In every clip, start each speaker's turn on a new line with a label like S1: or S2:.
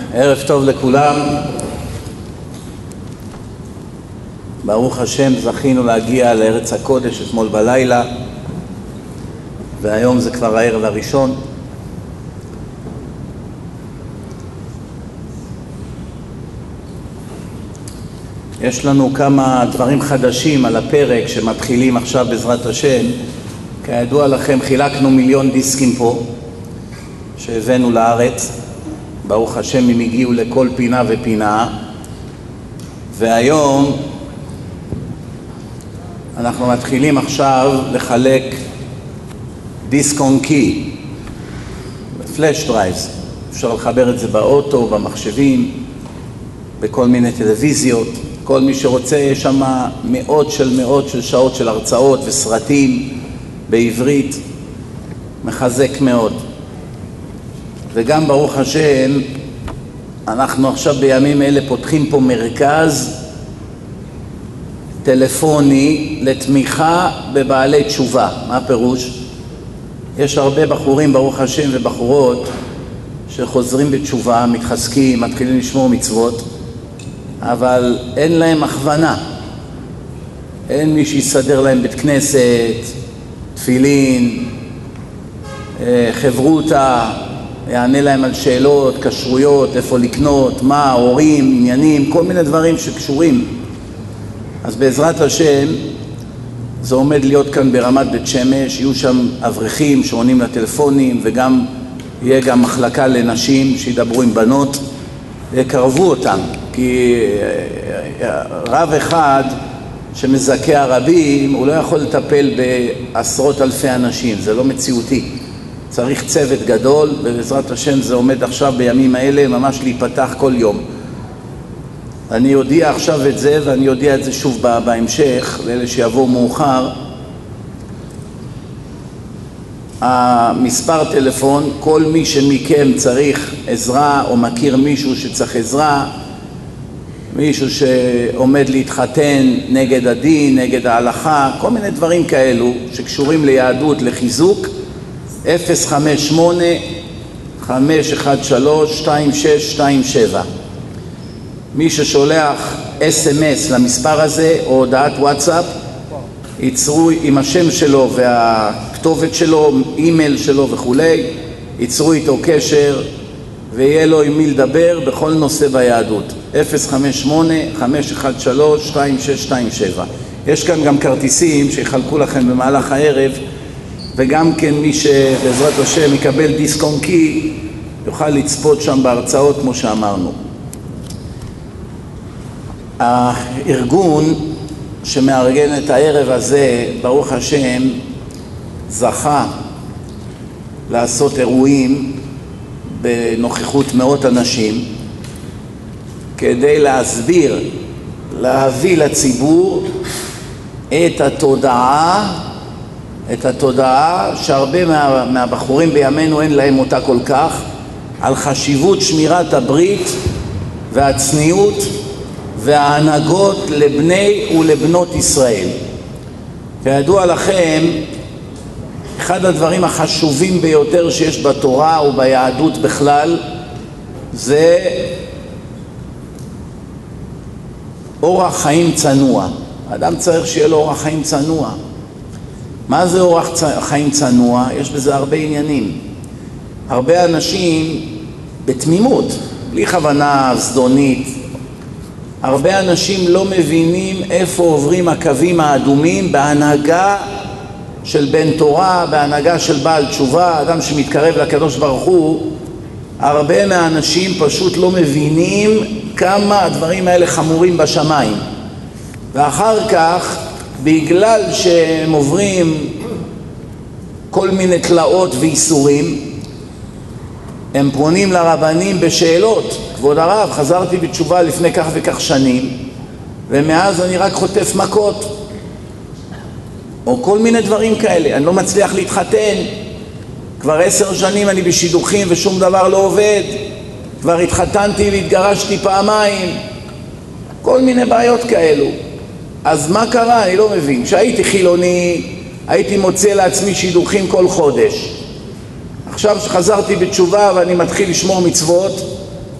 S1: ערב טוב לכולם. ברוך השם, זכינו להגיע לארץ הקודש אתמול בלילה, והיום זה כבר הערב הראשון. יש לנו כמה דברים חדשים על הפרק שמתחילים עכשיו בעזרת השם. כידוע לכם, חילקנו 1,000,000 דיסקים פה שהבאנו לארץ. ברוך השם, הם הגיעו לכל פינה ופינה, והיום אנחנו מתחילים עכשיו לחלק דיסק און קי, פלאש דרייבס. אפשר לחבר את זה באוטו, במחשבים, בכל מיני טלוויזיות. כל מי שרוצה, יש שם מאות של שעות של הרצאות וסרטים בעברית. מחזק מאוד. וגם ברוך השם, אנחנו עכשיו בימים אלה פותחים פה מרכז טלפוני לתמיכה בבעלי תשובה. מה הפירוש? יש הרבה בחורים ברוך השם ובחורות שחוזרים בתשובה, מתחזקים, מתחילים לשמור מצוות, אבל אין להם הכוונה. אין מי שיסדר להם בית כנסת, תפילין, חברותה, יענה להם על שאלות, קשרויות, איפה לקנות, מה, הורים, עניינים, כל מיני דברים שקשורים. אז בעזרת השם, זה עומד להיות כאן ברמת בית שמש, יהיו שם אברכים שעונים לטלפונים, וגם יהיה גם מחלקה לנשים שידברו עם בנות, יקרבו אותם, כי רב אחד שמזכה הרבים, הוא לא יכול לטפל בעשרות אלפי אנשים, זה לא מציאותי. צריך צוות גדול, ובעזרת השם זה עומד עכשיו בימים האלה ממש להיפתח כל יום. אני יודיע עכשיו את זה, ואני יודיע את זה שוב בהמשך, לאלה שיבואו מאוחר. המספר טלפון, כל מי שמכם צריך עזרה, או מכיר מישהו שצריך עזרה, מישהו שעומד להתחתן נגד הדין, נגד ההלכה, כל מיני דברים כאלו שקשורים ליהדות, לחיזוק, 058-513-2627. מי ששולח SMS למספר הזה או הודעת וואטסאפ, ייצרו עם השם שלו והכתובת שלו, אימייל שלו וכולי, ייצרו איתו קשר ויהיה לו עם מי לדבר בכל נושא ביהדות. 058-513-2627. יש כאן גם כרטיסים שיחלקו לכם במהלך הערב, וגם כן מי שבעזרת השם יקבל דיסק און קי יוכל לצפות שם בהרצאות כמו שאמרנו. הארגון שמארגן את הערב הזה, ברוך השם, זכה לעשות אירועים בנוכחות מאות אנשים כדי להסביר, להביא לציבור את התודעה שהרבה מהבחורים בימינו אין להם אותה כל כך, על חשיבות שמירת הברית והצניעות וההנהגות לבני ולבנות ישראל. כידוע לכם, אחד הדברים החשובים ביותר שיש בתורה וביהדות בכלל זה אורח חיים צנוע. האדם צריך שיהיה לו אורח חיים צנוע. מה זה אורח חיים צנוע? יש בזה הרבה עניינים. הרבה אנשים בתמימות, בלי כוונה זדונית, הרבה אנשים לא מבינים איפה עוברים הקווים האדומים בהנהגה של בן תורה, בהנהגה של בעל תשובה, אדם שמתקרב לקדוש ברוך הוא. הרבה מהאנשים פשוט לא מבינים כמה הדברים האלה חמורים בשמיים. ואחר כך, בגלל שהם עוברים כל מיני תלאות ואיסורים, הם פונים לרבנים בשאלות. כבוד הרב, חזרתי בתשובה לפני כך וכך שנים, ומאז אני רק חוטף מכות. או כל מיני דברים כאלה. אני לא מצליח להתחתן. כבר 10 שנים אני בשידוכים ושום דבר לא עובד. כבר התחתנתי והתגרשתי פעמיים. כל מיני בעיות כאלו. אז מה קרה? אני לא מבין. כשהייתי חילוני, הייתי מוצא לעצמי שידוכים כל חודש. עכשיו שחזרתי בתשובה ואני מתחיל לשמור מצוות,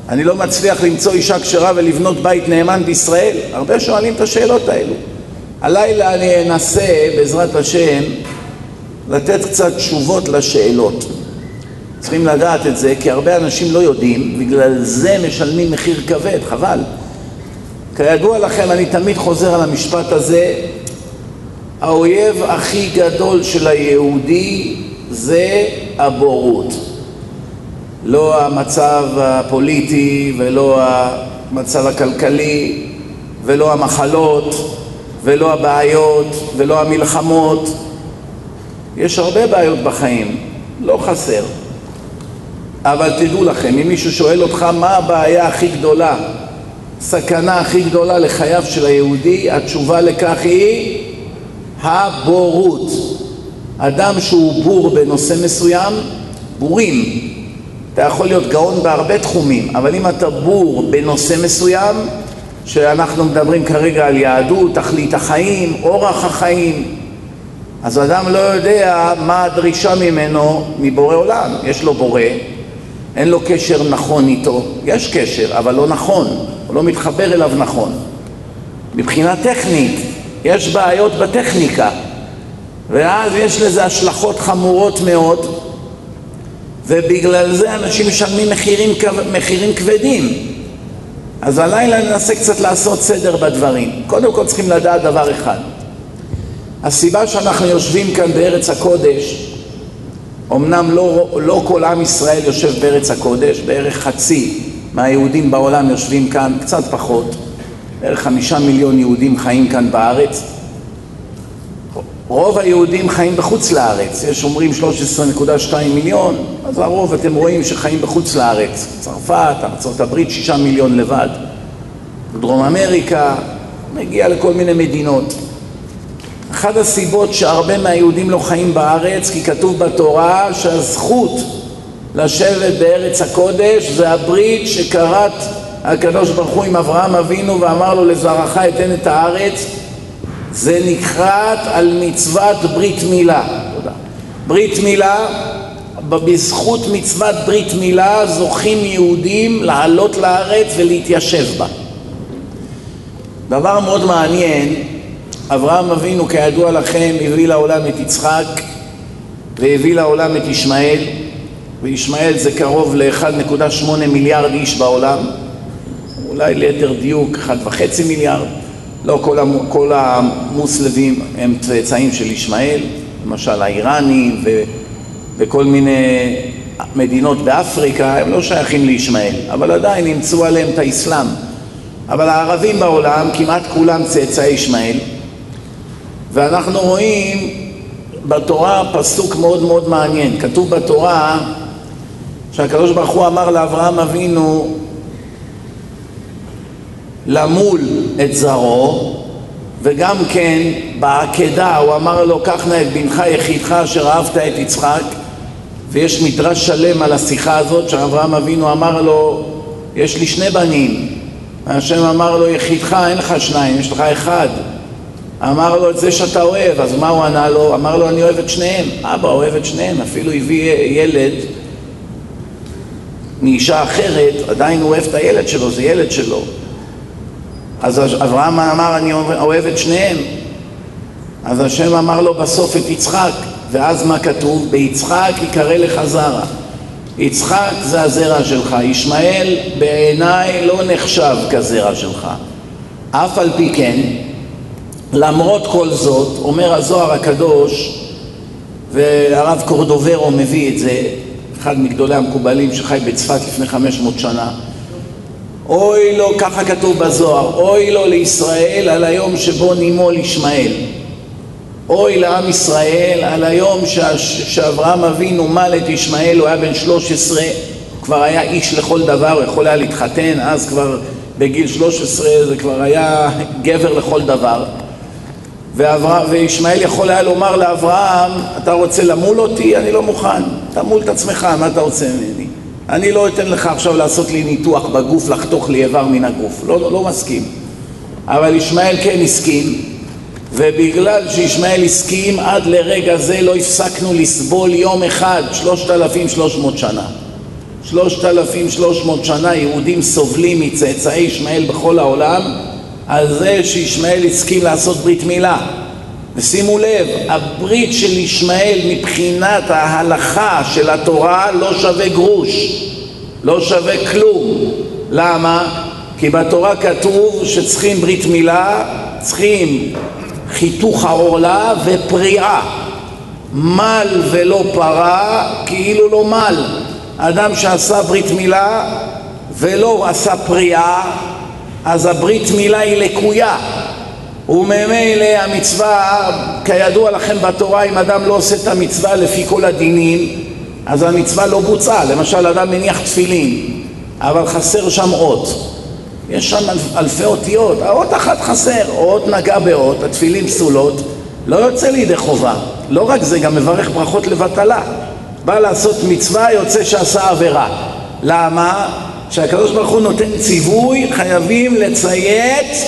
S1: אני לא מצליח למצוא אישה כשרה ולבנות בית נאמן בישראל. הרבה שואלים את השאלות האלו. הלילה אני אנסה בעזרת השם לתת קצת תשובות לשאלות. צריכים לדעת את זה, כי הרבה אנשים לא יודעים, בגלל זה משלמים מחיר כבד, חבל. כידוע לכם, אני תמיד חוזר על המשפט הזה, האויב הכי גדול של היהודי זה הבורות. לא המצב הפוליטי ולא המצב הכלכלי ולא המחלות ולא הבעיות ולא המלחמות. יש הרבה בעיות בחיים, לא חסר. אבל תדעו לכם, אם מישהו שואל אותך מה הבעיה הכי גדולה, סכנה הכי גדולה לחייו של היהודי, התשובה לכך היא הבורות. אדם שהוא בור בנושא מסוים, בורים. אתה יכול להיות גאון בהרבה תחומים, אבל אם אתה בור בנושא מסוים, שאנחנו מדברים כרגע על יהדות, תכלית החיים, אורח החיים, אז אדם לא יודע מה הדרישה ממנו מבורא עולם. יש לו בורא, אין לו קשר נכון איתו, יש קשר אבל לא נכון, הוא לא מתחבר אליו נכון. מבחינה טכנית יש בעיות בטכניקה, ואז יש לזה השלכות חמורות מאוד, ובגלל זה אנשים משלמים מחירים כבדים. אז הלילה ננסה קצת לעשות סדר בדברים. קודם כל צריכים לדעת דבר אחד, הסיבה שאנחנו יושבים כאן בארץ הקודש, אמנם לא כל עם ישראל יושב בארץ הקודש, בערך חצי מהיהודים בעולם יושבים כאן, קצת פחות, בערך 5 מיליון יהודים חיים כאן בארץ. רוב היהודים חיים בחוץ לארץ, יש אומרים 13.2 מיליון, אז הרוב אתם רואים שחיים בחוץ לארץ, צרפת, ארצות הברית 6 מיליון לבד, דרום אמריקה, מגיע לכל מיני מדינות. אחת הסיבות שהרבה מהיהודים לא חיים בארץ, כי כתוב בתורה שהזכות לשבת בארץ הקודש זה הברית שקראת הקדוש ברוך הוא עם אברהם אבינו ואמר לו לזרעך אתן את הארץ. זה נקראת על מצוות ברית מילה. תודה. ברית מילה, בזכות מצוות ברית מילה זוכים יהודים לעלות לארץ ולהתיישב בה. דבר מאוד מעניין, אברהם אבינו כידוע לכם הביא לעולם את יצחק והביא לעולם את ישמעאל, וישמעאל זה קרוב ל-1.8 מיליארד איש בעולם, אולי ליתר דיוק 1.5 מיליארד. לא כל המוסלמים הם צאצאים של ישמעאל, למשל האיראנים וכל מיני מדינות באפריקה הם לא שייכים לישמעאל, אבל עדיין נמצאו עליהם את האסלאם. אבל הערבים בעולם כמעט כולם צאצאי ישמעאל, ואנחנו רואים בתורה פסוק מאוד מאוד מעניין. כתוב בתורה שהקדוש ברוך הוא אמר לאברהם אבינו למול את זרעו, וגם כן בעקדה הוא אמר לו קח נא את בנך יחידך אשר אהבת את יצחק. ויש מדרש שלם על השיחה הזאת שאברהם אבינו אמר לו יש לי 2 בנים, השם אמר לו יחידך, אין לך 2, יש לך 1. אמר לו את זה שאתה אוהב, אז מה הוא ענה לו? אמר לו אני אוהב את שניהם. אבא אוהב את שניהם, אפילו הביא ילד מאישה אחרת, עדיין הוא אוהב את הילד שלו, זה ילד שלו. אז אברהם אמר אני אוהב את שניהם. אז השם אמר לו בסוף את יצחק, ואז מה כתוב? ביצחק יקרא לך זרע. יצחק זה הזרע שלך, ישמעאל בעיניי לא נחשב כזרע שלך. אף על פי כן, למרות כל זאת, אומר הזוהר הקדוש, והרב קורדוברו מביא את זה, אחד מגדולי המקובלים שחי בצפת לפני 500 שנה, אוי לו, ככה כתוב בזוהר, אוי לו לישראל על היום שבו נימול ישמעאל. אוי לעם ישראל על היום שאברהם אבינו מל את ישמעאל, הוא היה בן 13, כבר היה איש לכל דבר, הוא יכול היה להתחתן, אז כבר בגיל 13 זה כבר היה גבר לכל דבר. וישמעאל יכול היה לומר לאברהם, אתה רוצה למול אותי? אני לא מוכן, תמול את עצמך, מה אתה רוצה ממני? אני לא אתן לך עכשיו לעשות לי ניתוח בגוף, לחתוך לי איבר מן הגוף, לא מסכים. אבל ישמעאל כן הסכים, ובגלל שישמעאל הסכים עד לרגע זה לא הפסקנו לסבול יום אחד 3,300 שנה. 3,300 שנה יהודים סובלים מצאצאי ישמעאל בכל העולם על זה שישמעאל הסכים לעשות ברית מילה. ושימו לב, הברית של ישמעאל מבחינת ההלכה של התורה לא שווה גרוש, לא שווה כלום. למה? כי בתורה כתוב שצריכים ברית מילה, צריכים חיתוך העורלה ופריעה. מל ולא פרה כאילו לא מל. אדם שעשה ברית מילה ולא עשה פריעה, אז הברית מילה היא לקויה. וממילא המצווה, כידוע לכם בתורה, אם אדם לא עושה את המצווה לפי כל הדינים, אז המצווה לא בוצעה. למשל, אדם מניח תפילין, אבל חסר שם אות. יש שם אלפי אותיות, האות אחת חסר, אות נגע באות, התפילין פסולות, לא יוצא לידי חובה. לא רק זה, גם מברך ברכות לבטלה. בא לעשות מצווה, יוצא שעשה עבירה. למה? שהקדוש ברוך הוא נותן ציווי, חייבים לציית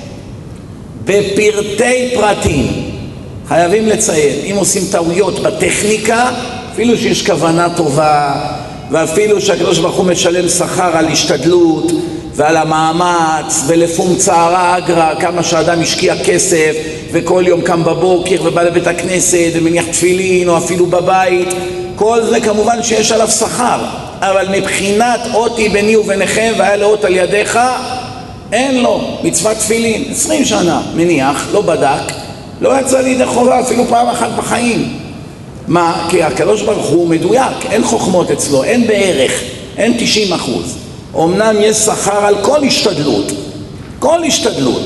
S1: בפרטי פרטים. חייבים לציית. אם עושים טעויות בטכניקה, אפילו שיש כוונה טובה, ואפילו שהקדוש ברוך הוא משלם שכר על השתדלות ועל המאמץ ולפום צערה אגרה, כמה שאדם השקיע כסף וכל יום קם בבוקר ובא לבית הכנסת ומניח תפילין או אפילו בבית, כל זה כמובן שיש עליו שכר. אבל מבחינת אותי ביני וביניכם והיה לאות על ידיך, אין לו מצוות תפילין. 20 שנה מניח, לא בדק, לא יצא לידי חובה אפילו פעם אחת בחיים. מה? כי הקדוש ברוך הוא מדויק, אין חוכמות אצלו, אין בערך, אין 90%. אמנם יש שכר על כל השתדלות, כל השתדלות,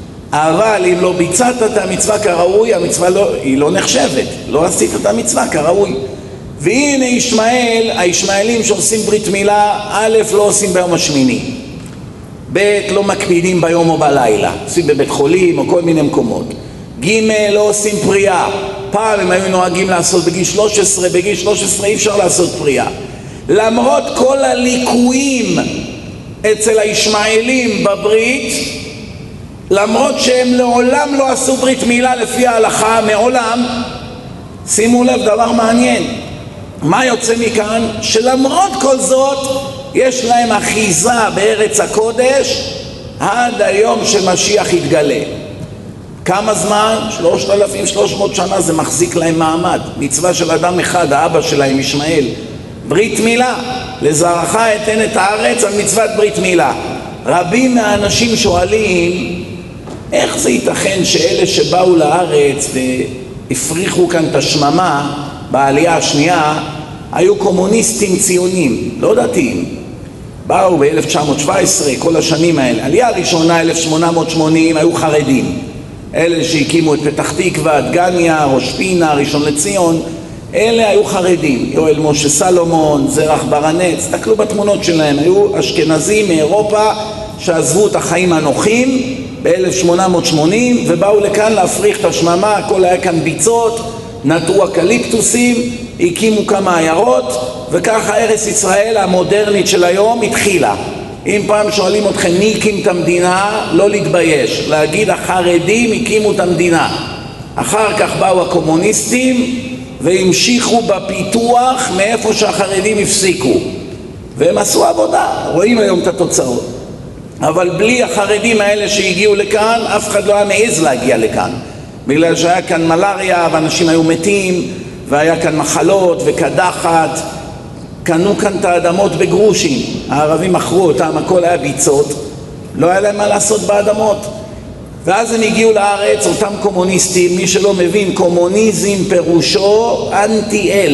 S1: אבל אם לא ביצעת את המצווה כראוי, המצווה היא לא נחשבת, לא עשית את המצווה כראוי. והנה ישמעאל, הישמעאלים שעושים ברית מילה, א' לא עושים ביום השמיני, ב' לא מקפידים ביום או בלילה, עושים בבית חולים או כל מיני מקומות, ג' לא עושים פריאה. פעם הם היו נוהגים לעשות בגיל 13, בגיל 13 אי אפשר לעשות פריאה. למרות כל הליקויים אצל הישמעאלים בברית, למרות שהם לעולם לא עשו ברית מילה לפי ההלכה, מעולם, שימו לב דבר מעניין, מה יוצא מכאן? שלמרות כל זאת יש להם אחיזה בארץ הקודש עד היום שמשיח יתגלה. כמה זמן? 3,300 שנה זה מחזיק להם מעמד. מצווה של אדם אחד, האבא שלהם ישמעאל, ברית מילה, לזרעך אתן את הארץ, על מצוות ברית מילה. רבים מהאנשים שואלים, איך זה ייתכן שאלה שבאו לארץ והפריחו כאן את השממה בעלייה השנייה, היו קומוניסטים ציונים, לא דתיים. באו ב-1917, כל השנים האלה. עלייה הראשונה, 1880, היו חרדים. אלה שהקימו את פתח תקווה, דגניה, ראש פינה, ראשון לציון, אלה היו חרדים. יואל משה סלומון, זרח ברנץ, תסתכלו בתמונות שלהם, היו אשכנזים מאירופה שעזבו את החיים הנוחים ב-1880 ובאו לכאן להפריך את השממה. הכל היה כאן ביצות, נטעו אקליפטוסים, הקימו כמה עיירות, וככה ארץ ישראל המודרנית של היום התחילה. אם פעם שואלים אתכם מי הקים את המדינה, לא להתבייש, להגיד החרדים הקימו את המדינה. אחר כך באו הקומוניסטים והמשיכו בפיתוח מאיפה שהחרדים הפסיקו, והם עשו עבודה, רואים היום את התוצאות. אבל בלי החרדים האלה שהגיעו לכאן, אף אחד לא היה מעז להגיע לכאן, בגלל שהיה כאן מלריה ואנשים היו מתים, והיה כאן מחלות וקדחת. קנו כאן את האדמות בגרושים, הערבים מכרו אותם, הכל היה ביצות, לא היה להם מה לעשות באדמות. ואז הם הגיעו לארץ, אותם קומוניסטים. מי שלא מבין, קומוניזם פירושו אנטי-אל,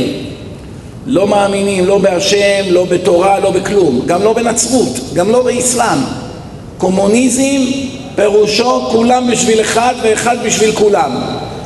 S1: לא מאמינים לא בהשם, לא בתורה, לא בכלום, גם לא בנצרות, גם לא באסלאם. קומוניזם פירושו כולם בשביל אחד ואחד בשביל כולם.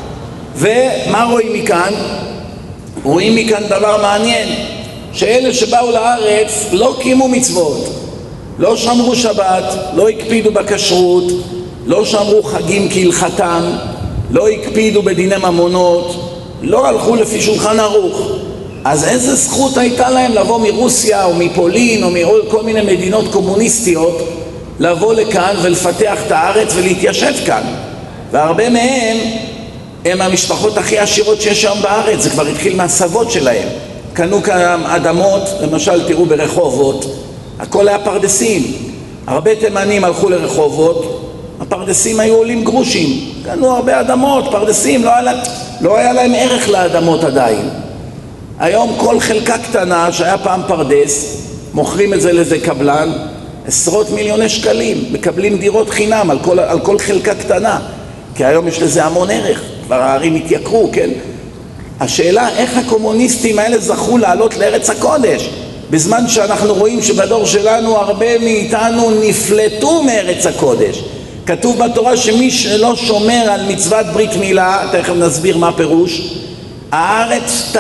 S1: ומה רואים מכאן? רואים מכאן דבר מעניין, שאלה שבאו לארץ לא קיימו מצוות, לא שמרו שבת, לא הקפידו בכשרות, לא שמרו חגים כהלכתם, לא הקפידו בדיני ממונות, לא הלכו לפי שולחן ערוך. אז איזה זכות הייתה להם לבוא מרוסיה או מפולין או מכל מיני מדינות קומוניסטיות, לבוא לכאן ולפתח את הארץ ולהתיישב כאן? והרבה מהם הם המשפחות הכי עשירות שיש היום בארץ, זה כבר התחיל מהסבות שלהם. קנו כאן אדמות, למשל תראו ברחובות, הכל היה פרדסים. הרבה תימנים הלכו לרחובות, הפרדסים היו עולים גרושים, קנו הרבה אדמות, פרדסים, לא היה להם ערך לאדמות עדיין. היום כל חלקה קטנה שהיה פעם פרדס, מוכרים את זה לאיזה קבלן, עשרות מיליוני שקלים, מקבלים דירות חינם על כל חלקה קטנה, כי היום יש לזה המון ערך, כבר הערים התייקרו, כן? השאלה איך הקומוניסטים האלה זכו לעלות לארץ הקודש, בזמן שאנחנו רואים שבדור שלנו הרבה מאיתנו נפלטו מארץ הקודש. כתוב בתורה שמי שלא שומר על מצוות ברית מילה, תכף נסביר מה פירוש, הארץ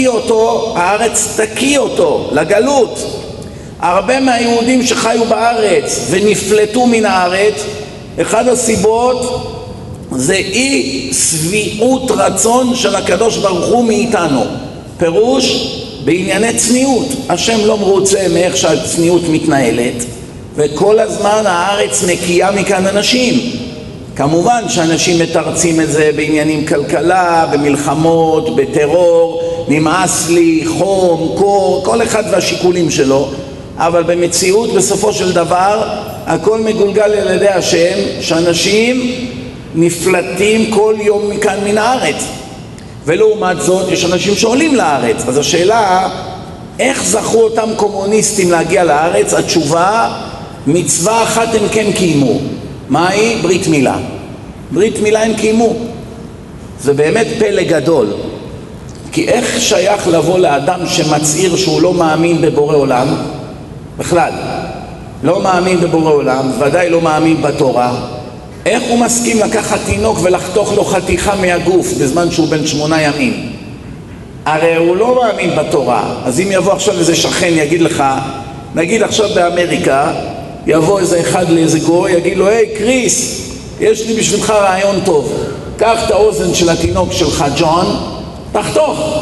S1: תקיא אותו לגלות. הרבה מהיהודים שחיו בארץ ונפלטו מן הארץ, אחד הסיבות זה אי שביעות רצון של הקדוש ברוך הוא מאיתנו. פירוש בענייני צניעות, השם לא מרוצה מאיך שהצניעות מתנהלת, וכל הזמן הארץ נקייה מכאן אנשים. כמובן שאנשים מתרצים את זה בעניינים כלכלה, במלחמות, בטרור, נמאס לי, חום, קור, כל אחד והשיקולים שלו, אבל במציאות בסופו של דבר הכל מגולגל על ידי השם, שאנשים נפלטים כל יום מכאן מן הארץ. ולעומת זאת יש אנשים שעולים לארץ. אז השאלה, איך זכו אותם קומוניסטים להגיע לארץ? התשובה, מצווה אחת הם כן קיימו. מהי? ברית מילה. ברית מילה הם קיימו. זה באמת פלא גדול. כי איך שייך לבוא לאדם שמצהיר שהוא לא מאמין בבורא עולם? בכלל, לא מאמין בבורא עולם, ודאי לא מאמין בתורה. איך הוא מסכים לקחת תינוק ולחתוך לו חתיכה מהגוף בזמן שהוא בן 8 ימים? הרי הוא לא מאמין בתורה. אז אם יבוא עכשיו איזה שכן יגיד לך, נגיד עכשיו באמריקה, יבוא איזה אחד לאיזה גוי, יגיד לו, היי קריס, יש לי בשבילך רעיון טוב, קח את האוזן של התינוק שלך ג'ון, תחתוך,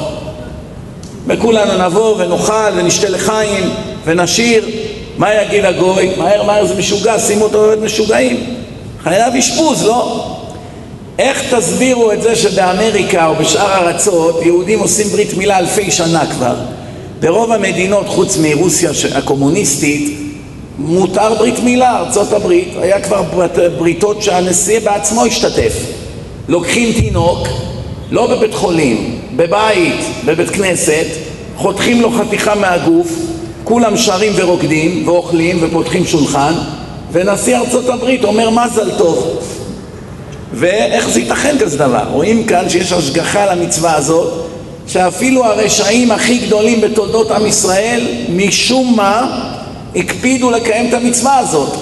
S1: וכולנו נבוא ונאכל ונשתה לחיים ונשיר. מה יגיד הגוי? מהר זה משוגע, שימו אותו בבית משוגעים, חייב אשפוז, לא? איך תסבירו את זה שבאמריקה או בשאר הארצות יהודים עושים ברית מילה אלפי שנה כבר? ברוב המדינות חוץ מרוסיה הקומוניסטית מותר ברית מילה. ארצות הברית היה כבר בריתות שהנשיא בעצמו השתתף. לוקחים תינוק, לא בבית חולים, בבית, בבית כנסת, חותכים לו חתיכה מהגוף, כולם שרים ורוקדים ואוכלים ופותחים שולחן, ונשיא ארצות הברית אומר מזל טוב. ואיך זה ייתכן כזה דבר? רואים כאן שיש השגחה על המצווה הזאת, שאפילו הרשעים הכי גדולים בתולדות עם ישראל משום מה הקפידו לקיים את המצווה הזאת.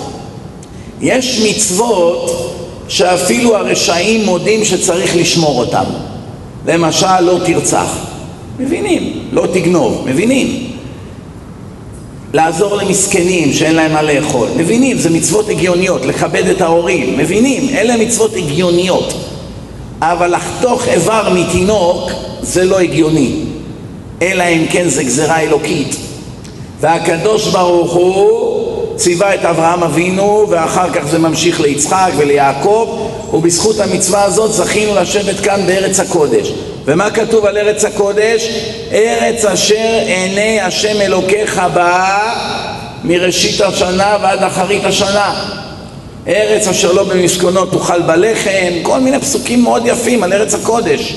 S1: יש מצוות שאפילו הרשעים מודים שצריך לשמור אותם. למשל לא תרצח, מבינים? לא תגנוב, מבינים? לעזור למסכנים שאין להם מה לאכול, מבינים? זה מצוות הגיוניות. לכבד את ההורים, מבינים? אלה מצוות הגיוניות. אבל לחתוך איבר מתינוק זה לא הגיוני, אלא אם כן זה גזרה אלוקית. והקדוש ברוך הוא ציווה את אברהם אבינו, ואחר כך זה ממשיך ליצחק וליעקב, ובזכות המצווה הזאת זכינו לשבת כאן בארץ הקודש. ומה כתוב על ארץ הקודש? ארץ אשר עיני השם אלוקיך בה מראשית השנה ועד אחרית השנה. ארץ אשר לא במשכונות תאכל בלחם, כל מיני פסוקים מאוד יפים על ארץ הקודש.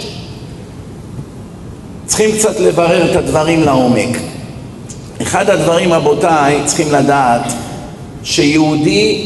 S1: צריכים קצת לברר את הדברים לעומק. אחד הדברים, רבותיי, צריכים לדעת שיהודי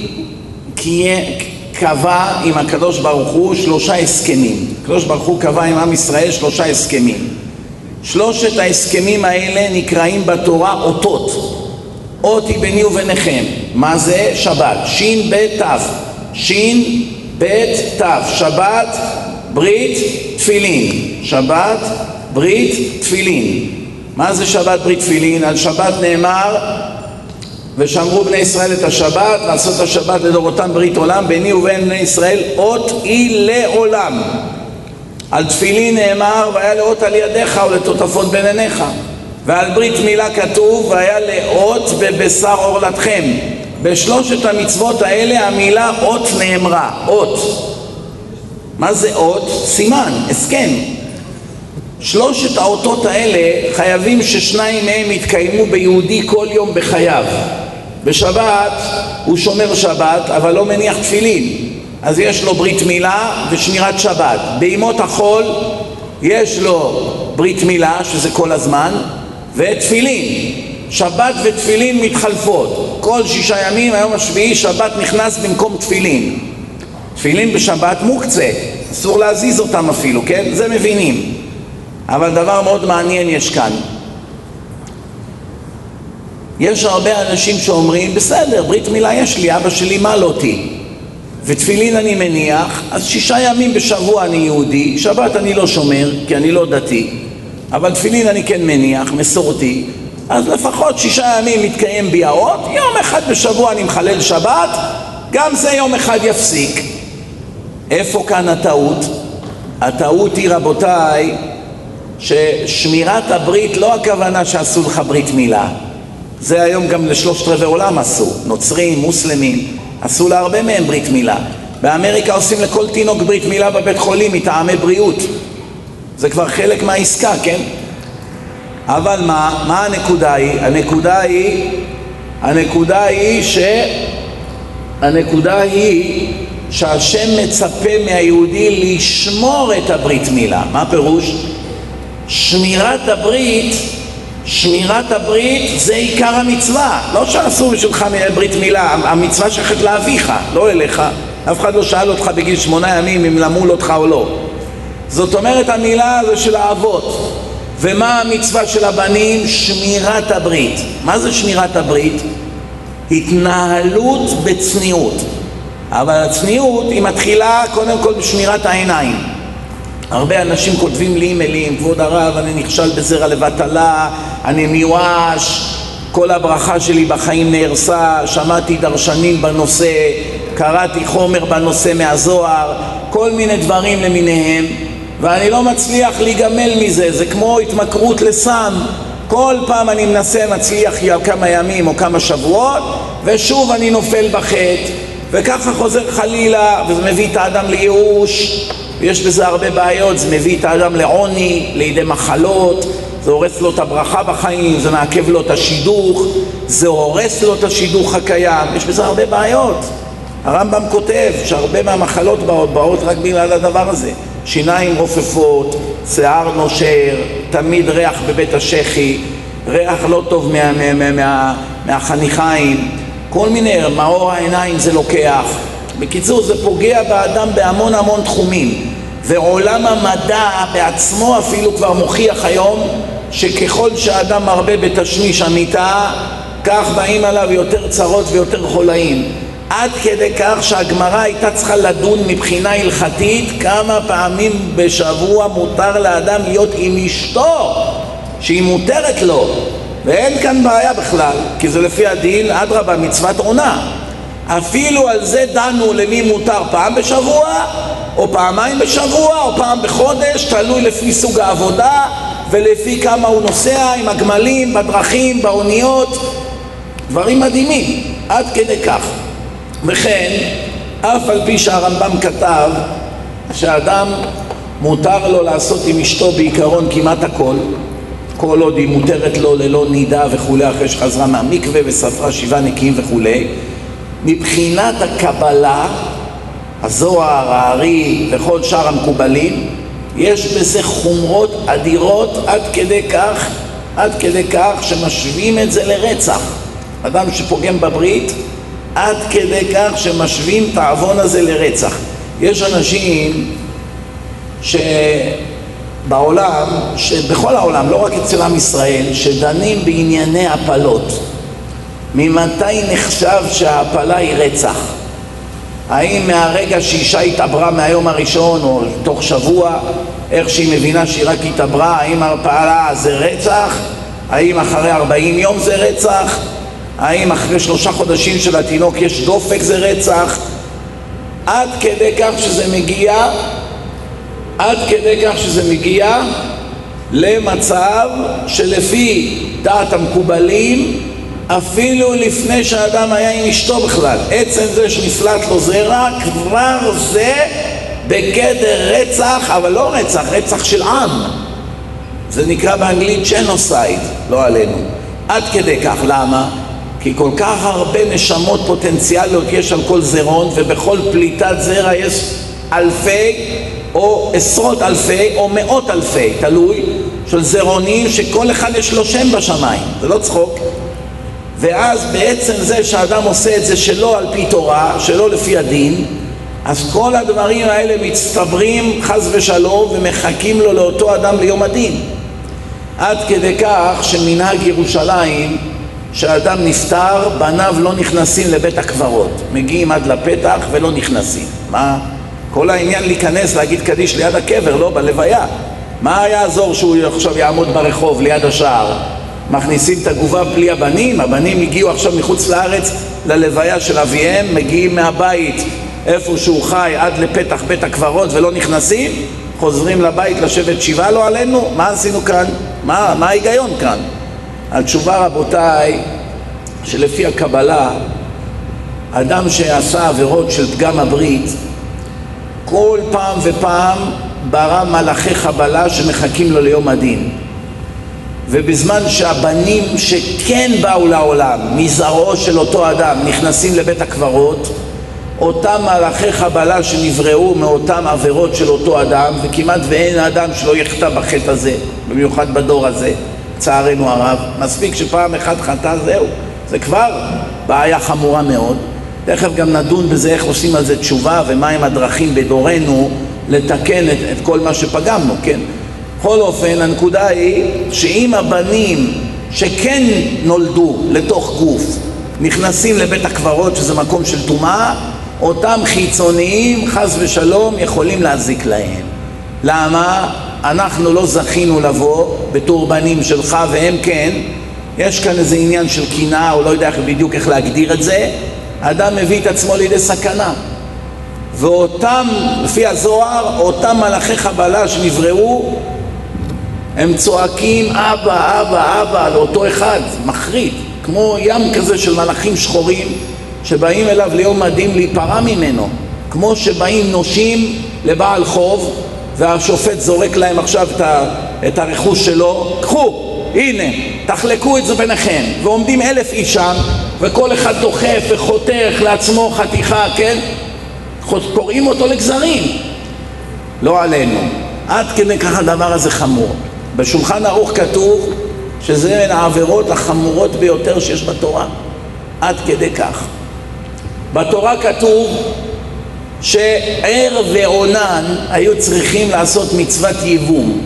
S1: קבע עם הקדוש ברוך הוא 3 הסכמים. הקדוש ברוך הוא קבע עם עם ישראל 3 הסכמים. 3 ההסכמים האלה נקראים בתורה אותות. אות היא ביני וביניכם. מה זה? שבת. שין בית תו. שין בית תו. שבת, ברית, תפילין. שבת, ברית, תפילין. מה זה שבת, ברית, תפילין? על שבת נאמר, ושמרו בני ישראל את השבת, לעשות השבת לדורותם ברית עולם, ביני ובין בני ישראל אות היא לעולם. על תפילין נאמר, והיה לאות על ידיך ולטוטפות בין עיניך. ועל ברית מילה כתוב, והיה לאות בבשר עורלתכם. ב3 המצוות האלה המילה אות נאמרה. אות. מה זה אות? סימן, הסכם. שלושת האותות האלה חייבים ששניים מהם יתקיימו ביהודי כל יום בחייו. בשבת הוא שומר שבת אבל לא מניח תפילין, אז יש לו ברית מילה ושמירת שבת. בימות החול יש לו ברית מילה שזה כל הזמן ותפילין. שבת ותפילין מתחלפות כל 6 ימים. היום השביעי שבת נכנס במקום תפילין. תפילין בשבת מוקצה, אסור להזיז אותם אפילו, כן? זה מבינים. אבל דבר מאוד מעניין יש כאן. יש הרבה אנשים שאומרים בסדר, ברית מילה יש לי, אבא שלי מעל אותי ותפילין אני מניח, אז 6 ימים בשבוע אני יהודי, שבת אני לא שומר כי אני לא דתי, אבל תפילין אני כן מניח, מסורתי, אז לפחות 6 ימים מתקיים בי האות, יום אחד בשבוע אני מחלל שבת, גם זה יום אחד יפסיק. איפה כאן הטעות? הטעות היא רבותיי ששמירת הברית לא הכוונה שעשו לך ברית מילה, זה היום גם ל3/4 עולם עשו, נוצרים, מוסלמים, עשו להרבה מהם ברית מילה. באמריקה עושים לכל תינוק ברית מילה בבית חולים מטעמי בריאות, זה כבר חלק מהעסקה, כן? אבל מה הנקודה היא? הנקודה היא שהשם מצפה מהיהודי לשמור את הברית מילה. מה פירוש? שמירת הברית זה עיקר המצווה. לא שעשו בשבילך ברית מילה, המצווה שייכת לאביך, לא אליך. אף אחד לא שאל אותך בגיל 8 ימים אם למול אותך או לא. זאת אומרת המילה זה של האבות. ומה המצווה של הבנים? שמירת הברית. מה זה שמירת הברית? התנהלות בצניעות. אבל הצניעות היא מתחילה קודם כל בשמירת העיניים. הרבה אנשים כותבים לי אימיילים, כבוד הרב, אני נכשל בזרע לבטלה, אני מיואש, כל הברכה שלי בחיים נהרסה, שמעתי דרשנים בנושא, קראתי חומר בנושא מהזוהר, כל מיני דברים למיניהם, ואני לא מצליח להיגמל מזה. זה כמו התמכרות לסם, כל פעם אני מצליח כמה ימים או כמה שבועות, ושוב אני נופל בחטא, וככה חוזר חלילה, וזה מביא את האדם לייאוש, ויש בזה הרבה בעיות. זה מביא את האדם לעוני, לידי מחלות, זה הורס לו את הברכה בחיים, זה מעכב לו את השידוך, זה הורס לו את השידוך הקיים, יש בזה הרבה בעיות. הרמב"ם כותב שהרבה מהמחלות באות רק בגלל הדבר הזה. שיניים רופפות, שיער נושר, תמיד ריח בבית השחי, ריח לא טוב מהחניכיים, כל מיני, מאור העיניים זה לוקח. בקיצור, זה פוגע באדם בהמון תחומים, ועולם המדע בעצמו אפילו כבר מוכיח היום שככל שהאדם מרבה בתשמיש המיטה, כך באים עליו יותר צרות ויותר חולאים, עד כדי כך שהגמרא הייתה צריכה לדון מבחינה הלכתית כמה פעמים בשבוע מותר לאדם להיות עם אשתו, שהיא מותרת לו, ואין כאן בעיה בכלל, כי זה לפי הדין, אדרבה, מצוות עונה. אפילו על זה דנו למי מותר פעם בשבוע, או פעמיים בשבוע, או פעם בחודש, תלוי לפי סוג העבודה, ולפי כמה הוא נוסע עם הגמלים, בדרכים, באוניות, דברים מדהימים, עד כדי כך. וכן, אף על פי שהרמב"ם כתב שהאדם מותר לו לעשות עם אשתו בעיקרון כמעט הכל, כל עוד היא מותרת לו ללא נידה וכו', אחרי שחזרה מהמקווה וספרה 7 נקיים וכו', מבחינת הקבלה, הזוהר, הארי וכל שאר המקובלים, יש בזה חומרות אדירות עד כדי כך שמשווים את זה לרצח. אדם שפוגם בברית, עד כדי כך שמשווים את העוון הזה לרצח. יש אנשים שבעולם, בכל העולם, לא רק אצל עם ישראל, שדנים בענייני הפלות. ממתי נחשב שההפלה היא רצח? האם מהרגע שאישה התעברה מהיום הראשון או תוך שבוע, איך שהיא מבינה שהיא רק התעברה, האם ההפלה זה רצח? האם אחרי 40 יום זה רצח? האם אחרי 3 חודשים של התינוק יש דופק זה רצח? עד כדי כך שזה מגיע למצב שלפי דעת המקובלים, אפילו לפני שהאדם היה עם אשתו בכלל, עצם זה שנפלט לו זרע, כבר זה בגדר רצח, אבל לא רצח של עם, זה נקרא באנגלית ג'נוסייד, לא עלינו. עד כדי כך, למה? כי כל כך הרבה נשמות פוטנציאליות יש על כל זרעון, ובכל פליטת זרע יש אלפי או עשרות אלפי או מאות אלפי, תלוי, של זרעונים שכל אחד יש לו שם בשמיים, זה לא צחוק. ואז בעצם זה שהאדם עושה את זה שלא על פי תורה, שלא לפי הדין, אז כל הדברים האלה מצטברים חס ושלום ומחכים לו לאותו אדם ליום הדין. עד כדי כך שמנהג ירושלים, שהאדם נפטר, בניו לא נכנסים לבית הקברות, מגיעים עד לפתח ולא נכנסים. מה? כל העניין להיכנס להגיד קדיש ליד הקבר, לא בלוויה. מה יעזור שהוא עכשיו יעמוד ברחוב ליד השער? מכניסים את הגופה בלי הבנים, הבנים הגיעו עכשיו מחוץ לארץ ללוויה של אביהם, מגיעים מהבית איפה שהוא חי עד לפתח בית הקברות ולא נכנסים, חוזרים לבית לשבת שבעה, לא עלינו. מה עשינו כאן? מה ההיגיון כאן? התשובה, רבותיי, שלפי הקבלה, אדם שעשה עבירות של פגם הברית, כל פעם ופעם ברא מלאכי חבלה שמחכים לו ליום הדין. ובזמן שהבנים שכן באו לעולם מזרעו של אותו אדם נכנסים לבית הקברות, אותם מלאכי חבלה שנבראו מאותם עבירות של אותו אדם, וכמעט ואין אדם שלא יחטא בחטא הזה, במיוחד בדור הזה, צערנו הרב. מספיק שפעם אחד חטא, זהו, זה כבר בעיה חמורה מאוד. תכף גם נדון בזה איך עושים על זה תשובה ומהם הדרכים בדורנו לתקן את כל מה שפגמנו, כן? בכל אופן, הנקודה היא שאם הבנים שכן נולדו לתוך גוף נכנסים לבית הקברות, שזה מקום של טומאה, אותם חיצוניים חס ושלום יכולים להזיק להם. למה? אנחנו לא זכינו לבוא בתור בנים שלך והם כן. יש כאן איזה עניין של קנאה, או לא יודע בדיוק איך להגדיר את זה. האדם מביא את עצמו לידי סכנה, ואותם, לפי הזוהר, אותם מלאכי חבלה שנבראו, הם צועקים אבא, אבא, אבא, לאותו אחד, מחריד, כמו ים כזה של מלאכים שחורים שבאים אליו ליום הדין להיפרע ממנו, כמו שבאים נושים לבעל חוב והשופט זורק להם עכשיו את הרכוש שלו, קחו, הנה, תחלקו את זה ביניכם, ועומדים 1000 איש שם, וכל אחד דוחף וחותך לעצמו חתיכה, כן? קוראים אותו לגזרים, לא עלינו. עד כדי כך הדבר הזה חמור. בשולחן ערוך כתוב שזה מן העבירות החמורות ביותר שיש בתורה, עד כדי כך. בתורה כתוב שער ועונן היו צריכים לעשות מצוות ייבום.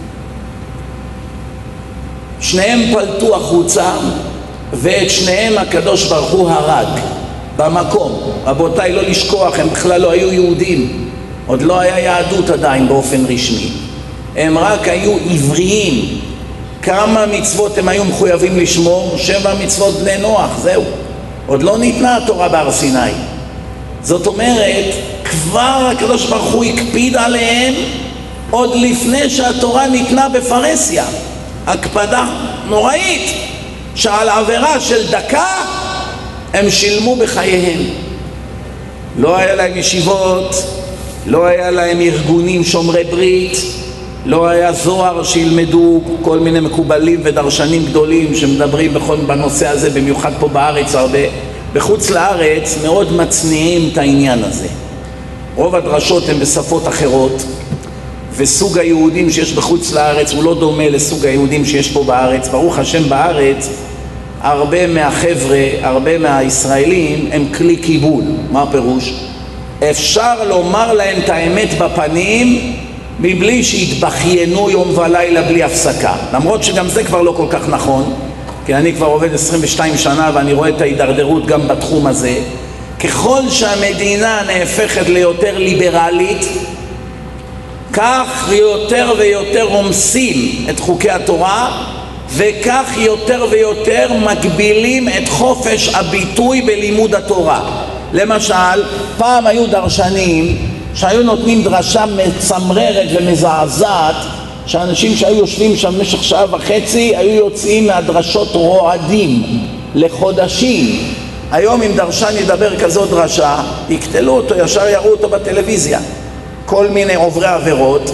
S1: שניהם פלטו החוצה, ואת שניהם הקדוש ברוך הוא הרג במקום. רבותיי, לא לשכוח, הם בכלל לא היו יהודים, עוד לא היה יהדות עדיין באופן רשמי, הם רק היו עבריים. כמה מצוות הם היו מחויבים לשמור? 7 מצוות בני נוח, זהו. עוד לא ניתנה התורה בהר סיני. זאת אומרת, כבר הקדוש ברוך הוא הקפיד עליהם עוד לפני שהתורה ניתנה בפרסיה. הקפדה נוראית, שעל עבירה של דקה הם שילמו בחייהם. לא היה להם ישיבות, לא היה להם ארגונים שומרי ברית, לא היה זוהר שילמדו כל מיני מקובלים ודרשנים גדולים שמדברים בנושא הזה, במיוחד פה בארץ הרבה. בחוץ לארץ מאוד מצניעים את העניין הזה. רוב הדרשות הן בשפות אחרות, וסוג היהודים שיש בחוץ לארץ הוא לא דומה לסוג היהודים שיש פה בארץ. ברוך השם, בארץ הרבה מהחבר'ה, הרבה מהישראלים הם כלי קיבול. מה הפירוש? אפשר לומר להם את האמת בפנים מבלי שהתבחיינו יום ולילה בלי הפסקה, למרות שגם זה כבר לא כל כך נכון, כי אני כבר עובד 22 שנה ואני רואה את ההידרדרות גם בתחום הזה. ככל שהמדינה נהפכת ליותר ליברלית, כך יותר ויותר רומסים את חוקי התורה, וכך יותר ויותר מגבילים את חופש הביטוי בלימוד התורה. למשל, פעם היו דרשנים שהיו נותנים דרשה מצמררת ומזעזעת, שאנשים שהיו יושבים שם במשך 1.5 שעות היו יוצאים מהדרשות רועדים לחודשים. היום אם דרשן ידבר כזאת דרשה, יקטלו אותו, ישר יראו אותו בטלוויזיה. כל מיני עוברי עבירות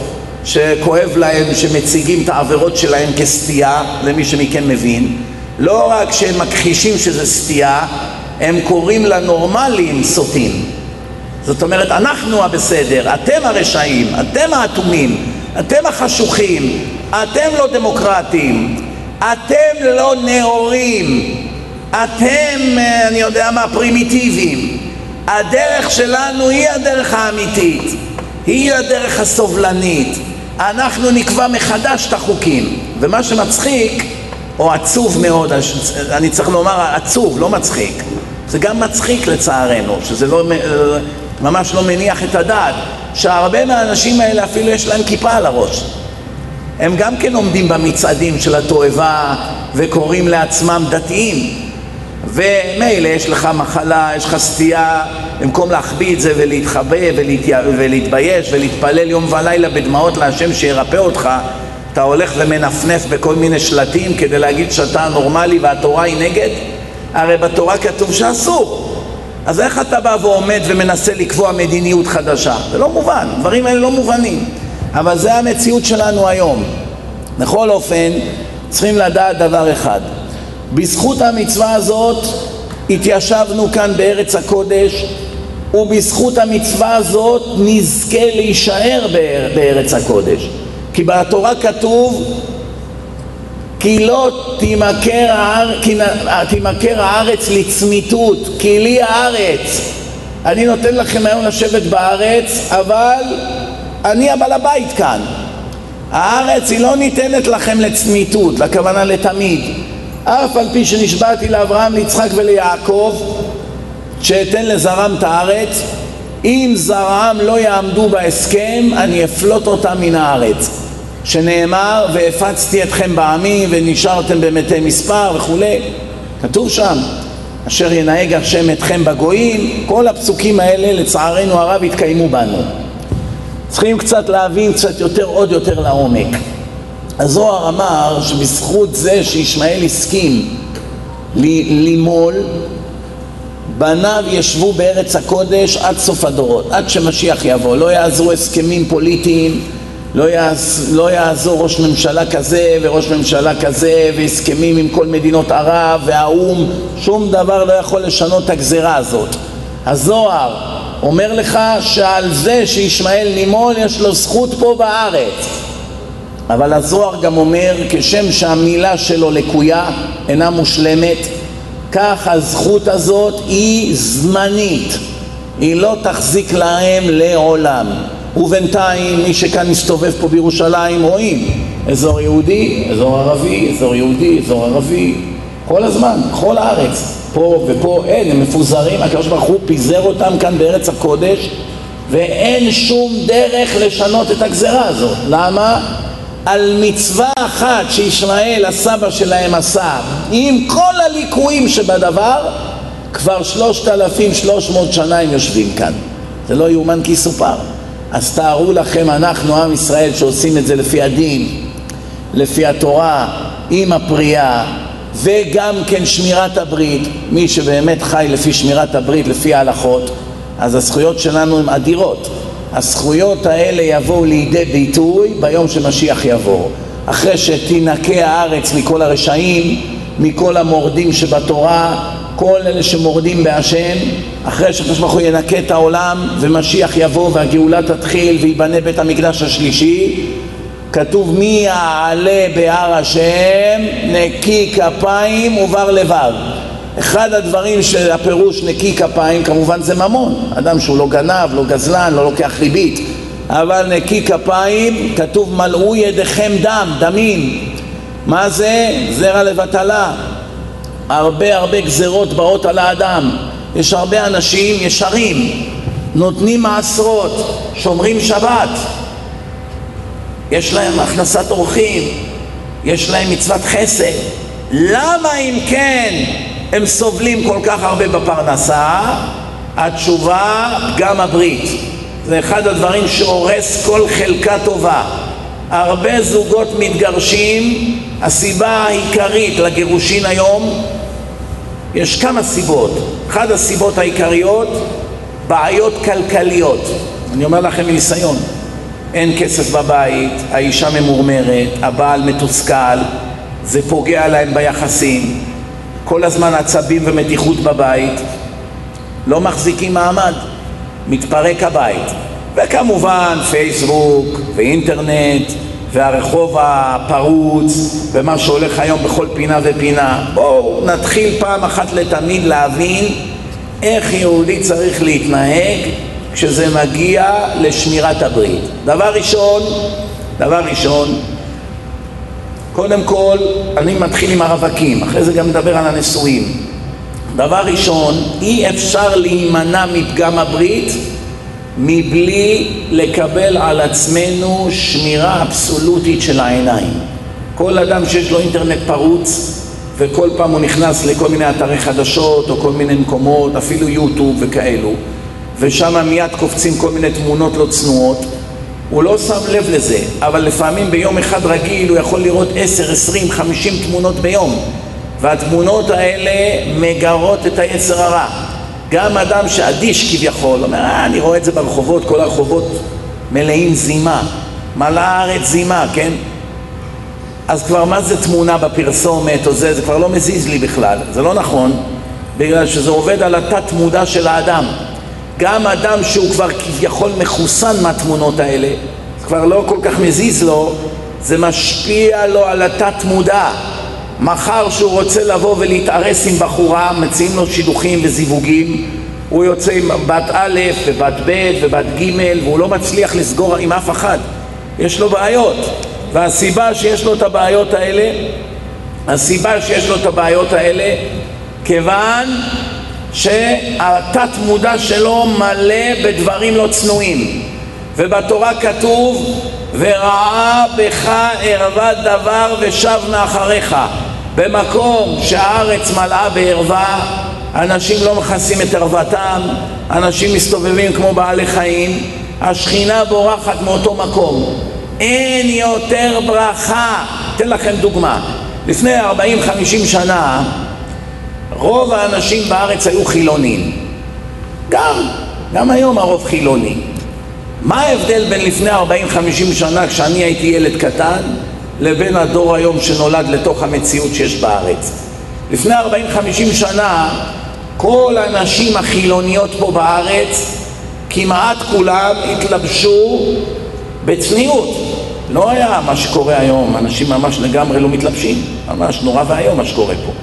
S1: שכואב להם שמציגים את העבירות שלהם כסטייה, למי שמכם מבין. לא רק שהם מכחישים שזה סטייה, הם קוראים לנורמלים סוטים. זאת אומרת, אנחנו הבסדר, אתם הרשעים, אתם האטומים, אתם החשוכים, אתם לא דמוקרטים, אתם לא נאורים, אתם, אני יודע מה, פרימיטיביים. הדרך שלנו היא הדרך האמיתית, היא הדרך הסובלנית. אנחנו נקבע מחדש את החוקים. ומה שמצחיק, או עצוב מאוד, אני צריך לומר עצוב, לא מצחיק, זה גם מצחיק לצערנו, שזה לא, ממש לא מניח את הדעת, שהרבה מהאנשים האלה אפילו יש להם כיפה על הראש. הם גם כן עומדים במצעדים של התועבה וקוראים לעצמם דתיים, ומילא יש לך מחלה, יש לך סטייה, במקום להחביא את זה ולהתחבא ולהתבייש ולהתפלל יום ולילה בדמעות להשם שירפא אותך, אתה הולך ומנפנף בכל מיני שלטים כדי להגיד שאתה נורמלי והתורה היא נגד. הרי בתורה כתוב שאסור, אז איך אתה בא ועומד ומנסה לקבוע מדיניות חדשה? זה לא מובן, דברים האלה לא מובנים, אבל זה המציאות שלנו היום. בכל אופן, צריכים לדעת דבר אחד, בזכות המצווה הזאת התיישבנו כאן בארץ הקודש, ובזכות המצווה הזאת נזכה להישאר בארץ הקודש. כי בתורה כתוב, כי לא תימכר הארץ לצמיתות, כי לי הארץ. אני נותן לכם היום לשבת בארץ, אבל אני הבעל הבית כאן. הארץ היא לא ניתנת לכם לצמיתות, לכוונה לתמיד. אף על פי שנשבעתי לאברהם, ליצחק וליעקב שאתן לזרעם את הארץ, אם זרעם לא יעמדו בהסכם אני אפלוט אותם מן הארץ, שנאמר והפצתי אתכם בעמים ונשארתם במתי מספר וכו'. כתוב שם אשר ינהג השם אתכם בגויים. כל הפסוקים האלה לצערנו הרב התקיימו בנו. צריכים קצת להבין קצת יותר, עוד יותר לעומק. הזוהר אמר שבזכות זה שישמעאל הסכים לימול, בניו ישבו בארץ הקודש עד סוף הדורות, עד שמשיח יבוא. לא יעזרו הסכמים פוליטיים, לא יעזור ראש ממשלה כזה וראש ממשלה כזה והסכמים עם כל מדינות ערב והאום, שום דבר לא יכול לשנות את הגזרה הזאת. הזוהר אומר לך שעל זה שישמעאל נימול יש לו זכות פה בארץ, אבל הזוהר גם אומר כשם שהמילה שלו לקויה, אינה מושלמת, כך הזכות הזאת היא זמנית, היא לא תחזיק להם לעולם. ובינתיים מי שכאן מסתובב פה בירושלים רואים אזור יהודי, אזור ערבי, אזור יהודי, אזור ערבי, כל הזמן, כל הארץ, פה ופה אין, הם מפוזרים. הקדוש ברוך הוא פיזר אותם כאן בארץ הקודש, ואין שום דרך לשנות את הגזרה הזאת. למה? על מצווה אחת שישמעאל הסבא שלהם עשה, עם כל הליקויים שבדבר, כבר 3,300 שנה הם יושבים כאן. זה לא יאומן כי יסופר. אז תארו לכם, אנחנו עם ישראל שעושים את זה לפי הדין, לפי התורה, עם הפרייה, וגם כן שמירת הברית. מי שבאמת חי לפי שמירת הברית, לפי ההלכות, אז הזכויות שלנו הן אדירות. הזכויות האלה יבואו לידי ביטוי ביום שמשיח יבוא, אחרי שתינקה הארץ מכל הרשעים, מכל המורדים שבתורה, כל אלה שמורדים בהשם. אחרי שהקדוש ברוך הוא ינקה את העולם ומשיח יבוא והגאולה תתחיל ויבנה בית המקדש השלישי, כתוב מי יעלה בהר השם נקי כפיים ובר לבב. אחד הדברים של הפירוש נקי כפיים כמובן זה ממון, אדם שהוא לא גנב, לא גזלן, לא לוקח ריבית, אבל נקי כפיים כתוב מלאו ידיכם דמים. מה זה? זרע לבטלה. הרבה גזרות באות על האדם. יש הרבה אנשים ישרים, נותנים מעשרות, שומרים שבת, יש להם הכנסת אורחים, יש להם מצוות חסד. למה אם כן הם סובלים כל כך הרבה בפרנסה? התשובה, גם הברית. זה אחד הדברים שהורס כל חלקה טובה. הרבה זוגות מתגרשים. הסיבה העיקרית לגירושין היום, יש כמה סיבות. אחת הסיבות העיקריות, בעיות כלכליות. אני אומר לכם מניסיון, אין כסף בבית, האישה ממורמרת, הבעל מתוסכל, זה פוגע להם ביחסים, כל הזמן עצבים ומתיחות בבית, לא מחזיקים מעמד, מתפרק הבית. וכמובן פייסבוק ואינטרנט והרחוב הפרוץ ומה שהולך היום בכל פינה ופינה. בואו נתחיל פעם אחת לתמיד להבין איך יהודי צריך להתנהג כשזה מגיע לשמירת הברית. דבר ראשון, קודם כל אני מתחיל עם הרווקים, אחרי זה גם מדבר על הנשואים. דבר ראשון, אי אפשר להימנע מפגם הברית מבלי לקבל על עצמנו שמירה אבסולוטית של העיניים. כל אדם שיש לו אינטרנט פרוץ וכל פעם הוא נכנס לכל מיני אתרי חדשות או כל מיני מקומות, אפילו יוטיוב וכאלו, ושם מיד קופצים כל מיני תמונות לא צנועות, הוא לא שם לב לזה, אבל לפעמים ביום אחד רגיל הוא יכול לראות 10, 20, 50 תמונות ביום, והתמונות האלה מגרות את היצר הרע. גם אדם שאדיש כביכול, אומר, אני רואה את זה ברחובות, כל הרחובות מלאים זימה, מלאה הארץ זימה, כן? אז כבר מה זה תמונה בפרסומת או זה כבר לא מזיז לי בכלל, זה לא נכון, בגלל שזה עובד על התת מודע של האדם. גם אדם שהוא כבר כביכול מחוסן מהתמונות האלה, כבר לא כל כך מזיז לו, זה משפיע לו על התת מודע. מחר שהוא רוצה לבוא ולהתארס עם בחורה, מציעים לו שידוכים וזיווגים, הוא יוצא עם בת א' ובת ב' ובת ג' והוא לא מצליח לסגור עם אף אחד, יש לו בעיות. והסיבה שיש לו את הבעיות האלה, כיוון שהתת מודע שלו מלא בדברים לא צנועים, ובתורה כתוב ורעה בך ערווה דבר ושב מאחריך. במקום שהארץ מלאה בערווה, אנשים לא מכסים את ערוותם, אנשים מסתובבים כמו בעלי חיים, השכינה בורחת מאותו מקום, אין יותר ברכה. אתן לכם דוגמה, לפני 40-50 שנה רוב האנשים בארץ היו חילונים, גם היום הרוב חילוני. מה ההבדל בין לפני 40-50 שנה כשאני הייתי ילד קטן לבין הדור היום שנולד לתוך המציאות שיש בארץ? לפני 40-50 שנה כל הנשים החילוניות פה בארץ כמעט כולם התלבשו בצניעות, לא היה מה שקורה היום, אנשים ממש לגמרי לא מתלבשים, ממש נורא והיום מה שקורה פה.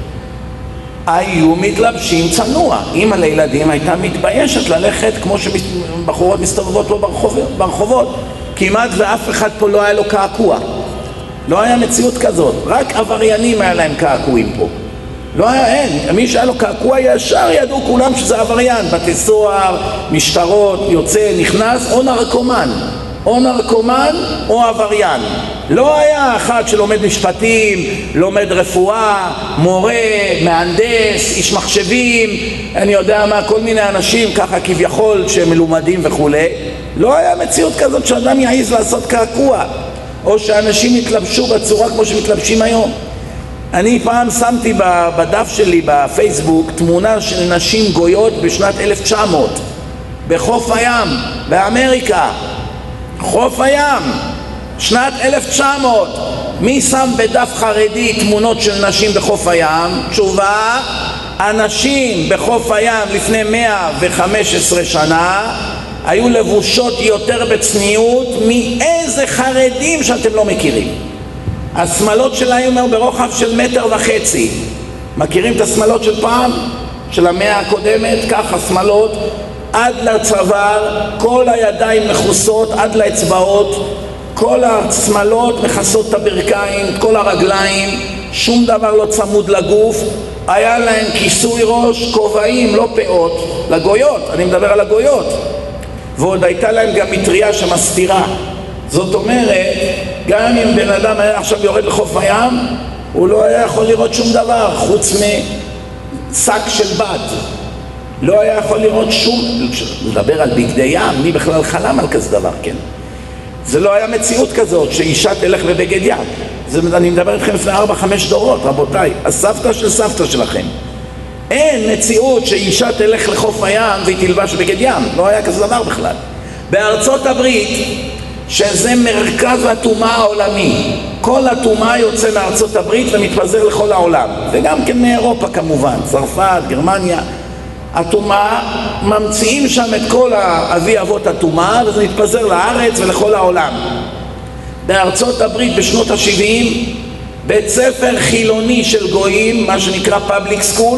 S1: היו מתלבשים צנוע. אמא לילדים הייתה מתביישת ללכת כמו שבחורות מסתובבות פה ברחובות, כמעט ואף אחד פה לא היה לו קעקוע, לא היה מציאות כזאת, רק עבריינים היה להם קעקועים פה, לא היה, אין, מי שהיה לו קעקוע ישר ידעו כולם שזה עבריין, בתי סוהר, משטרות, יוצא, נכנס, או נרקומן או עבריין. לא היה אחד שלומד משפטים, לומד רפואה, מורה, מהנדס, איש מחשבים, אני יודע מה, כל מיני אנשים ככה כביכול שמלומדים וכולי. לא היה מציאות כזאת שאדם יעיז לעשות קעקוע, או שאנשים יתלבשו בצורה כמו שמתלבשים היום. אני פעם שמתי בדף שלי בפייסבוק תמונה של נשים גויות בשנת 1900 בחוף הים באמריקה, חוף הים, שנת 1900. מי שם בדף חרדי תמונות של נשים בחוף הים? תשובה, הנשים בחוף הים לפני 115 שנה היו לבושות יותר בצניעות מאיזה חרדים שאתם לא מכירים. השמלות שלהם היו ברוחב של 1.5 מטר. מכירים את השמלות של פעם? של המאה הקודמת? ככה שמלות עד לצוואר, כל הידיים מכוסות עד לאצבעות, כל השמלות מכסות את הברכיים, כל הרגליים, שום דבר לא צמוד לגוף, היה להם כיסוי ראש, כובעים, לא פאות, לגויות, אני מדבר על הגויות, ועוד הייתה להם גם מטריה שמסתירה. זאת אומרת, גם אם בן אדם היה עכשיו יורד לחוף הים, הוא לא היה יכול לראות שום דבר חוץ משק של בד, לא היה יכול לראות שום, לדבר על בגדי ים, מי בכלל חלם על כזה דבר, כן? זה לא היה מציאות כזאת שאישה תלך בבגד ים. אני מדבר איתכם לפני 4-5 דורות, רבותיי, הסבתא של סבתא שלכם. אין מציאות שאישה תלך לחוף הים והיא תלבש בגד ים, לא היה כזה דבר בכלל. בארצות הברית, שזה מרכז הטומאה העולמי. כל הטומאה יוצא מארצות הברית ומתפזר לכל העולם, וגם כן מאירופה כמובן, צרפת, גרמניה. הטומאה, ממציאים שם את כל אבי אבות הטומאה, וזה מתפזר לארץ ולכל העולם. בארצות הברית בשנות ה-70, בית ספר חילוני של גויים, מה שנקרא פאבליק סקול,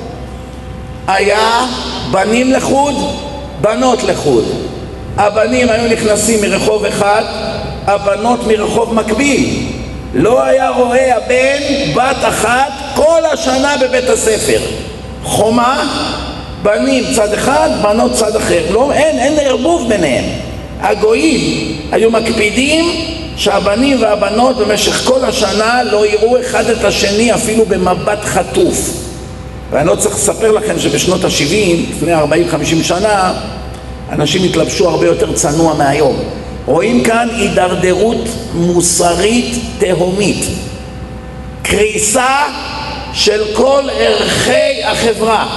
S1: היה בנים לחוד, בנות לחוד. הבנים היו נכנסים מרחוב אחד, הבנות מרחוב מקביל. לא היה רואה הבן בת אחת כל השנה בבית הספר. חומה, בנים צד אחד, בנות צד אחר. לא, אין ערבוב ביניהם. הגויים היו מקפידים שהבנים והבנות במשך כל השנה לא יראו אחד את השני אפילו במבט חטוף. ואני לא צריך לספר לכם שבשנות ה-70, לפני 40-50 שנה, אנשים התלבשו הרבה יותר צנוע מהיום. רואים כאן הידרדרות מוסרית תהומית, קריסה של כל ערכי החברה,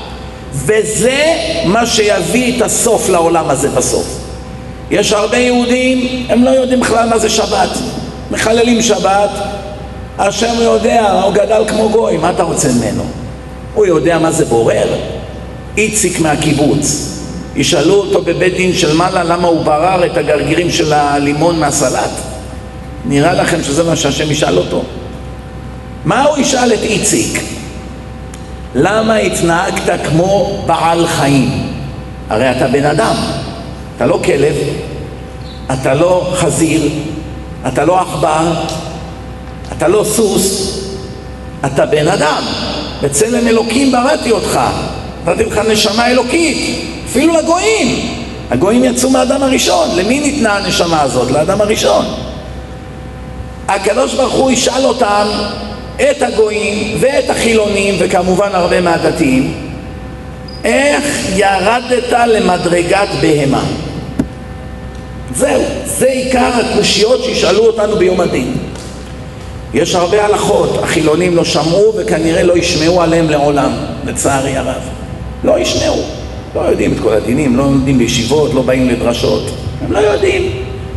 S1: וזה מה שיביא את הסוף לעולם הזה בסוף. יש הרבה יהודים, הם לא יודעים בכלל מה זה שבת, מחללים שבת, השם יודע, הוא גדל כמו גוי, מה אתה רוצה ממנו? הוא יודע מה זה בורר? איציק מהקיבוץ, ישאלו אותו בבית דין של מעלה למה הוא ברר את הגרגירים של הלימון מהסלט? נראה לכם שזה מה שהשם ישאל אותו? מה הוא ישאל את איציק? למה התנהגת כמו בעל חיים? הרי אתה בן אדם, אתה לא כלב, אתה לא חזיר, אתה לא עכבר, אתה לא סוס, אתה בן אדם. בצלם אלוקים בראתי אותך, נתתי לך נשמה אלוקית. אפילו לגויים, הגויים יצאו מהאדם הראשון. למי ניתנה הנשמה הזאת? לאדם הראשון. הקדוש ברוך הוא ישאל אותם, את הגויים ואת החילונים וכמובן הרבה מהדתיים, איך ירדת למדרגת בהמה? זהו, זה עיקר הקושיות שישאלו אותנו ביום הדין. יש הרבה הלכות, החילונים לא שמעו וכנראה לא ישמעו עליהם לעולם, לצערי הרב. לא ישמעו, לא יודעים את כל הדינים, לא יודעים בישיבות, לא באים לדרשות, הם לא יודעים.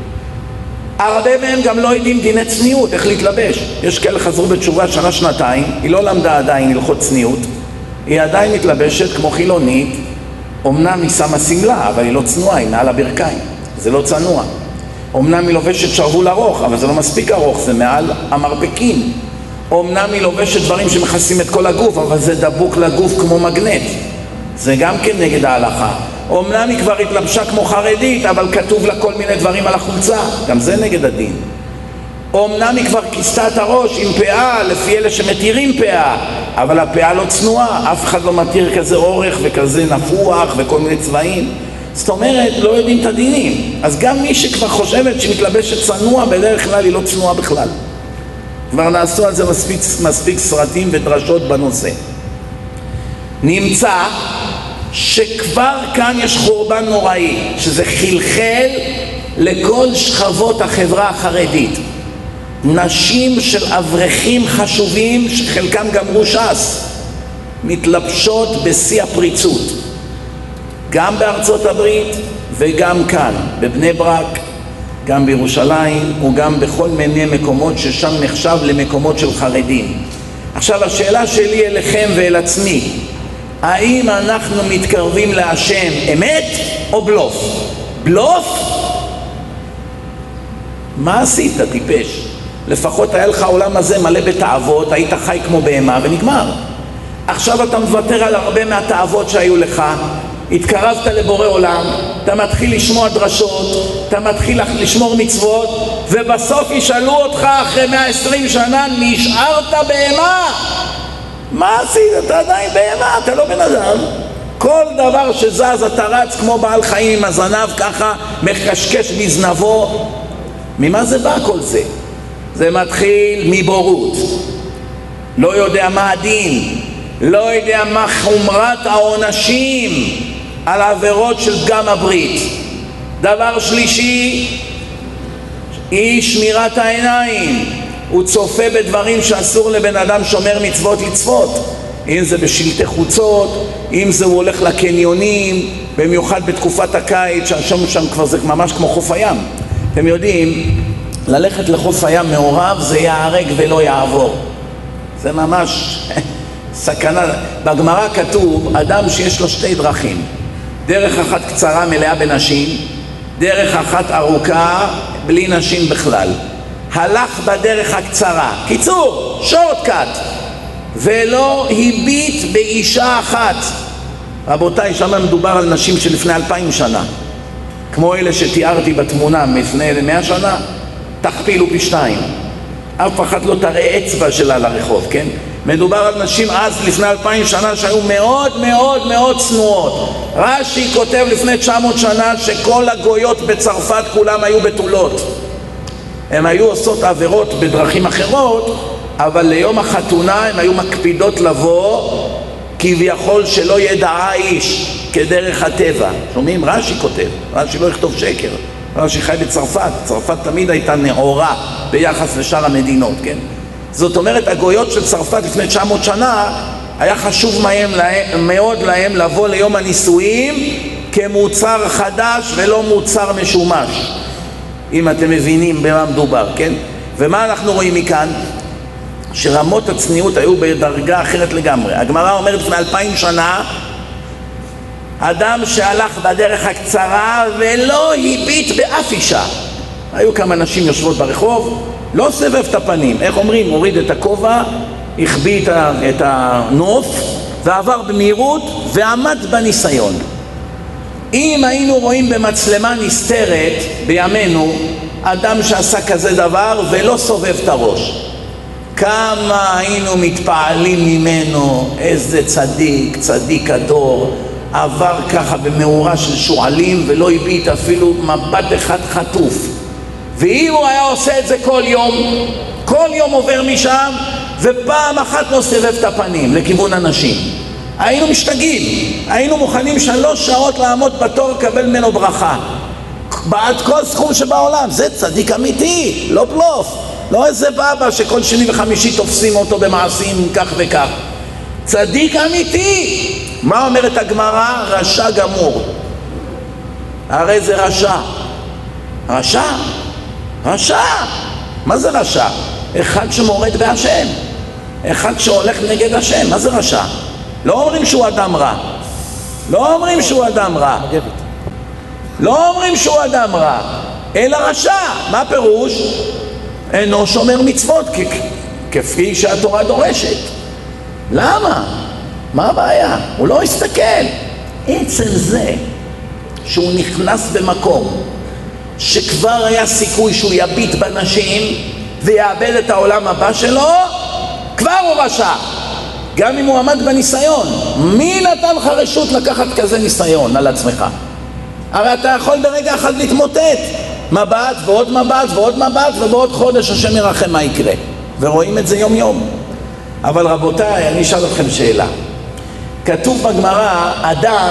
S1: הרבה מהם גם לא יודעים דיני צניעות, איך להתלבש. יש כאלה חזרו בתשובה שנה, שנתיים, היא לא למדה עדיין הלכות צניעות, היא עדיין מתלבשת כמו חילונית, אמנם היא שמה סמלה, אבל היא לא צנועה, היא מעל הברכיים, זה לא צנוע. אמנם היא לובשת שרוול ארוך, אבל זה לא מספיק ארוך, זה מעל המרפקים. אמנם היא לובשת דברים שמכסים את כל הגוף, אבל זה דבוק לגוף כמו מגנט, זה גם כן נגד ההלכה. אמנם היא כבר התלבשה כמו חרדית, אבל כתוב לה כל מיני דברים על החולצה, גם זה נגד הדין. אמנם היא כבר כיסתה את הראש עם פאה, לפי אלה שמתירים פאה, אבל הפאה לא צנועה, אף אחד לא מתיר כזה אורך וכזה נפוח וכל מיני צבעים. זאת אומרת, לא יודעים את הדינים. אז גם מי שכבר חושבת שמתלבשת צנוע, בדרך כלל היא לא צנועה בכלל. כבר נעשו על זה מספיק סרטים ודרשות בנושא. נמצא שכבר כאן יש חורבן נוראי, שזה חלחל לכל שכבות החברה החרדית. נשים של אברכים חשובים, שחלקם גמרו ש"ס, מתלבשות בשיא הפריצות. גם בארצות הברית וגם כאן, בבני ברק, גם בירושלים וגם בכל מיני מקומות ששם נחשב למקומות של חרדים. עכשיו השאלה שלי אליכם ואל עצמי, האם אנחנו מתקרבים להשם אמת או בלוף? בלוף? מה עשית, טיפש? לפחות היה לך העולם הזה מלא בתאוות, היית חי כמו בהמה ונגמר. עכשיו אתה מוותר על הרבה מהתאוות שהיו לך, התקרבת לבורא עולם, אתה מתחיל לשמוע דרשות, אתה מתחיל לשמור מצוות, ובסוף ישאלו אותך אחרי 120 שנה, נשארת בהמה? מה עשית? אתה עדיין בהמה, אתה לא בן אדם. כל דבר שזז אתה רץ כמו בעל חיים עם הזנב ככה, מחשקש בזנבו. ממה זה בא כל זה? זה מתחיל מבורות, לא יודע מה הדין, לא יודע מה חומרת העונשים על העבירות של פגם הברית. דבר שלישי, אי שמירת העיניים, הוא צופה בדברים שאסור לבן אדם שומר מצוות לצפות, אם זה בשלטי חוצות, אם זה הוא הולך לקניונים, במיוחד בתקופת הקיץ, שם כבר זה ממש כמו חוף הים, אתם יודעים, ללכת לחוף הים מעורב זה יערג ולא יעבור. זה ממש סכנה. בגמרא כתוב, אדם שיש לו שתי דרכים. דרך אחת קצרה מלאה בנשים, דרך אחת ארוכה בלי נשים בכלל. הלך בדרך הקצרה, קיצור, שורטקאט, ולא הביט באישה אחת. רבותיי, שם מדובר על נשים שלפני 2000 שנה. כמו אלה שתיארתי בתמונה לפני 100 שנה, תכפילו פי 2. אף אחד לא תראה אצבע שלה לרחוב, כן? מדובר על נשים אז לפני 2000 שנה שהיו מאוד מאוד מאוד צנועות. רש"י כותב לפני 900 שנה שכל הגויות בצרפת כולם היו בתולות. הן היו עושות עבירות בדרכים אחרות, אבל ליום החתונה הן היו מקפידות לבוא כביכול שלא ידעה איש, כדרך הטבע. שומעים? רש"י כותב, רש"י לא יכתוב שקר. רש"י חי בצרפת, צרפת תמיד הייתה נאורה ביחס לשאר המדינות, כן? זאת אומרת, הגויות של צרפת לפני 900 שנה היה חשוב מאוד להם לבוא ליום הנישואים כמוצר חדש ולא מוצר משומש, אם אתם מבינים במה מדובר, כן? ומה אנחנו רואים מכאן? שרמות הצניעות היו בדרגה אחרת לגמרי. הגמרא אומרת לפני 2000 שנה, אדם שהלך בדרך הקצרה ולא הביט באף אישה. היו כמה נשים יושבות ברחוב, לא סבב את הפנים, איך אומרים? הוריד את הכובע, החביא את הנוף ועבר במהירות ועמד בניסיון. אם היינו רואים במצלמה נסתרת בימינו אדם שעשה כזה דבר ולא סובב את הראש, כמה היינו מתפעלים ממנו. איזה צדיק, צדיק הדור, עבר ככה במאורה של שועלים ולא הביט אפילו מבט אחד חטוף. ואם הוא היה עושה את זה כל יום עובר משם ופעם אחת לא סובב את הפנים לכיוון אנשים, היינו משתגעים, היינו מוכנים 3 שעות לעמוד בתור לקבל ממנו ברכה בעד כל סכום שבעולם. זה צדיק אמיתי, לא בלוף, לא איזה בבא שכל שני וחמישי תופסים אותו במעשים כך וכך. צדיק אמיתי. מה אומרת הגמרא? רשע גמור. הרי זה רשע. רשע? רשע. מה זה רשע? אחד שמורד בהשם, אחד שהולך נגד השם. מה זה רשע? לא אומרים שהוא אדם רע, לא אומרים שהוא אדם רע, לא אומרים שהוא אדם רע, אלא רשע. מה פירוש? אינו שומר מצוות כפי שהתורה דורשת. למה? מה הבעיה? הוא לא הסתכל. עצם זה שהוא נכנס במקום שכבר היה סיכוי שהוא יביט בנשים ויאבד את העולם הבא שלו, כבר הוא רשע, גם אם הוא עמד בניסיון. מי נתן לך רשות לקחת כזה ניסיון על עצמך? הרי אתה יכול ברגע אחד להתמוטט. מבט ועוד מבט ועוד מבט, ובעוד חודש השם ירחם מה יקרה. ורואים את זה יום יום. אבל רבותיי, אני אשאל אתכם שאלה. כתוב בגמרא, אדם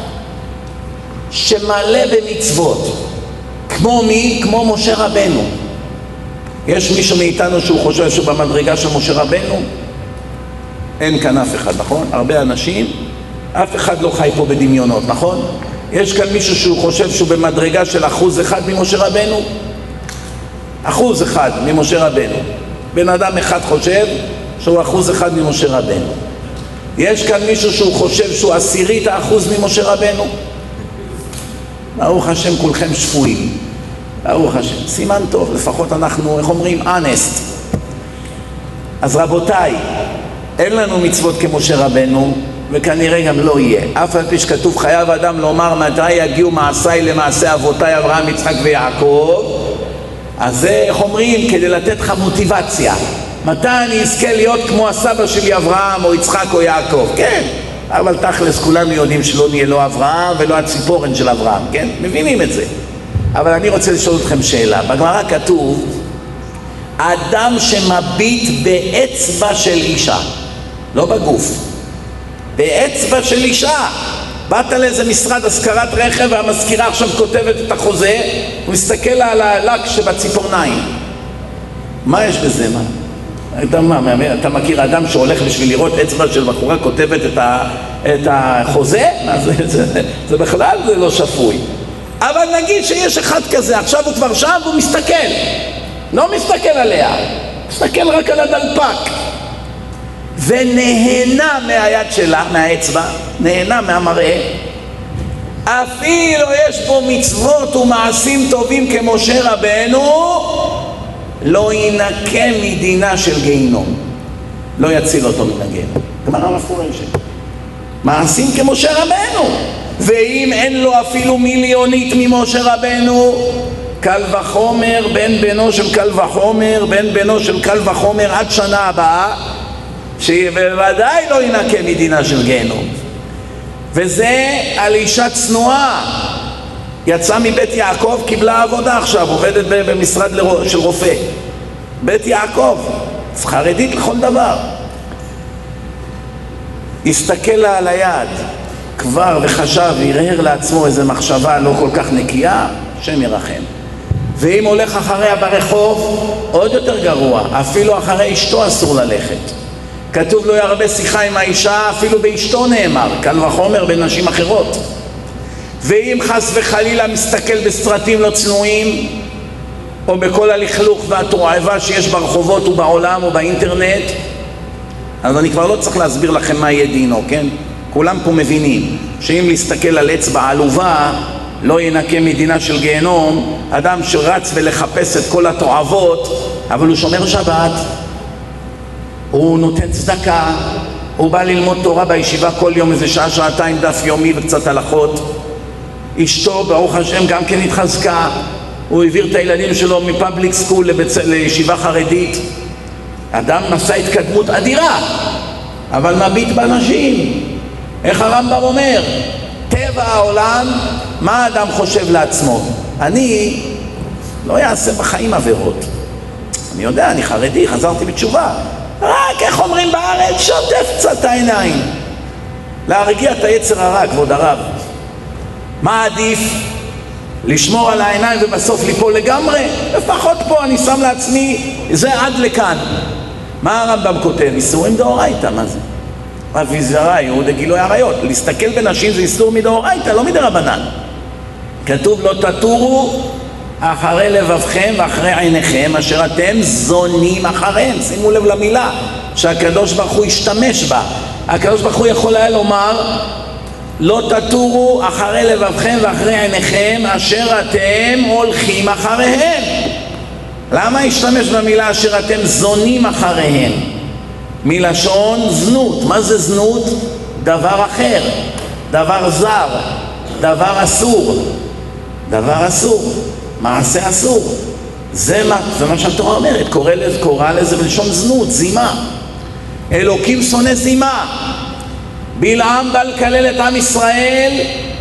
S1: שמלא במצוות, כמו מי? כמו משה רבנו. יש מישהו מאיתנו שהוא חושב שהוא במדרגה של משה רבנו? אין כאן אף אחד, נכון? הרבה אנשים, אף אחד לא חי פה בדמיונות, נכון? יש כאן מישהו שהוא חושב שהוא במדרגה של 1% ממשה רבנו? 1% ממשה רבנו. בן אדם אחד חושב שהוא 1% ממשה רבנו. יש כאן מישהו שהוא חושב שהוא 0.1% ממשה רבנו? ברוך השם, כולכם שפויים. ברוך השם, סימן טוב, לפחות אנחנו, איך אומרים? honest. אז רבותיי, אין לנו מצוות כמשה רבנו, וכנראה גם לא יהיה. אף על פי שכתוב חייב אדם לומר מתי יגיעו מעשיי למעשה אבותיי אברהם, יצחק ויעקב. אז זה, איך אומרים? כדי לתת לך מוטיבציה. מתי אני אזכה להיות כמו הסבא שלי אברהם או יצחק או יעקב? כן, אבל תכלס כולנו יודעים שלא נהיה לא אברהם ולא הציפורן של אברהם, כן? מבינים את זה. אבל אני רוצה לשאול אתכם שאלה. בגמרא כתוב, אדם שמביט באצבע של אישה, לא בגוף, באצבע של אישה. באת לאיזה משרד השכרת רכב והמזכירה עכשיו כותבת את החוזה, הוא מסתכל על הלק שבציפורניים. מה יש בזה? אתה מכיר אדם שהולך בשביל לראות אצבע של בחורה כותבת את החוזה? זה בכלל זה לא שפוי. אבל נגיד שיש אחד כזה, עכשיו הוא כבר שם והוא מסתכל, לא מסתכל עליה, מסתכל רק על הדלפק ונהנה מהיד שלה, מהאצבע, נהנה מהמראה, אפילו יש בו מצוות ומעשים טובים כמשה רבנו, לא ינקה מדינה של גיהינום, לא יציל אותו מן הגיהינום. גמרא מפורשת, מעשים כמשה רבנו, ואם אין לו אפילו מיליונית ממשה רבנו, קל וחומר בן בנו של קל וחומר בן בנו של קל וחומר עד שנה הבאה, שבוודאי לא ינקה מדינה של גיהינום. וזה על אישה צנועה, יצאה מבית יעקב, קיבלה עבודה עכשיו, עובדת במשרד של רופא, בית יעקב, חרדית לכל דבר. הסתכל לה על היד כבר וחשב, הרהר לעצמו איזו מחשבה לא כל כך נקייה, השם ירחם. ואם הולך אחריה ברחוב, עוד יותר גרוע, אפילו אחרי אשתו אסור ללכת. כתוב לא ירבה שיחה עם האישה, אפילו באשתו נאמר, קל וחומר בנשים אחרות. ואם חס וחלילה מסתכל בסרטים לא צנועים, או בכל הלכלוך והתועבה שיש ברחובות ובעולם ובאינטרנט, אז אני כבר לא צריך להסביר לכם מה יהיה דינו, כן? כולם פה מבינים שאם להסתכל על אצבע עלובה לא ינקה מדינה של גיהנום. אדם שרץ ולחפש את כל התועבות, אבל הוא שומר שבת, הוא נותן צדקה, הוא בא ללמוד תורה בישיבה כל יום איזה שעה, שעתיים דף יומי וקצת הלכות. אשתו ברוך השם גם כן התחזקה, הוא העביר את הילדים שלו מפאבליק סקול לישיבה חרדית. אדם נשא התקדמות אדירה, אבל מביט באנשים. איך הרמב"ם אומר? טבע העולם, מה האדם חושב לעצמו? אני לא יעשה בחיים עבירות. אני יודע, אני חרדי, חזרתי בתשובה. רק, איך אומרים בארץ, שוטף קצת העיניים. להרגיע את היצר הרע, כבוד הרב. מה עדיף? לשמור על העיניים ובסוף ליפול לגמרי? לפחות פה אני שם לעצמי, זה עד לכאן. מה הרמב"ם כותב? איסורים דאורייתא, מה זה? אביזרא יהודה גילוי עריות. להסתכל בנשים זה איסור מדאורייתא, לא מדרבנן. כתוב לא תטורו אחרי לבבכם ואחרי עיניכם אשר אתם זונים אחריהם. שימו לב למילה שהקדוש ברוך הוא השתמש בה. הקדוש ברוך הוא יכול היה לומר לא תטורו אחרי לבבכם ואחרי עיניכם אשר אתם הולכים אחריהם. למה השתמש במילה אשר אתם זונים אחריהם? מלשון זנות. מה זה זנות? דבר אחר, דבר זר, דבר אסור, דבר אסור, מעשה אסור. זה מה שהתורה אומרת, קורא לזה בלשון זנות, זימה. אלוקים שונא זימה. בלעם בא לקלל את עם ישראל,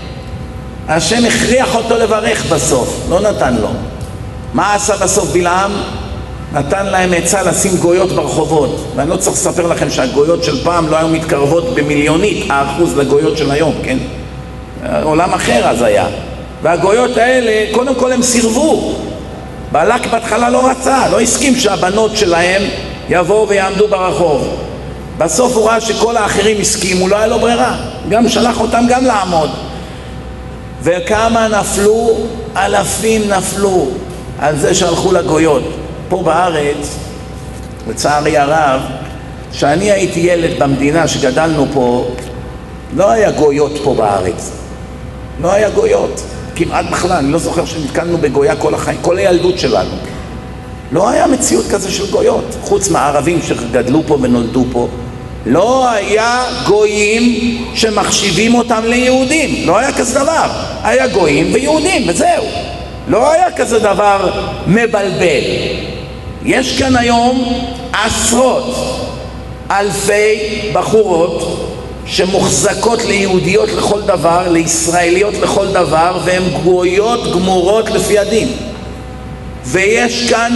S1: השם הכריח אותו לברך בסוף, לא נתן לו. מה עשה בסוף בלעם? נתן להם עצה לשים גויות ברחובות. ואני לא צריך לספר לכם שהגויות של פעם לא היו מתקרבות במיליונית האחוז לגויות של היום, כן? עולם אחר אז היה. והגויות האלה, קודם כל הם סירבו. בלק בהתחלה לא רצה, לא הסכים שהבנות שלהם יבואו ויעמדו ברחוב. בסוף הוא ראה שכל האחרים הסכימו, לא היה לו ברירה. גם שלח אותם גם לעמוד. וכמה נפלו? אלפים נפלו על זה שהלכו לגויות. פה בארץ, לצערי הרב, שאני הייתי ילד במדינה שגדלנו פה, לא היה גויות פה בארץ. לא היה גויות. כמעט בכלל, אני לא זוכר שנתקלנו בגויה כל החיים, כל הילדות שלנו. לא היה מציאות כזה של גויות, חוץ מהערבים שגדלו פה ונולדו פה. לא היה גויים שמחשיבים אותם ליהודים, לא היה כזה דבר. היה גויים ויהודים וזהו. לא היה כזה דבר מבלבל. יש כאן היום עשרות אלפי בחורות שמוחזקות ליהודיות לכל דבר, לישראליות לכל דבר, והן גויות גמורות לפי הדין. ויש כאן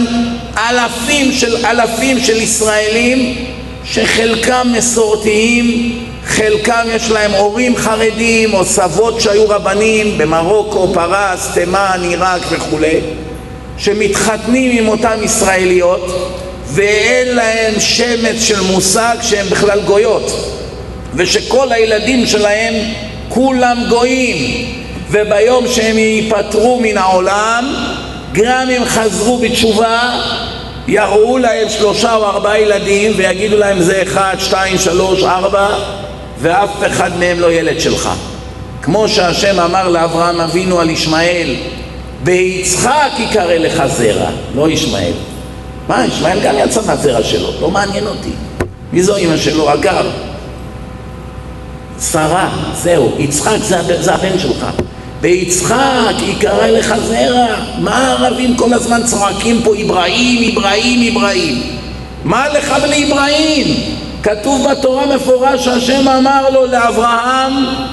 S1: אלפים של ישראלים שחלקם מסורתיים, חלקם יש להם הורים חרדים או סבות שהיו רבנים במרוקו, פרס, תימן, עיראק וכו', שמתחתנים עם אותם ישראליות ואין להם שמץ של מושג שהם בכלל גויות, ושכל הילדים שלהם כולם גויים. וביום שהם ייפטרו מן העולם, גם אם חזרו בתשובה, יראו להם 3 או 4 ילדים ויגידו להם זה 1, 2, 3, 4, ואף אחד מהם לא ילד שלך. כמו שהשם אמר לאברהם אבינו על ישמעאל, ביצחק יקרא לך זרע, לא ישמעאל. מה, ישמעאל גם יצא מהזרע שלו, לא מעניין אותי. מי זו אמא שלו? אגר, שרה, זהו, יצחק זה הבן שלך. ביצחק יקרא לך זרע. מה הערבים כל הזמן צועקים פה אברהים, אברהים, אברהים? מה לך ולאברהים? כתוב בתורה מפורש שהשם אמר לו לאברהם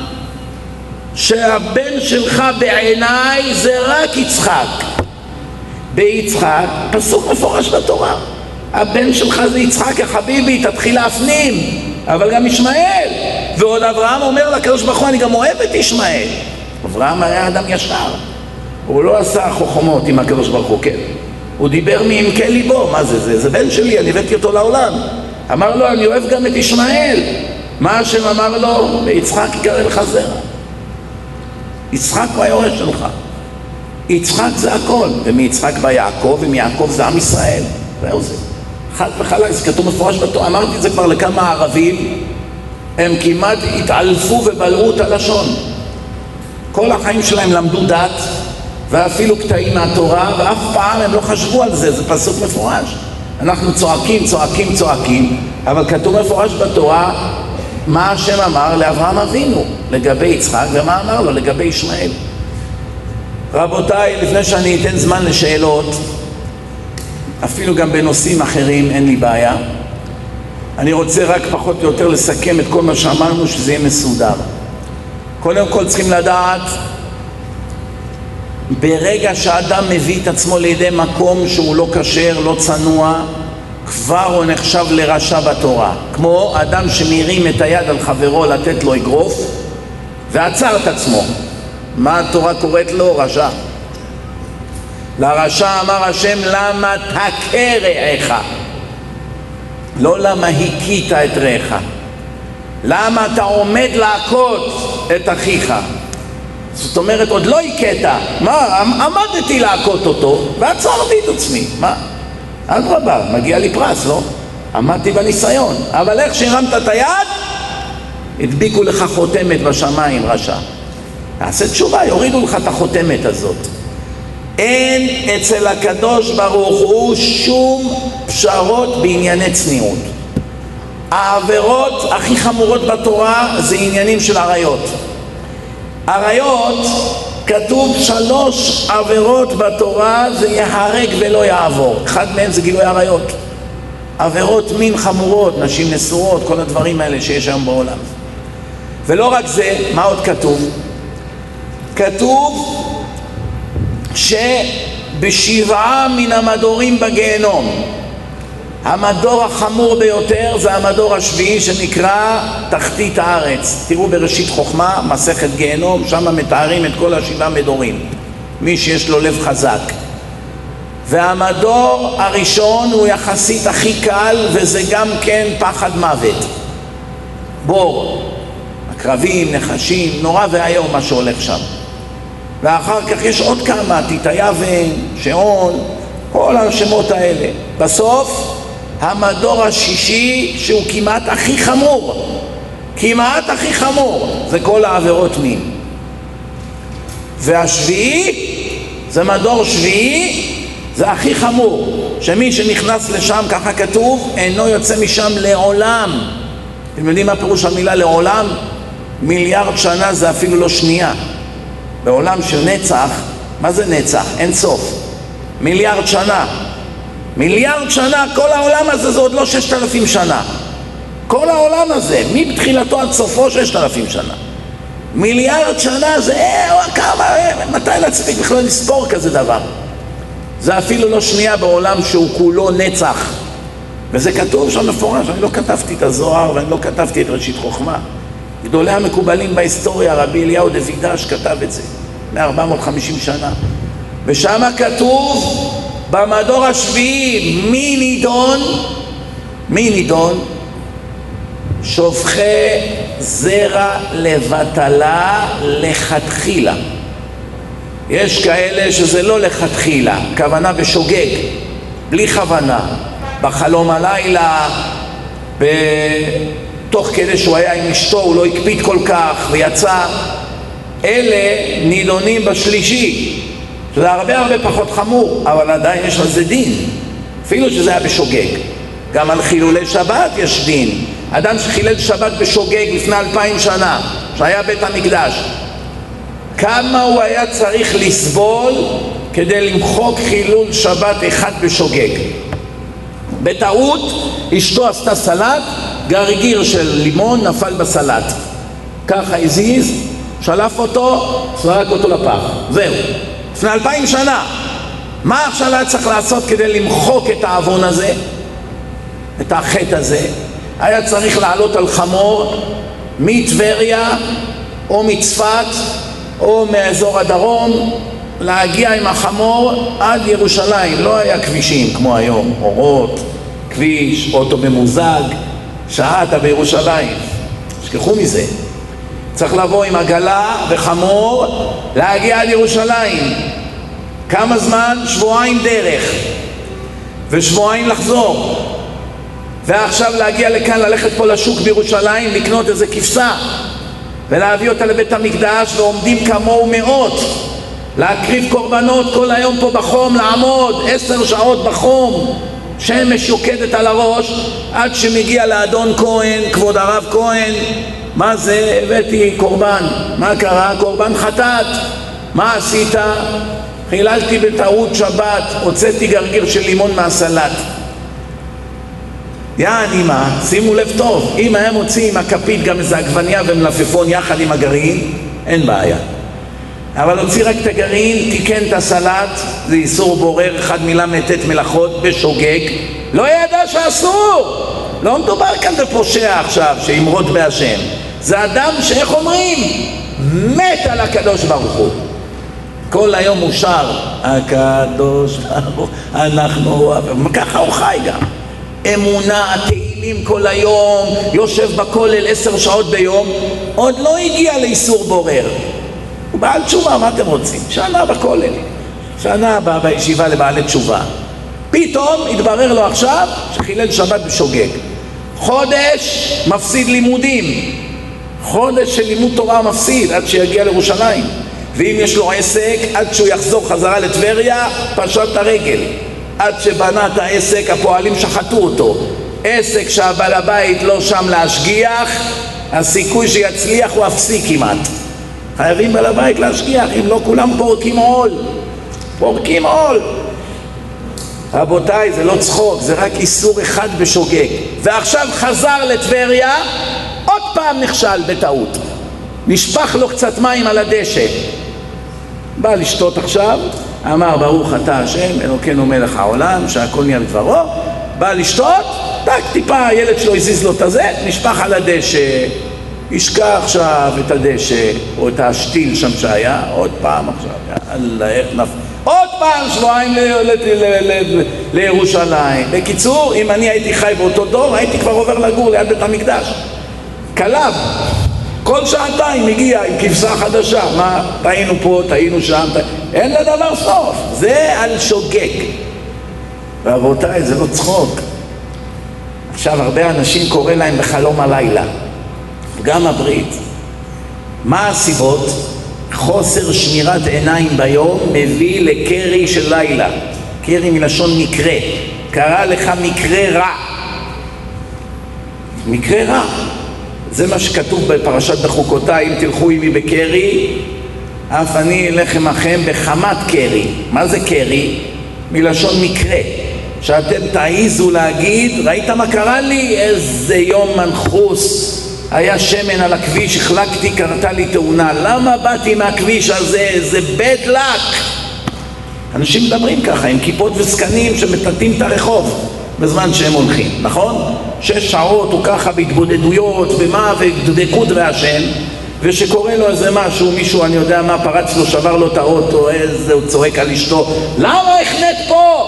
S1: שהבן שלך בעיניי זה רק יצחק. ביצחק, פסוק מפורש בתורה, הבן שלך זה יצחק, יא חביבי, תתחיל להפנים. אבל גם ישמעאל. ועוד אברהם אומר לקדוש ברוך הוא, אני גם אוהב את ישמעאל. אברהם היה אדם ישר, הוא לא עשה חוכמות עם הקדוש ברוך הוא, כן, הוא דיבר מעמקי ליבו. מה זה? זה בן שלי, אני הבאתי אותו לעולם. אמר לו, אני אוהב גם את ישמעאל. מה השם אמר לו? ביצחק יקרא לך זרע. יצחק הוא היורש שלך, יצחק זה הכל, ומיצחק בא יעקב, ומיעקב זה עם ישראל. זהו זה, חד וחלק, זה כתוב מפורש בתורה. אמרתי את זה כבר לכמה ערבים, הם כמעט התעלפו ובלעו את הלשון. כל החיים שלהם למדו דת, ואפילו קטעים מהתורה, ואף פעם הם לא חשבו על זה. זה פסוק מפורש. אנחנו צועקים, צועקים, צועקים, אבל כתוב מפורש בתורה מה השם אמר לאברהם אבינו לגבי יצחק, ומה אמר לו לגבי ישמעאל. רבותיי, לפני שאני אתן זמן לשאלות, אפילו גם בנושאים אחרים, אין לי בעיה, אני רוצה רק פחות או יותר לסכם את כל מה שאמרנו, שזה יהיה מסודר. קודם כל צריכים לדעת, ברגע שאדם מביא את עצמו לידי מקום שהוא לא כשר, לא צנוע, כבר הוא נחשב לרשע בתורה. כמו אדם שמרים את היד על חברו לתת לו אגרוף ועצר את עצמו. מה התורה קוראת לו? רשע. לרשע אמר השם, למה תכה רעך? לא למה הכית את רעך. למה אתה עומד להכות את אחיך? זאת אומרת, עוד לא הכית. מה? עמדתי להכות אותו ועצרתי את עצמי. מה? אדרבה, מגיע לי פרס, לא? עמדתי בניסיון. אבל איך שהרמת את היד, הדביקו לך חותמת בשמיים, רשע. תעשה תשובה, יורידו לך את החותמת הזאת. אין אצל הקדוש ברוך הוא שום פשרות בענייני צניעות. העבירות הכי חמורות בתורה זה עניינים של עריות. עריות, כתוב 3 עבירות בתורה, זה יהרג ולא יעבור. אחד מהם זה גילוי עריות. עבירות מין חמורות, נשים נשואות, כל הדברים האלה שיש היום בעולם. ולא רק זה, מה עוד כתוב? כתוב שב7 מן המדורים בגיהנום, המדור החמור ביותר זה המדור השביעי שנקרא תחתית הארץ. תראו בראשית חוכמה, מסכת גיהנום, שם מתארים את כל 7 מדורים, מי שיש לו לב חזק. והמדור הראשון הוא יחסית הכי קל, וזה גם כן פחד מוות, בור, עקרבים, נחשים, נורא והיום מה שהולך שם. ואחר כך יש עוד כמה, תיתיאבן, שעון, כל השמות האלה. בסוף המדור השישי שהוא כמעט הכי חמור, כמעט הכי חמור, זה כל העבירות מין. והשביעי, זה מדור שביעי, זה הכי חמור, שמי שנכנס לשם, ככה כתוב, אינו יוצא משם לעולם. אתם יודעים מה פירוש המילה לעולם? 1,000,000,000 שנה זה אפילו לא שנייה. בעולם של נצח, מה זה נצח? אין סוף. 1,000,000,000 שנה. 1,000,000,000 שנה, כל העולם הזה זה עוד לא 6,000 שנה. כל העולם הזה, מבתחילתו עד סופו 6,000 שנה. 1,000,000,000 שנה זה, כמה, מתי נצליח בכלל לספור כזה דבר? זה אפילו לא שנייה בעולם שהוא כולו נצח. וזה כתוב שם מפורש, אני לא כתבתי את הזוהר ואני לא כתבתי את ראשית חוכמה. גדולי המקובלים בהיסטוריה, רבי אליהו דוידש כתב את זה, 450 שנה. ושם כתוב, במדור השביעי, מי נידון? מי נידון? שופכי זרע לבטלה לכתחילה. יש כאלה שזה לא לכתחילה, כוונה בשוגג, בלי כוונה, בחלום הלילה, תוך כדי שהוא היה עם אשתו, הוא לא הקפיד כל כך ויצא. אלה נידונים בשלישי, שזה הרבה פחות חמור, אבל עדיין יש לזה דין, אפילו שזה היה בשוגג. גם על חילולי שבת יש דין. אדם שחילל שבת בשוגג לפני 2000 שנה, שהיה בית המקדש, כמה הוא היה צריך לסבול כדי למחוק חילול שבת אחד בשוגג? בטעות אשתו עשתה סלט, גרגיר של לימון נפל בסלט, ככה הזיז, שלף אותו, זרק אותו לפח, זהו, לפני 2000 שנה. מה עכשיו היה צריך לעשות כדי למחוק את העוון הזה, את החטא הזה? היה צריך לעלות על חמור מטבריה או מצפת או מאזור הדרום, להגיע עם החמור עד ירושלים. לא היה כבישים כמו היום, אורות, כביש, אוטו ממוזג, שעה אתה בירושלים, שכחו מזה. צריך לבוא עם עגלה וחמור, להגיע עד ירושלים. כמה זמן? שבועיים דרך ושבועיים לחזור. ועכשיו להגיע לכאן, ללכת פה לשוק בירושלים, לקנות איזה כבשה ולהביא אותה לבית המקדש, ועומדים כמוהו מאות, להקריב קורבנות כל היום פה בחום, לעמוד 10 שעות בחום, שמש יוקדת על הראש, עד שמגיע לאדון כהן, כבוד הרב כהן, מה זה? הבאתי קורבן. מה קרה? קורבן חטאת. מה עשית? חיללתי בטעות שבת, הוצאתי גרגיר של לימון מהסלט. יעני מה? שימו לב טוב, אם היה מוציא עם הכפית גם איזה עגבניה ומלפפון יחד עם הגרעין, אין בעיה. אבל הוציא רק את הגרעין, תיקן את הסלט, זה איסור בורר, 1 מל"ט מלאכות בשוגג, לא ידע שאסור. לא מדובר כאן בפושע עכשיו שימרוד בהשם, זה אדם שאיך אומרים, מת על הקדוש ברוך הוא. כל היום הוא שר, הקדוש ברוך הוא, אנחנו, ככה הוא חי גם. אמונה, תהילים כל היום, יושב בכולל 10 שעות ביום, עוד לא הגיע לאיסור בורר. הוא בעל תשובה, מה אתם רוצים? שנה בכולל, שנה בישיבה לבעלי תשובה. פתאום התברר לו עכשיו שחילל שבת בשוגג. חודש מפסיד לימודים, חודש של לימוד תורה מפסיד עד שיגיע לירושלים. ואם יש לו עסק, עד שהוא יחזור חזרה לטבריה, פשט את הרגל. עד שבנה את העסק, הפועלים שחטו אותו. עסק שהבעל הבית לא שם להשגיח, הסיכוי שיצליח הוא אפסי כמעט. חייבים בעל הבית להשגיח, אם לא כולם פורקים עול. פורקים עול. רבותיי, זה לא צחוק, זה רק איסור אחד בשוגג. ועכשיו חזר לטבריה, עוד פעם נכשל בטעות. נשפך לו קצת מים על הדשא. בא לשתות עכשיו, אמר ברוך אתה השם אלוקינו מלך העולם שהכל נהיה בדברו. בא לשתות, רק טיפה הילד שלו הזיז לו את הזה, נשפך על הדשא. ישקע עכשיו את הדשא או את השתיל שם שהיה, עוד פעם עכשיו, יאללה איך נפל, עוד פעם שבועיים לירושלים. בקיצור, אם אני הייתי חי באותו דור, הייתי כבר עובר לגור ליד בית המקדש. קלב, כל שעתיים מגיע עם כבשה חדשה, מה, טעינו פה, טעינו שם, אין לדבר סוף, זה על שוגג. רבותיי, זה לא צחוק. עכשיו הרבה אנשים קורא להם בחלום הלילה, גם הברית. מה הסיבות? חוסר שמירת עיניים ביום מביא לקרי של לילה. קרי מלשון מקרה, קרה לך מקרה רע. מקרה רע, זה מה שכתוב בפרשת בחוקותיי, אם תלכו עמי בקרי אף אני אלך עמכם בחמת קרי. מה זה קרי? מלשון מקרה, שאתם תעיזו להגיד ראית מה קרה לי? איזה יום מנחוס, היה שמן על הכביש, החלקתי, קרתה לי תאונה. למה באתי מהכביש הזה? זה bad luck. אנשים מדברים ככה עם כיפות וסקנים שמטטים את הרחוב בזמן שהם הולכים, נכון? 6 שעות הוא ככה בהתבודדויות ומה ודקות והשם, ושקורא לו איזה משהו, מישהו אני יודע מה פרץ לו, שבר לו את האוטו, איזה הוא צועק על אשתו, למה החנית פה?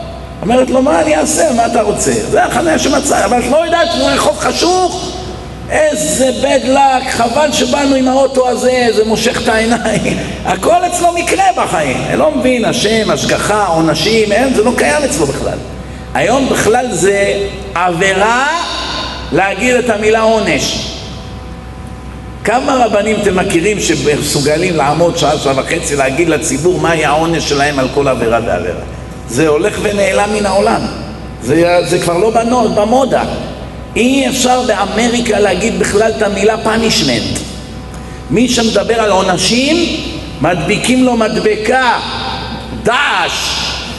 S1: אומרת לו מה אני אעשה, מה אתה רוצה? זה החניה שמצא, אבל את לא יודעת שהוא רחוב חשוך, איזה בד לק, חבל שבאנו עם האוטו הזה, זה מושך את העיניים. הכל אצלו מקרה בחיים. אני לא מבין, השם, השגחה, עונשים, אין, זה לא קיים אצלו בכלל. היום בכלל זה עבירה להגיד את המילה עונש. כמה רבנים אתם מכירים שמסוגלים לעמוד שעה, שעה וחצי, להגיד לציבור מהי העונש שלהם על כל עבירה ועבירה? זה הולך ונעלם מן העולם. זה כבר לא במודה. אי אפשר באמריקה להגיד בכלל את המילה פנישמנט. מי שמדבר על עונשים, מדביקים לו מדבקה, דעש.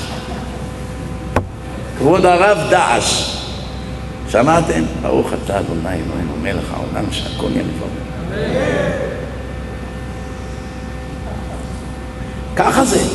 S1: כבוד הרב דעש. שמעתם? ברוך אתה אדוני אלוהינו מלך העולם שהכל יהיה לדברו. ככה זה.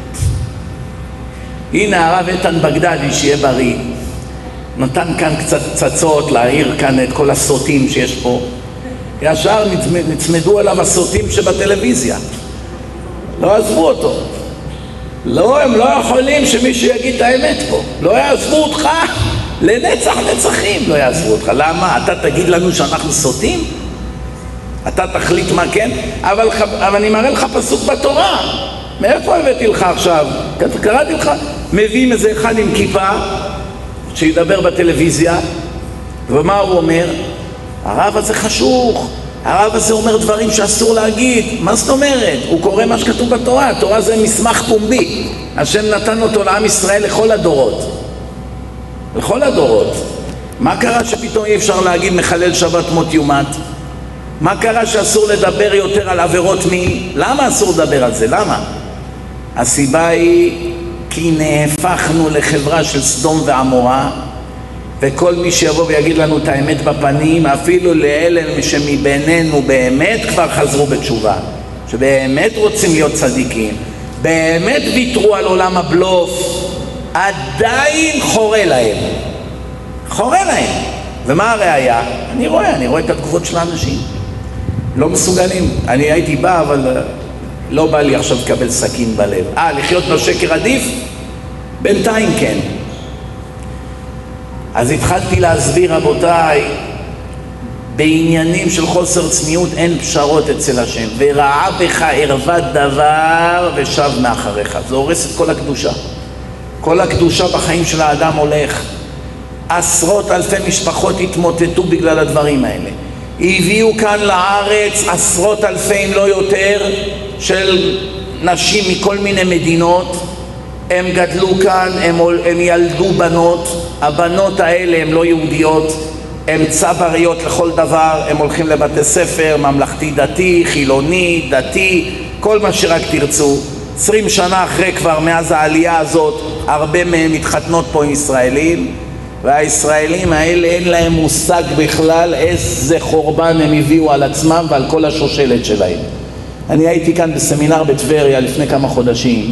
S1: הנה הרב איתן בגדדי, שיהיה בריא, נתן כאן קצת צצות להעיר כאן את כל הסוטים שיש פה. ישר נצמדו אליו הסוטים שבטלוויזיה, לא עזבו אותו. לא, הם לא יכולים שמישהו יגיד את האמת פה. לא יעזבו אותך לנצח נצחים, לא יעזבו אותך. למה? אתה תגיד לנו שאנחנו סוטים? אתה תחליט מה כן? אבל אני מראה לך פסוק בתורה. מאיפה הבאתי לך עכשיו? קראתי לך. מביאים איזה אחד עם כיפה שידבר בטלוויזיה, ומה הוא אומר? הרב הזה חשוך, הרב הזה אומר דברים שאסור להגיד. מה זאת אומרת? הוא קורא מה שכתוב בתורה. התורה זה מסמך פומבי, השם נתן אותו לעם ישראל לכל הדורות, לכל הדורות. מה קרה שפתאום אי אפשר להגיד מחלל שבת מות יומת? מה קרה שאסור לדבר יותר על עבירות מין? למה אסור לדבר על זה? למה? הסיבה היא כי נהפכנו לחברה של סדום ועמורה, וכל מי שיבוא ויגיד לנו את האמת בפנים, אפילו לאלה שמבינינו באמת כבר חזרו בתשובה, שבאמת רוצים להיות צדיקים, באמת ויתרו על עולם הבלוף, עדיין חורה להם. חורה להם. ומה הראיה? אני רואה את התגובות של האנשים. לא מסוגלים. אני הייתי בא, אבל לא בא לי עכשיו לקבל סכין בלב. לחיות בשקר עדיף? בינתיים כן. אז התחלתי להסביר, רבותיי, בעניינים של חוסר צניעות אין פשרות אצל השם. וראה בך ערוות דבר ושב מאחריך. זה הורס את כל הקדושה. כל הקדושה בחיים של האדם הולך. עשרות אלפי משפחות התמוטטו בגלל הדברים האלה. הביאו כאן לארץ עשרות אלפי אם לא יותר של נשים מכל מיני מדינות. הם גדלו כאן, הם ילדו בנות. הבנות האלה הן לא יהודיות, הן צבריות לכל דבר. הם הולכים לבתי ספר, ממלכתי דתי, חילוני, דתי, כל מה שרק תרצו. 20 שנה אחרי כבר מאז העלייה הזאת, הרבה מהם מתחתנות פה עם ישראלים, והישראלים האלה אין להם מושג בכלל איזה חורבן הם הביאו על עצמם ועל כל השושלת שלהם. אני הייתי כאן בסמינר בטבריה לפני כמה חודשים,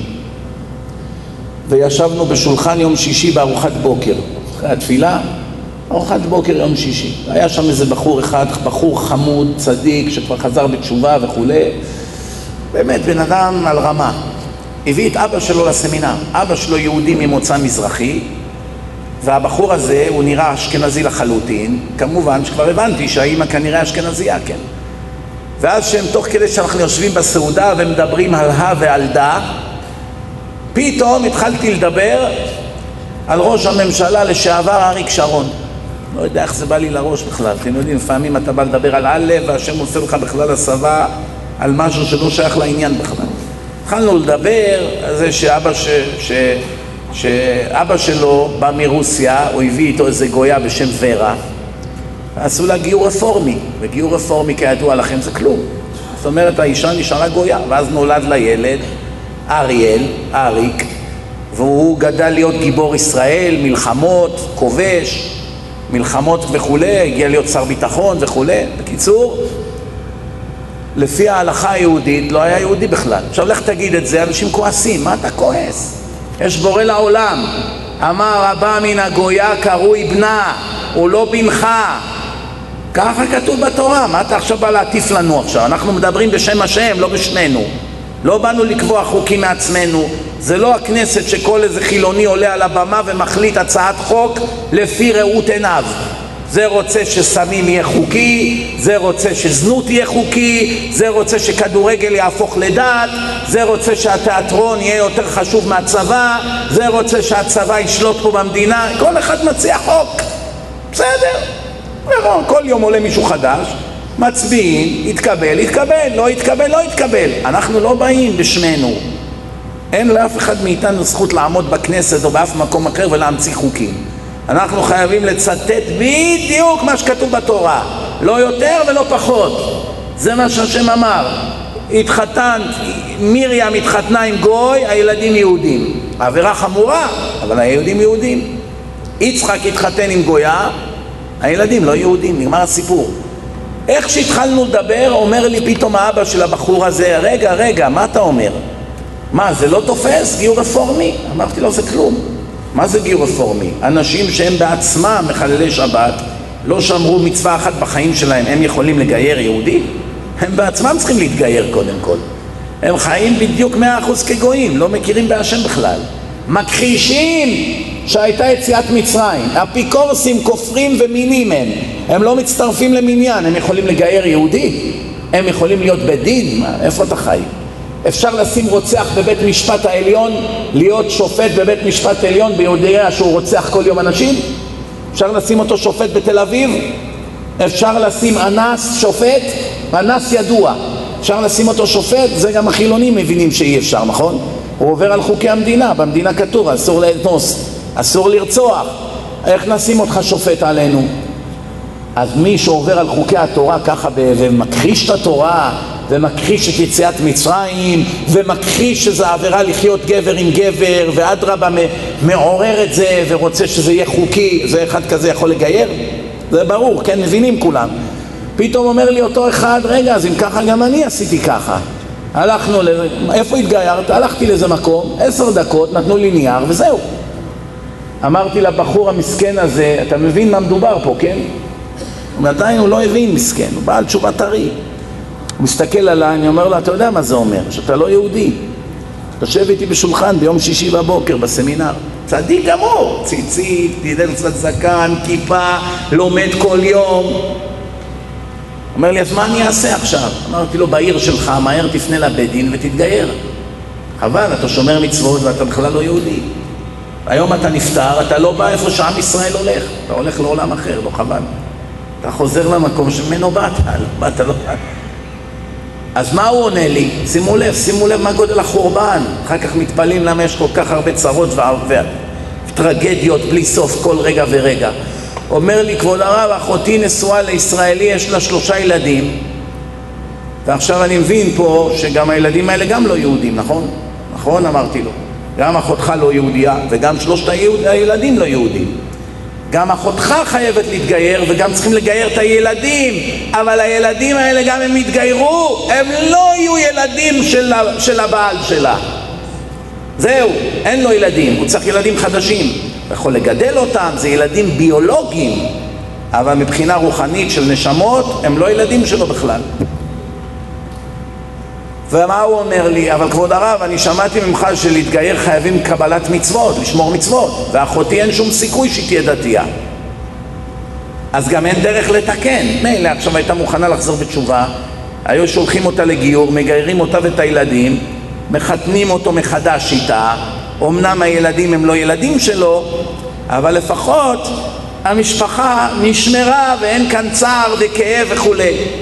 S1: וישבנו בשולחן יום שישי בארוחת בוקר, אחרי התפילה, ארוחת בוקר יום שישי. היה שם איזה בחור אחד, בחור חמוד, צדיק, שכבר חזר בתשובה וכו'. באמת בן אדם על רמה. הביא את אבא שלו לסמינר. אבא שלו יהודי ממוצא מזרחי, והבחור הזה הוא נראה אשכנזי לחלוטין. כמובן שכבר הבנתי שהאמא כנראה אשכנזייה, כן. ואז שהם תוך כדי שאנחנו יושבים בסעודה ומדברים על ועל דה, פתאום התחלתי לדבר על ראש הממשלה לשעבר אריק שרון. לא יודע איך זה בא לי לראש בכלל. אתם יודעים, לפעמים אתה בא לדבר על הלב והשם עושה לך בכלל הסבה על משהו שלא שייך לעניין בכלל. התחלנו לדבר על זה שאבא שלו בא מרוסיה, הוא הביא איתו איזה גויה בשם ורה, עשו לה גיור רפורמי, וגיור רפורמי כידוע לכם זה כלום. זאת אומרת, האישה נשארה גויה, ואז נולד לילד אריק, והוא גדל להיות גיבור ישראל, מלחמות, כובש, מלחמות וכו', הגיע להיות שר ביטחון וכו'. בקיצור, לפי ההלכה היהודית לא היה יהודי בכלל. עכשיו לך תגיד את זה, אנשים כועסים. מה אתה כועס? יש בורא לעולם, אמר הבא מן הגויה קרוי בנה, הוא לא בנך. ככה כתוב בתורה. מה אתה עכשיו בא להטיף לנו עכשיו? אנחנו מדברים בשם השם, לא בשמנו. לא באנו לקבוע חוקים מעצמנו. זה לא הכנסת שכל איזה חילוני עולה על הבמה ומחליט הצעת חוק לפי ראות עיניו. זה רוצה שסמים יהיה חוקי, זה רוצה שזנות יהיה חוקי, זה רוצה שכדורגל יהפוך לדת, זה רוצה שהתיאטרון יהיה יותר חשוב מהצבא, זה רוצה שהצבא ישלוט פה במדינה. כל אחד מציע חוק, בסדר, כל יום עולה מישהו חדש, מצביעים, יתקבל, יתקבל, לא יתקבל, לא יתקבל. אנחנו לא באים בשמנו, אין לאף אחד מאיתנו זכות לעמוד בכנסת או באף מקום אחר ולהמציא חוקים. אנחנו חייבים לצטט בדיוק מה שכתוב בתורה, לא יותר ולא פחות. זה מה שהשם אמר. מרים התחתנה עם גוי, הילדים יהודים. עבירה חמורה, אבל היהודים יהודים. יצחק התחתן עם גויה, הילדים לא יהודים. נגמר הסיפור. איך שהתחלנו לדבר, אומר לי פתאום האבא של הבחור הזה, רגע, מה אתה אומר? מה, זה לא תופס? גיור רפורמי? אמרתי לו, זה כלום. מה זה גיור רפורמי? אנשים שהם בעצמם מחללי שבת, לא שמרו מצווה אחת בחיים שלהם, הם יכולים לגייר יהודי? הם בעצמם צריכים להתגייר קודם כל. הם חיים בדיוק 100% כגויים, לא מכירים בהשם בכלל. מכחישים שהייתה יציאת מצרים. אפיקורסים, כופרים ומינים הם לא מצטרפים למניין. הם יכולים לגייר יהודי? הם יכולים להיות בדין? מה? איפה אתה חי? אפשר לשים רוצח בבית משפט העליון, להיות שופט בבית משפט העליון ביודעיה שהוא רוצח כל יום אנשים? אפשר לשים אותו שופט בתל אביב? אפשר לשים אנס שופט? אנס ידוע. אפשר לשים אותו שופט? זה גם החילונים מבינים שאי אפשר, נכון? הוא עובר על חוקי המדינה, במדינה כתוב, אסור לאנוס, אסור לרצוח. איך נשים אותך שופט עלינו? אז מי שעובר על חוקי התורה ככה ומכחיש את התורה ומכחיש את יציאת מצרים ומכחיש שזה עבירה לחיות גבר עם גבר ואדרבה מעורר את זה ורוצה שזה יהיה חוקי, זה אחד כזה יכול לגייר? זה ברור, כן, מבינים כולם. פתאום אומר לי אותו אחד, רגע, אז אם ככה גם אני עשיתי ככה. הלכנו, איפה התגיירת? הלכתי לאיזה מקום, 10 דקות, נתנו לי נייר וזהו. אמרתי לבחור המסכן הזה, אתה מבין מה מדובר פה, כן? ועדיין הוא לא הבין, מסכן, הוא בא על תשובה טרי. הוא מסתכל עליי, אני אומר לו, אתה יודע מה זה אומר? שאתה לא יהודי. תושב איתי בשולחן ביום שישי בבוקר בסמינר. צדיק גמור, ציצית, גידל קצת זקן, כיפה, לומד כל יום. אומר לי, אז מה אני אעשה עכשיו? אמרתי לו, בעיר שלך, מהר תפנה לבית דין ותתגייר. חבל, אתה שומר מצוות ואתה בכלל לא יהודי. היום אתה נפטר, אתה לא בא איפה שעם ישראל הולך. אתה הולך לעולם אחר, לא חבל. אתה חוזר למקום שממנו באת, לא באת. אז מה הוא עונה לי? שימו לב מה גודל החורבן. אחר כך מתפלאים למה יש כל כך הרבה צרות וטרגדיות בלי סוף כל רגע ורגע. אומר לי, כבוד הרב, אחותי נשואה לישראלי, יש לה 3 ילדים. ועכשיו אני מבין פה שגם הילדים האלה גם לא יהודים, נכון? נכון, אמרתי לו. גם אחותך לא יהודיה וגם 3 הילדים לא יהודים. גם אחותך חייבת להתגייר וגם צריכים לגייר את הילדים, אבל הילדים האלה גם הם יתגיירו, הם לא יהיו ילדים של הבעל שלה. זהו, אין לו ילדים, הוא צריך ילדים חדשים. הוא יכול לגדל אותם, זה ילדים ביולוגיים, אבל מבחינה רוחנית של נשמות הם לא ילדים שלו בכלל. ומה הוא אומר לי? אבל כבוד הרב, אני שמעתי ממך שלהתגייר חייבים קבלת מצוות, לשמור מצוות, ואחותי אין שום סיכוי שהיא תהיה דתייה. אז גם אין דרך לתקן. מילא עכשיו הייתה מוכנה לחזור בתשובה, היו שולחים אותה לגיור, מגיירים אותה ואת הילדים, מחתנים אותו מחדש איתה, אמנם הילדים הם לא ילדים שלו, אבל לפחות המשפחה נשמרה ואין כאן צער וכאב וכו'.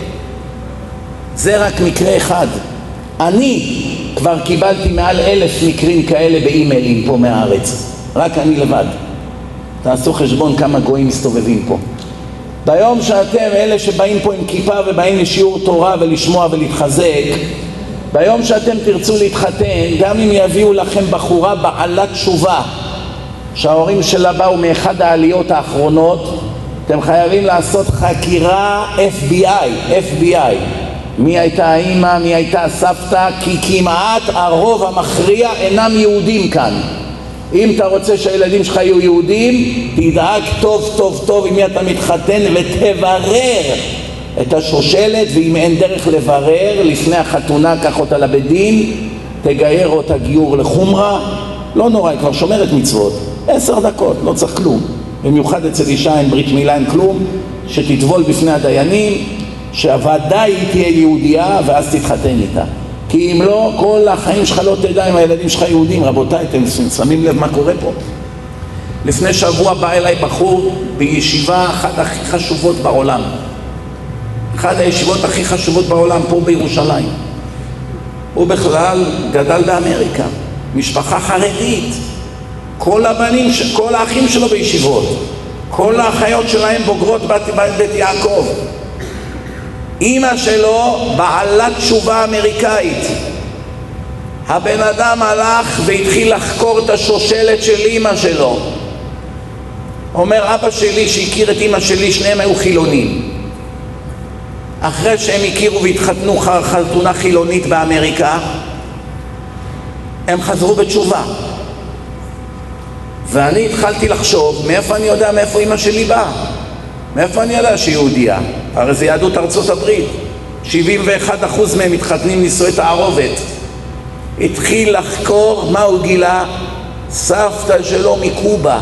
S1: זה רק מקרה אחד. אני כבר קיבלתי מעל 1,000 מקרים כאלה באימיילים פה מהארץ. רק אני לבד. תעשו חשבון כמה גויים מסתובבים פה. ביום שאתם, אלה שבאים פה עם כיפה ובאים לשיעור תורה ולשמוע ולהתחזק, ביום שאתם תרצו להתחתן, גם אם יביאו לכם בחורה בעלת תשובה, שההורים שלה באו מאחד העליות האחרונות, אתם חייבים לעשות חקירה FBI. מי הייתה האמא, מי הייתה הסבתא, כי כמעט הרוב המכריע אינם יהודים כאן. אם אתה רוצה שהילדים שלך יהיו יהודים, תדאג טוב עם מי אתה מתחתן ותברר את השושלת, ואם אין דרך לברר, לפני החתונה קח אותה לבית דין, תגייר אותה גיור לחומרה, לא נורא, היא כבר שומרת מצוות, 10 דקות, לא צריך כלום. במיוחד אצל אישה אין ברית מילה, אין כלום, שתטבול בפני הדיינים, שהוודאי היא תהיה יהודייה ואז תתחתן איתה. כי אם לא, כל החיים שלך לא תדע אם הילדים שלך יהודים. רבותיי, אתם שמים לב מה קורה פה? לפני שבוע בא אליי בחור בישיבה אחת הכי חשובות בעולם. אחת הישיבות הכי חשובות בעולם פה בירושלים. הוא בכלל גדל באמריקה, משפחה חרדית. כל הבנים, כל האחים שלו בישיבות, כל האחיות שלהם בוגרות בית יעקב. אמא שלו בעלת תשובה אמריקאית. הבן אדם הלך והתחיל לחקור את השושלת של אמא שלו. אומר, אבא שלי שהכיר את אמא שלי, שניהם היו חילונים. אחרי שהם הכירו והתחתנו חתונה חילונית באמריקה, הם חזרו בתשובה. ואני התחלתי לחשוב, מאיפה אני יודע מאיפה אמא שלי באה? מאיפה אני יודע שהיא יהודייה? הרי זה יהדות ארצות הברית. 71% מהם מתחתנים נישואי תערובת. התחיל לחקור, מה הוא גילה? סבתא שלו מקובה.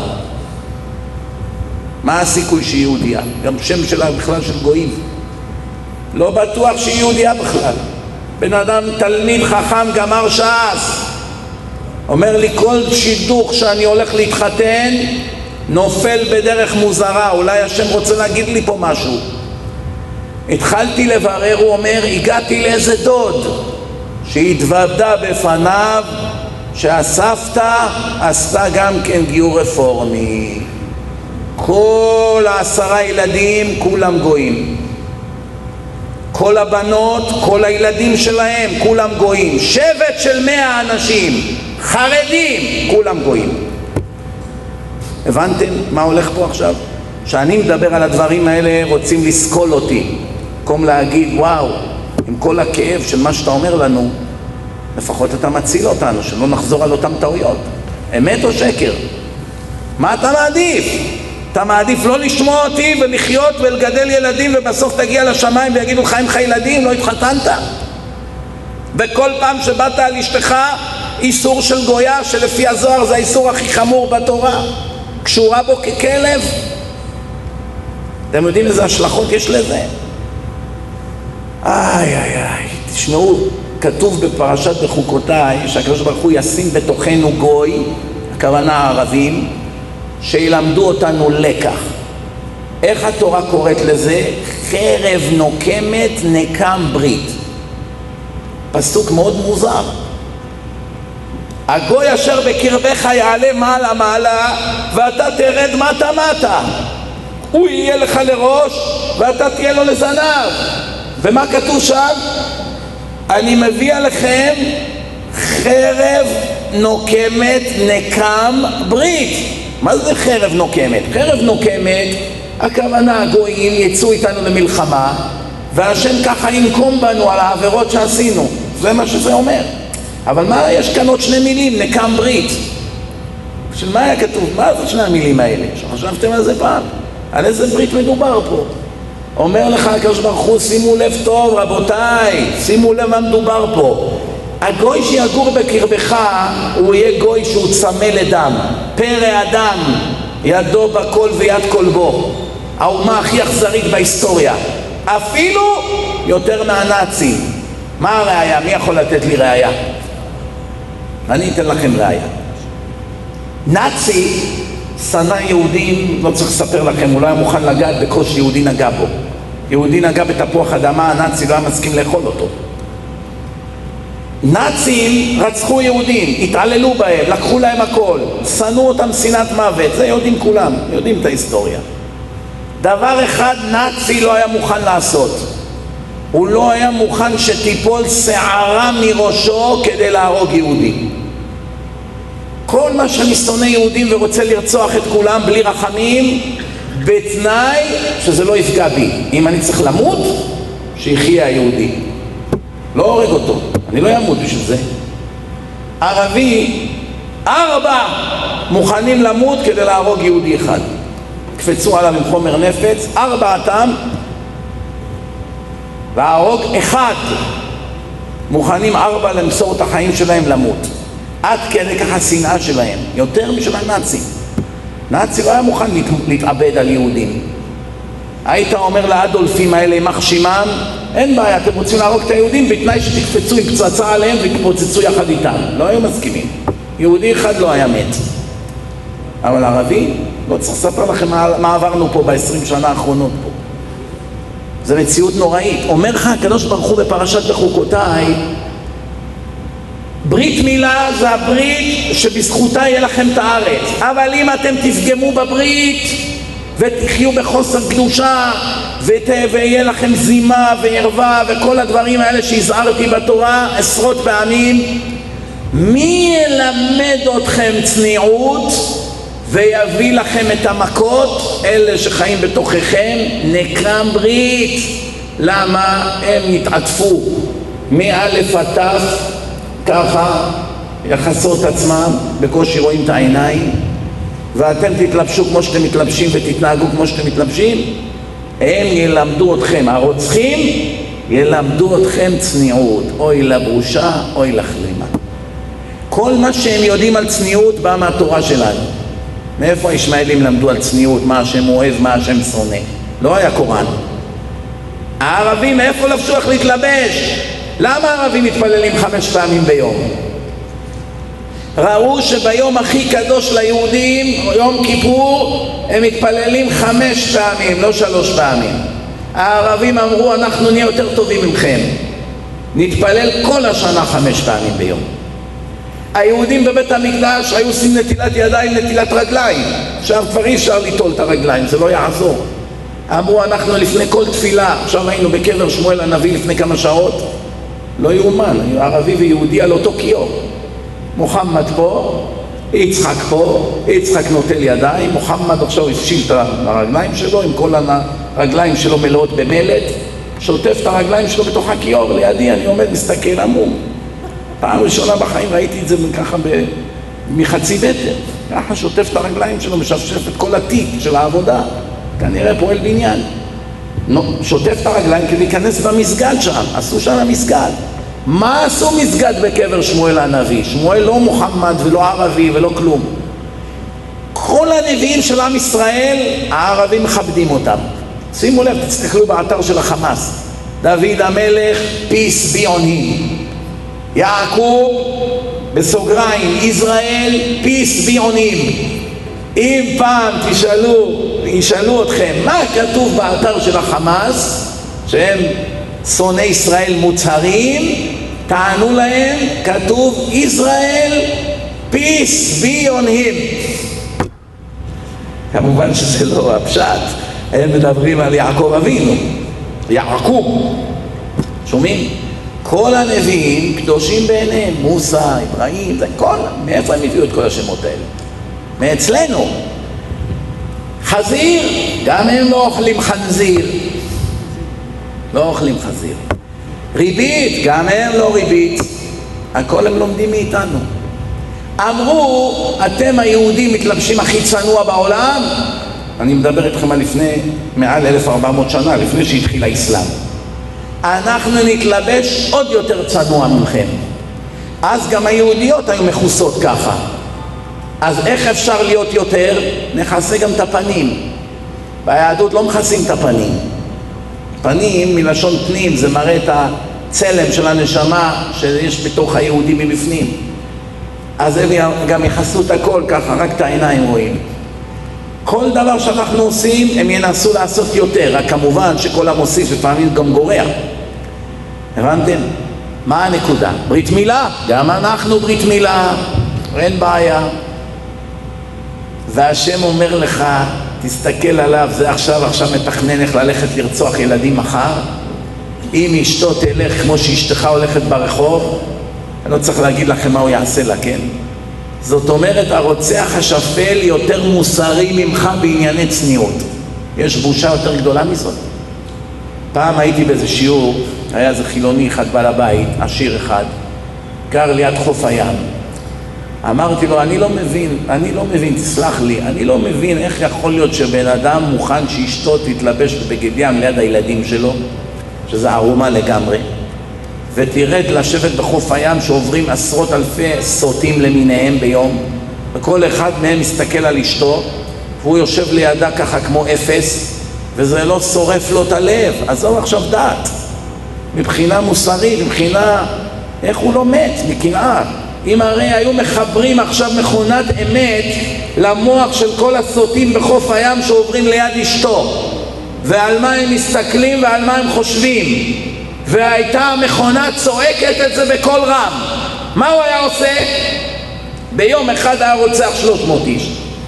S1: מה הסיכוי שהיא יהודייה? גם שם שלה בכלל של גויים. לא בטוח שהיא יהודייה בכלל. בן אדם תלמיד חכם גמר ש"ס. אומר לי, כל שידוך שאני הולך להתחתן נופל בדרך מוזרה, אולי השם רוצה להגיד לי פה משהו. התחלתי לברר, הוא אומר, הגעתי לאיזה דוד שהתוודע בפניו שהסבתא עשתה גם כן גיור רפורמי. כל 10 ילדים כולם גויים, כל הבנות, כל הילדים שלהם כולם גויים. שבט של 100 אנשים חרדים כולם גויים. הבנתם מה הולך פה עכשיו? שאני מדבר על הדברים האלה רוצים לסקול אותי, במקום להגיד וואו, עם כל הכאב של מה שאתה אומר לנו, לפחות אתה מציל אותנו, שלא נחזור על אותם טעויות. אמת או שקר? מה אתה מעדיף? אתה מעדיף לא לשמוע אותי ולחיות ולגדל ילדים ובסוף תגיע לשמיים ויגידו לך אין לך ילדים, לא התחתנת? וכל פעם שבאת על אשתך איסור של גויה, שלפי הזוהר זה האיסור הכי חמור בתורה, קשורה בו ככלב. אתם יודעים איזה השלכות יש לזה? איי איי איי, תשמעו, כתוב בפרשת בחוקותיי שהקדוש ברוך הוא ישים בתוכנו גוי, הכוונה הערבים, שילמדו אותנו לקח. איך התורה קוראת לזה? חרב נוקמת נקם ברית. פסוק מאוד מוזר. הגוי אשר בקרבך יעלה מעלה מעלה ואתה תרד מטה מטה. הוא יהיה לך לראש ואתה תהיה לו לזנב. ומה כתוב שם? אני מביא עליכם חרב נוקמת נקם ברית. מה זה חרב נוקמת? חרב נוקמת, הכוונה הגויים יצאו איתנו למלחמה והשם ככה ינקום בנו על העבירות שעשינו. זה מה שזה אומר. אבל מה יש כאן עוד 2 מילים? נקם ברית. של מה היה כתוב? מה זה 2 המילים האלה? שחשבתם על זה פעם? על איזה ברית מדובר פה? אומר לך הקדוש ברוך הוא, שימו לב טוב רבותיי, שימו לב מה מדובר פה. הגוי שיגור בקרבך הוא יהיה גוי שהוא צמא לדם, פרא אדם, ידו בכל ויד כל בו. האומה הכי אכזרית בהיסטוריה, אפילו יותר מהנאצים. מה הראיה? מי יכול לתת לי ראיה? אני אתן לכם ראיה. נאצי שנא יהודים, לא צריך לספר לכם, הוא לא היה מוכן לגעת בקוש יהודי נגע בו. יהודי נגע בתפוח אדמה, הנאצי לא היה מסכים לאכול אותו. נאצים רצחו יהודים, התעללו בהם, לקחו להם הכל, שנאו אותם שנאת מוות, זה יודעים כולם, יודעים את ההיסטוריה. דבר אחד נאצי לא היה מוכן לעשות, הוא לא היה מוכן שתיפול שערה מראשו כדי להרוג יהודי. כל מה שאני שונא יהודים ורוצה לרצוח את כולם בלי רחמים, בתנאי שזה לא יפגע בי. אם אני צריך למות, שיחיה היהודי, לא הורג אותו, אני לא ימות בשביל זה. ערבי, 4 מוכנים למות כדי להרוג יהודי אחד. קפצו עליו עם חומר נפץ, 4 להרוג 1. מוכנים 4 למסור את החיים שלהם למות. עד כדי ככה שנאה שלהם, יותר משל הנאצים. נאצי לא היה מוכן להתאבד על יהודים. היית אומר לאדולפים האלה, יימח שמם, אין בעיה, אתם רוצים להרוג את היהודים בתנאי שתקפצו עם פצצה עליהם ותפוצצו יחד איתם. לא היו מסכימים. יהודי אחד לא היה מת. אבל ערבי, לא צריך לספר לכם מה עברנו פה ב-20 שנה האחרונות פה. זו מציאות נוראית. אומר לך הקדוש ברוך הוא בפרשת בחוקותיי, ברית מילה זה הברית שבזכותה יהיה לכם את הארץ. אבל אם אתם תפגמו בברית ותחיו בחוסר קדושה ויהיה לכם זימה וערווה וכל הדברים האלה שהזהרתי בתורה עשרות פעמים, מי ילמד אתכם צניעות ויביא לכם את המכות? אלה שחיים בתוככם. נקרם ברית. למה? הם יתעטפו מאלף עד תף ככה, יחסות עצמם, בקושי רואים את העיניים, ואתם תתלבשו כמו שאתם מתלבשים ותתנהגו כמו שאתם מתלבשים. הם ילמדו אתכם, הרוצחים ילמדו אתכם צניעות. אוי לבושה, אוי לכלימה. כל מה שהם יודעים על צניעות בא מהתורה שלנו. מאיפה הישמעאלים למדו על צניעות? מה השם אוהב, מה השם שונא? לא היה קוראן. הערבים מאיפה לבשו איך להתלבש? למה הערבים מתפללים 5 פעמים ביום? ראו שביום הכי קדוש ליהודים, יום כיפור, הם מתפללים 5 פעמים, לא 3 פעמים. הערבים אמרו, אנחנו נהיה יותר טובים ממכם, נתפלל כל השנה 5 פעמים ביום. היהודים בבית המקדש היו עושים נטילת ידיים, נטילת רגליים. עכשיו כבר אי אפשר ליטול את הרגליים, זה לא יעזור. אמרו, אנחנו לפני כל תפילה, עכשיו היינו בקבר שמואל הנביא לפני כמה שעות, לא יאומן, ערבי ויהודי על אותו כיור. מוחמד פה, יצחק פה, יצחק נוטל ידיים, מוחמד עכשיו הפשיל את הרגליים שלו, עם כל הרגליים שלו מלאות במלט, שוטף את הרגליים שלו בתוך הכיור, לידי אני עומד מסתכל עמום. פעם ראשונה בחיים ראיתי את זה ככה מחצי מטר, ככה שוטף את הרגליים שלו, משפשף את כל התיק של העבודה, כנראה פועל בניין. שוטף את הרגליים כדי להיכנס במסגד שם, עשו שם מסגד. מה עשו מסגד בקבר שמואל הנביא? שמואל לא מוחמד ולא ערבי ולא כלום. כל הנביאים של עם ישראל, הערבים מכבדים אותם. שימו לב, תסתכלו באתר של החמאס. דוד המלך, peace be on him. יעקוב, בסוגריים, ישראל, peace be on him. אם פעם ישאלו אתכם מה כתוב באתר של החמאס, שהם שונאי ישראל מוצהרים, תענו להם, כתוב ישראל, peace be on him. כמובן שזה לא הפשט, הם מדברים על יעקב אבינו, יעקוב. שומעים? כל הנביאים קדושים בעיניהם, מוסא, אברהים, זה כל, מאיפה הם הביאו את כל השמות האלה? מאצלנו. חזיר, גם הם לא אוכלים חנזיר, לא אוכלים חזיר. ריבית, גם הם לא ריבית, הכל הם לומדים מאיתנו. אמרו, אתם היהודים מתלבשים הכי צנוע בעולם. אני מדבר איתכם על לפני מעל 1400 שנה, לפני שהתחיל האסלאם. אנחנו נתלבש עוד יותר צנוע ממכם. אז גם היהודיות היו מכוסות ככה. אז איך אפשר להיות יותר? נכסה גם את הפנים. ביהדות לא מכסים את הפנים. פנים מלשון פנים, זה מראה את הצלם של הנשמה שיש בתוך היהודים מבפנים. אז הם גם יכסו את הכל ככה, רק את העיניים רואים. כל דבר שאנחנו עושים הם ינסו לעשות יותר, רק כמובן שכל המוסיף לפעמים גם גורע. הבנתם? מה הנקודה? ברית מילה, גם אנחנו ברית מילה, אין בעיה. והשם אומר לך, תסתכל עליו, זה עכשיו מתכנן איך ללכת לרצוח ילדים מחר. אם אשתו תלך כמו שאשתך הולכת ברחוב, אני לא צריך להגיד לכם מה הוא יעשה לה, כן? זאת אומרת, הרוצח השפל יותר מוסרי ממך בענייני צניעות. יש בושה יותר גדולה מזאת. פעם הייתי באיזה שיעור, היה איזה חילוני אחד בעל הבית, עשיר אחד, גר ליד חוף הים. אמרתי לו, אני לא מבין, תסלח לי, אני לא מבין איך יכול להיות שבן אדם מוכן שאשתו תתלבש בבגד ים ליד הילדים שלו, שזה ערומה לגמרי, ותרד לשבת בחוף הים שעוברים עשרות אלפי סוטים למיניהם ביום, וכל אחד מהם מסתכל על אשתו, והוא יושב לידה ככה כמו אפס, וזה לא שורף לו את הלב. אז זו עכשיו דעת. מבחינה מוסרית, מבחינה... איך הוא לא מת? מקנאה. אם הרי היו מחברים עכשיו מכונת אמת למוח של כל הסוטים בחוף הים שעוברים ליד אשתו, ועל מה הם מסתכלים ועל מה הם חושבים, והייתה המכונה צועקת את זה בכל רם, מה הוא היה עושה? ביום אחד היה רוצח 300 איש.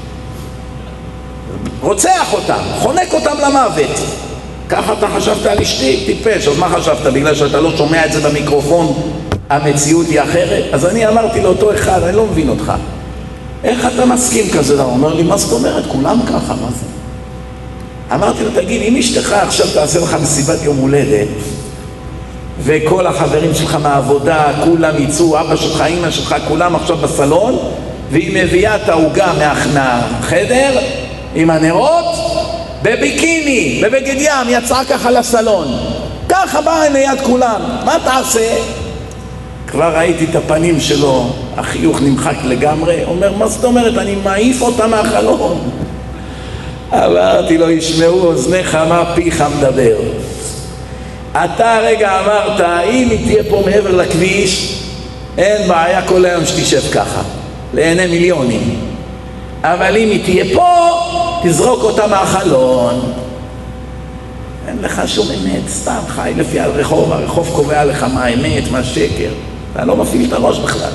S1: רוצח אותם, חונק אותם למוות. ככה אתה חשבת על אשתי? טיפש. אז מה חשבת? בגלל שאתה לא שומע את זה במיקרופון המציאות היא אחרת? אז אני אמרתי לאותו אחד, אני לא מבין אותך, איך אתה מסכים כזה? הוא אומר לי, מה זאת אומרת? כולם ככה, מה זה? אמרתי לו, תגיד, אם אשתך עכשיו תעשה לך מסיבת יום הולדת, וכל החברים שלך מהעבודה, כולם יצאו, אבא שלך, אמא שלך, כולם עכשיו בסלון, והיא מביאה את העוגה מהחדר עם הנרות, בביקיני, בבגד ים, יצאה ככה לסלון. ככה באה ליד כולם. מה תעשה? כבר ראיתי את הפנים שלו, החיוך נמחק לגמרי. אומר, מה זאת אומרת? אני מעיף אותה מהחלון. אמרתי לו, ישמעו אוזניך מה פיך מדבר. אתה רגע אמרת, אם היא תהיה פה מעבר לכביש, אין בעיה כל היום שתשב ככה, לעיני מיליונים. אבל אם היא תהיה פה, תזרוק אותה מהחלון. אין לך שום אמת, סתם חי לפי הרחוב, הרחוב קובע לך מה האמת, מה שקר. אתה לא מפעיל את הראש בכלל.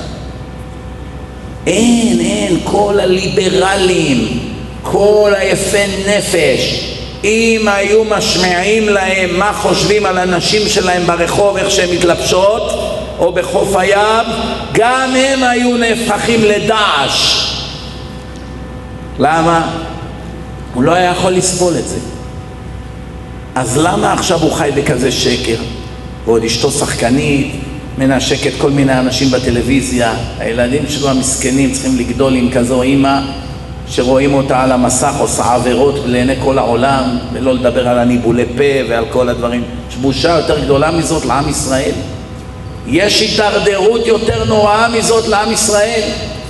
S1: אין, כל הליברלים, כל היפי נפש, אם היו משמיעים להם מה חושבים על הנשים שלהם ברחוב, איך שהן מתלבשות, או בחוף הים, גם הם היו נהפכים לדעש. למה? הוא לא היה יכול לסבול את זה. אז למה עכשיו הוא חי בכזה שקר? ועוד אשתו שחקנית, מנשקת כל מיני אנשים בטלוויזיה. הילדים שלו המסכנים צריכים לגדול עם כזו אמא שרואים אותה על המסך עושה עבירות לעיני כל העולם, ולא לדבר על הניבולי פה ועל כל הדברים. יש בושה יותר גדולה מזאת לעם ישראל? יש התדרדרות יותר נוראה מזאת לעם ישראל?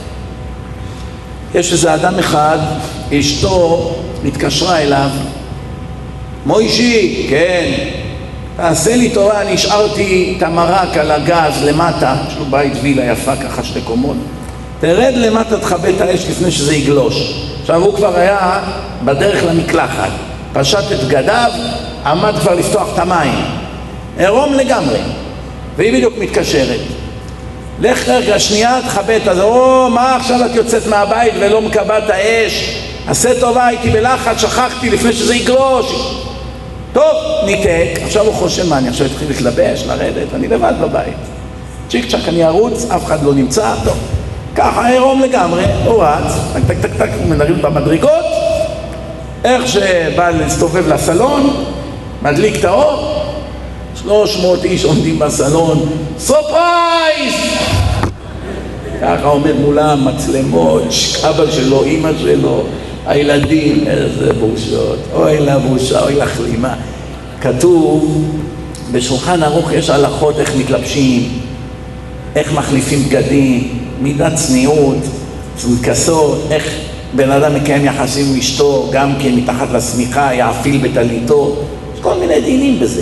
S1: יש איזה אדם אחד, אשתו מתקשרה אליו, מוישי, כן, תעשה לי טובה, אני השארתי את המרק על הגז למטה, יש לו בית וילה יפה ככה 2 קומות, תרד למטה, תכבה את האש לפני שזה יגלוש. עכשיו הוא כבר היה בדרך למקלחת, פשט את בגדיו, עמד כבר לפתוח את המים, עירום לגמרי, והיא בדיוק מתקשרת, לך רגע שנייה, תכבה את זה. מה עכשיו את יוצאת מהבית ולא מקבלת את האש? עשה טובה, הייתי בלחץ, שכחתי לפני שזה יגלוש. טוב, ניתק. עכשיו הוא חושב, מה, אני עכשיו התחיל להתלבש, לרדת, אני לבד בבית. צ'יק צ'ק, אני ארוץ, אף אחד לא נמצא, טוב. ככה עירום לגמרי, הוא רץ, טק טק טק טק, הוא מנרים במדרגות, איך שבא להסתובב לסלון, מדליק את האור, 300 איש עומדים בסלון, סופרייז! ככה עומד מולם מצלמות, אבא שלו, אמא שלו, הילדים, איזה בושות, אוי לבושה, אוי לכלימה. כתוב, בשולחן ערוך יש הלכות איך מתלבשים, איך מחליפים בגדים, מידת צניעות, כסות, איך בן אדם מקיים יחסים עם אשתו, גם כן מתחת לשמיכה, יעפיל בטליתו, יש כל מיני דינים בזה.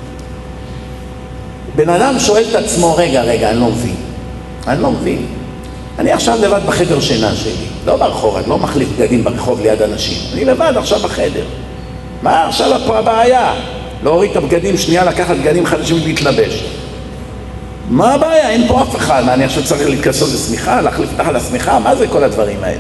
S1: בן אדם שואל את עצמו, רגע, אני לא מבין. אני עכשיו לבד בחדר שינה שלי, לא ברחוב, אני לא מחליף בגדים ברחוב ליד אנשים. אני לבד עכשיו בחדר. מה עכשיו הבעיה? להוריד את הבגדים שנייה, לקחת בגדים חדשים ולהתלבש. מה הבעיה? אין פה אף אחד. אני עכשיו צריך להתכסות לשמיכה, להחליף תחת לשמיכה? מה זה כל הדברים האלה?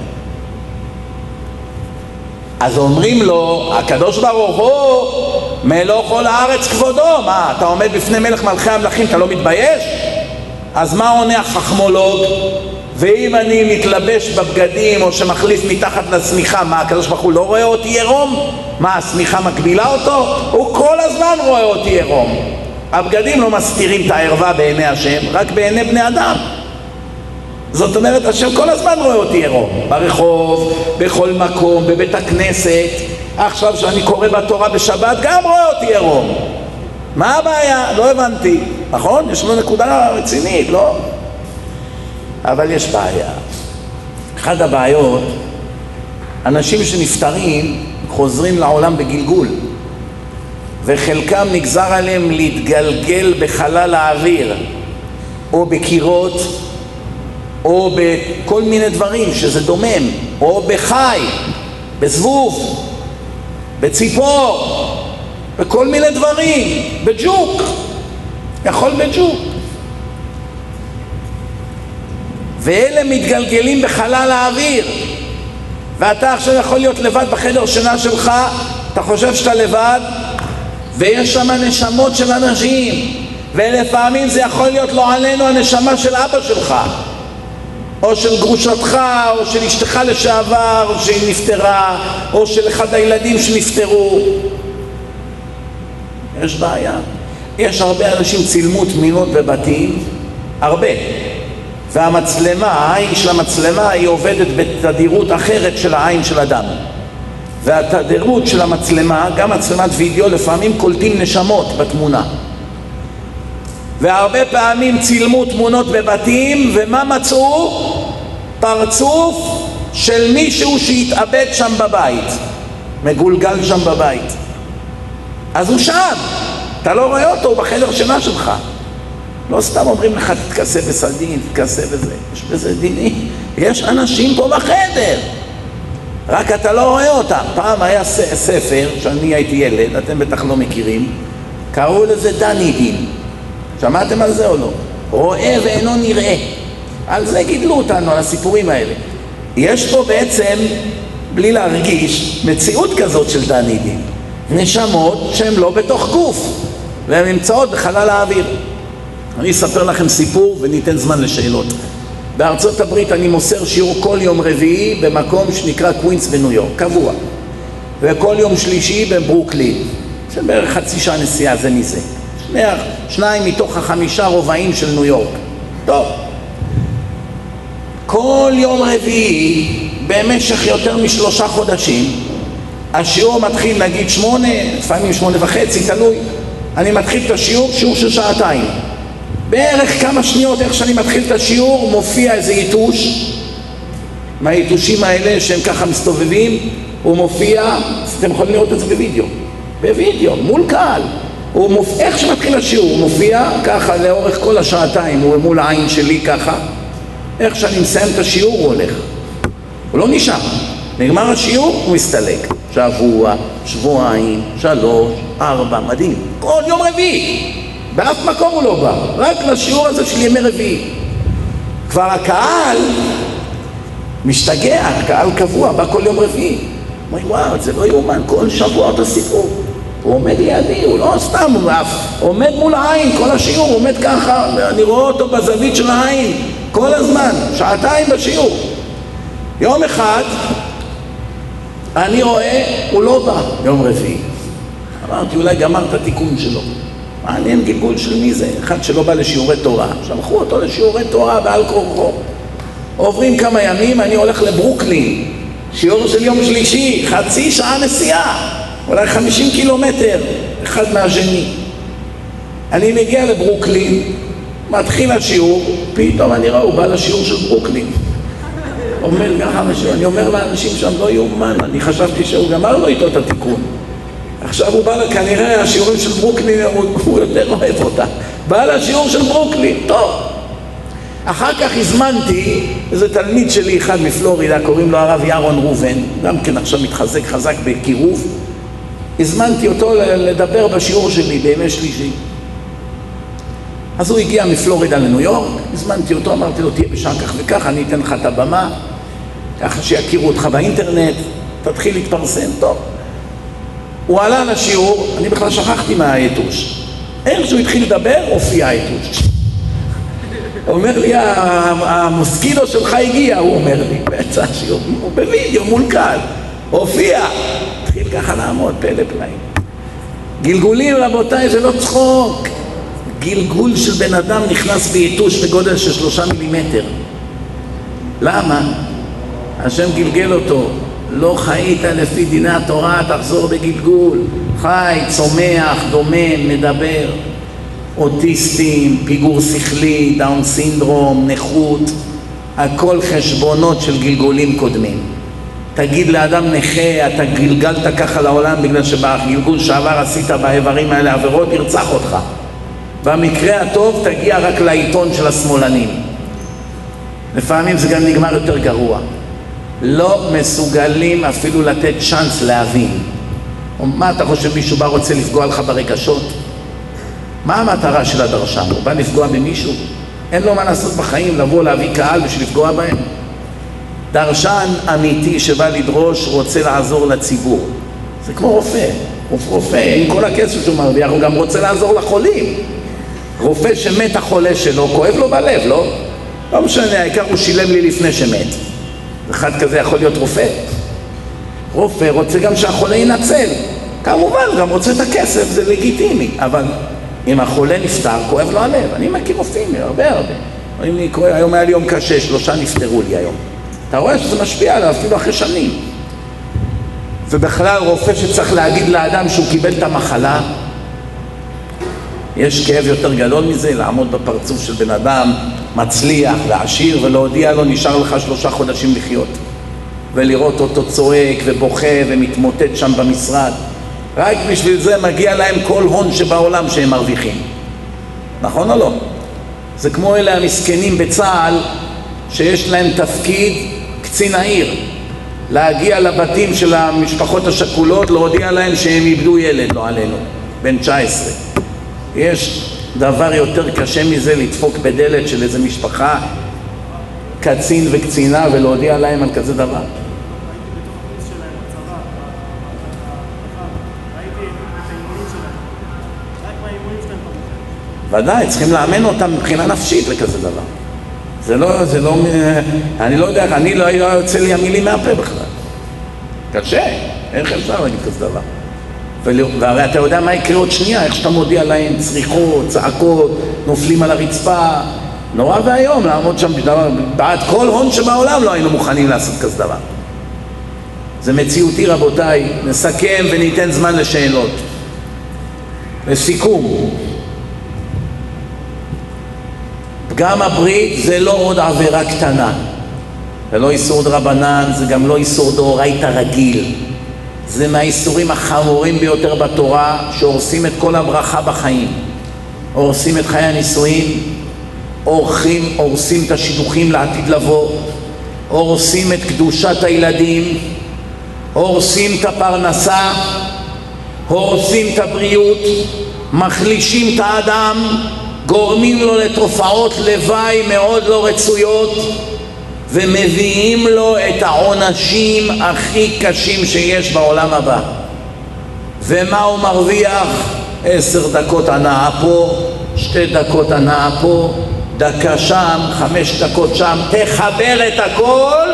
S1: אז אומרים לו, הקדוש ברוך הוא מלוא כל הארץ כבודו. מה, אתה עומד בפני מלך מלכי המלכים, אתה לא מתבייש? אז מה עונה החכמולוג? ואם אני מתלבש בבגדים או שמחליף מתחת לשמיכה, מה, הקדוש ברוך הוא לא רואה אותי עירום? מה, השמיכה מקבילה אותו? הוא כל הזמן רואה אותי עירום. הבגדים לא מסתירים את הערווה בעיני השם, רק בעיני בני אדם. זאת אומרת, השם כל הזמן רואה אותי עירום, ברחוב, בכל מקום, בבית הכנסת. עכשיו שאני קורא בתורה בשבת, גם רואה אותי עירום. מה הבעיה? לא הבנתי. נכון? יש לנו נקודה רצינית, לא? אבל יש בעיה. אחת הבעיות, אנשים שנפטרים חוזרים לעולם בגלגול, וחלקם נגזר עליהם להתגלגל בחלל האוויר, או בקירות, או בכל מיני דברים שזה דומם, או בחי, בזבוב, בציפור, בכל מיני דברים, בג'וק, יכול בג'וק. ואלה מתגלגלים בחלל האוויר, ואתה עכשיו יכול להיות לבד בחדר שינה שלך, אתה חושב שאתה לבד, ויש שם נשמות של אנשים, ולפעמים זה יכול להיות לא עלינו הנשמה של אבא שלך, או של גרושתך, או של אשתך לשעבר, או שהיא נפטרה, או של אחד הילדים שנפטרו. יש בעיה. יש הרבה אנשים צילמו תמימות בבתים, הרבה. והמצלמה, העין של המצלמה היא עובדת בתדירות אחרת של העין של אדם. והתדירות של המצלמה, גם מצלמת וידאו, לפעמים קולטים נשמות בתמונה. והרבה פעמים צילמו תמונות בבתים, ומה מצאו? פרצוף של מישהו שהתאבד שם בבית, מגולגל שם בבית. אז הוא שם, אתה לא רואה אותו, הוא בחדר שינה שלך. לא סתם אומרים לך תתכסה בסדין, תתכסה בזה, יש בזה דיני. יש אנשים פה בחדר, רק אתה לא רואה אותם. פעם היה ספר, שאני הייתי ילד, אתם בטח לא מכירים, קראו לזה דנידין. שמעתם על זה או לא? רואה ואינו נראה. על זה גידלו אותנו, על הסיפורים האלה. יש פה בעצם, בלי להרגיש, מציאות כזאת של דנידין. נשמות שהן לא בתוך גוף, והן נמצאות בחלל האוויר. אני אספר לכם סיפור וניתן זמן לשאלות. בארצות הברית אני מוסר שיעור כל יום רביעי במקום שנקרא קווינס בניו יורק, קבוע. וכל יום שלישי בברוקלין. זה בערך חצי שעה נסיעה זה מזה. שניים מתוך 5 רובעים של ניו יורק. טוב. כל יום רביעי במשך יותר מ3 חודשים, השיעור מתחיל נגיד 8, לפעמים 8:30, תלוי. אני מתחיל את השיעור, שיעור של 2 שעות. בערך כמה שניות איך שאני מתחיל את השיעור מופיע איזה יתוש, מהיתושים האלה שהם ככה מסתובבים, הוא מופיע, אתם יכולים לראות את זה בווידאו, מול קהל. איך שמתחיל השיעור הוא מופיע ככה לאורך כל 2 שעות, הוא מול העין שלי ככה. איך שאני מסיים את השיעור הוא הולך, הוא לא נשאר. נגמר השיעור הוא מסתלק, שבוע, שבועיים, 3, 4, מדהים. כל יום רביעי, באף מקום הוא לא בא, רק לשיעור הזה של ימי רביעי. כבר הקהל משתגע, הקהל קבוע, בא כל יום רביעי. אומרים, וואו, זה לא יאומן, כל שבוע אותו סיפור. הוא עומד לידי, הוא לא סתם, הוא עומד מול העין, כל השיעור הוא עומד ככה, אני רואה אותו בזווית של העין, כל הזמן, 2 שעות בשיעור. יום אחד, אני רואה, הוא לא בא, יום רביעי. אמרתי, אולי גמר את התיקון שלו. מעניין גלגול של מי זה? אחד שלא בא לשיעורי תורה. שלחו אותו לשיעורי תורה בעל כורחו. עוברים כמה ימים, אני הולך לברוקלין. שיעור של יום שלישי, חצי שעה נסיעה. אולי 50 קילומטר, אחד מהשני. אני מגיע לברוקלין, מתחיל השיעור, פתאום אני רואה, הוא בא לשיעור של ברוקלין. אומר ככה משהו, אני אומר לאנשים שם, לא יאומן, אני חשבתי שהוא גמר לו איתו את התיקון. עכשיו הוא בא, כנראה השיעורים של ברוקלין, הוא יותר אוהב אותה. בא לשיעור של ברוקלין, טוב. אחר כך הזמנתי איזה תלמיד שלי אחד מפלורידה, קוראים לו הרב ירון רובן, גם כן עכשיו מתחזק חזק בקירוב. הזמנתי אותו לדבר בשיעור שלי בימי שלישי. אז הוא הגיע מפלורידה לניו יורק, הזמנתי אותו, אמרתי לו, תהיה בשעה כך וכך, אני אתן לך את הבמה, ככה שיכירו אותך באינטרנט, תתחיל להתפרסם, טוב. הוא עלה לשיעור, אני בכלל שכחתי מהיתוש. איך שהוא התחיל לדבר, הופיע היתוש. הוא אומר לי, המוסקיטו שלך הגיע, הוא אומר לי, באמצע השיעור, הוא בווידאו, מול קהל, הופיע. התחיל ככה לעמוד, פלא פלאים. גלגולים, רבותיי, זה לא צחוק. גלגול של בן אדם נכנס ביתוש בגודל של 3 מילימטר. למה? השם גלגל אותו. לא חיית לפי דיני התורה, תחזור בגלגול. חי, צומח, דומם, מדבר. אוטיסטים, פיגור שכלי, דאון סינדרום, נכות. הכל חשבונות של גלגולים קודמים. תגיד לאדם נכה, אתה גלגלת ככה לעולם בגלל שבגלגול שעבר עשית באיברים האלה עבירות, ירצח אותך. במקרה הטוב תגיע רק לעיתון של השמאלנים. לפעמים זה גם נגמר יותר גרוע. לא מסוגלים אפילו לתת צ'אנס להבין. מה אתה חושב, מישהו בא רוצה לפגוע לך ברגשות? מה המטרה של הדרשן? הוא בא לפגוע במישהו? אין לו מה לעשות בחיים, לבוא להביא קהל בשביל לפגוע בהם. דרשן אמיתי שבא לדרוש רוצה לעזור לציבור. זה כמו רופא. רופא עם כל הכסף שהוא מרוויח, הוא גם רוצה לעזור לחולים. רופא שמת החולה שלו, כואב לו בלב, לא? לא משנה, העיקר הוא שילם לי לפני שמת. אחד כזה יכול להיות רופא. רופא רוצה גם שהחולה ינצל. כמובן, גם רוצה את הכסף, זה לגיטימי. אבל אם החולה נפטר, כואב לו הלב. אני מכיר רופאים, הרבה. היום היה לי יום קשה, 3 נפטרו לי היום. אתה רואה שזה משפיע עליו אפילו אחרי שנים. ובכלל רופא שצריך להגיד לאדם שהוא קיבל את המחלה, יש כאב יותר גדול מזה, לעמוד בפרצוף של בן אדם מצליח ועשיר ולהודיע לו נשאר לך 3 חודשים לחיות, ולראות אותו צועק ובוכה ומתמוטט שם במשרד. רק בשביל זה מגיע להם כל הון שבעולם שהם מרוויחים. נכון או לא? זה כמו אלה המסכנים בצה"ל שיש להם תפקיד קצין העיר, להגיע לבתים של המשפחות השכולות, להודיע להם שהם איבדו ילד, לא עלינו, בן 19. יש דבר יותר קשה מזה לדפוק בדלת של איזה משפחה, קצין וקצינה, ולהודיע להם על כזה דבר? ודאי, צריכים לאמן אותם מבחינה נפשית לכזה דבר. זה לא, אני לא יודע, אני לא יוצא לי המילים מהפה בכלל. קשה, איך אפשר להגיד כזה דבר? והרי אתה יודע מה יקרה עוד שנייה, איך שאתה מודיע להם, צריכות, צעקות, נופלים על הרצפה, נורא והיום לעמוד שם בדבר, בעד כל הון שבעולם לא היינו מוכנים לעשות כזה דבר. זה מציאותי רבותיי, נסכם וניתן זמן לשאלות. לסיכום, פגם הברית זה לא עוד עבירה קטנה, זה לא איסור דרבנן, זה גם לא איסור דאורייתא רגיל, זה מהאיסורים החמורים ביותר בתורה, שהורסים את כל הברכה בחיים, הורסים את חיי הנישואים, הורסים את השידוכים לעתיד לבוא, הורסים את קדושת הילדים, הורסים את הפרנסה, הורסים את הבריאות, מחלישים את האדם, גורמים לו לתופעות לוואי מאוד לא רצויות, ומביאים לו את העונשים הכי קשים שיש בעולם הבא. ומה הוא מרוויח? 10 דקות הנאה פה, 2 דקות הנאה פה, דקה שם, 5 דקות שם, תחבר את הכל,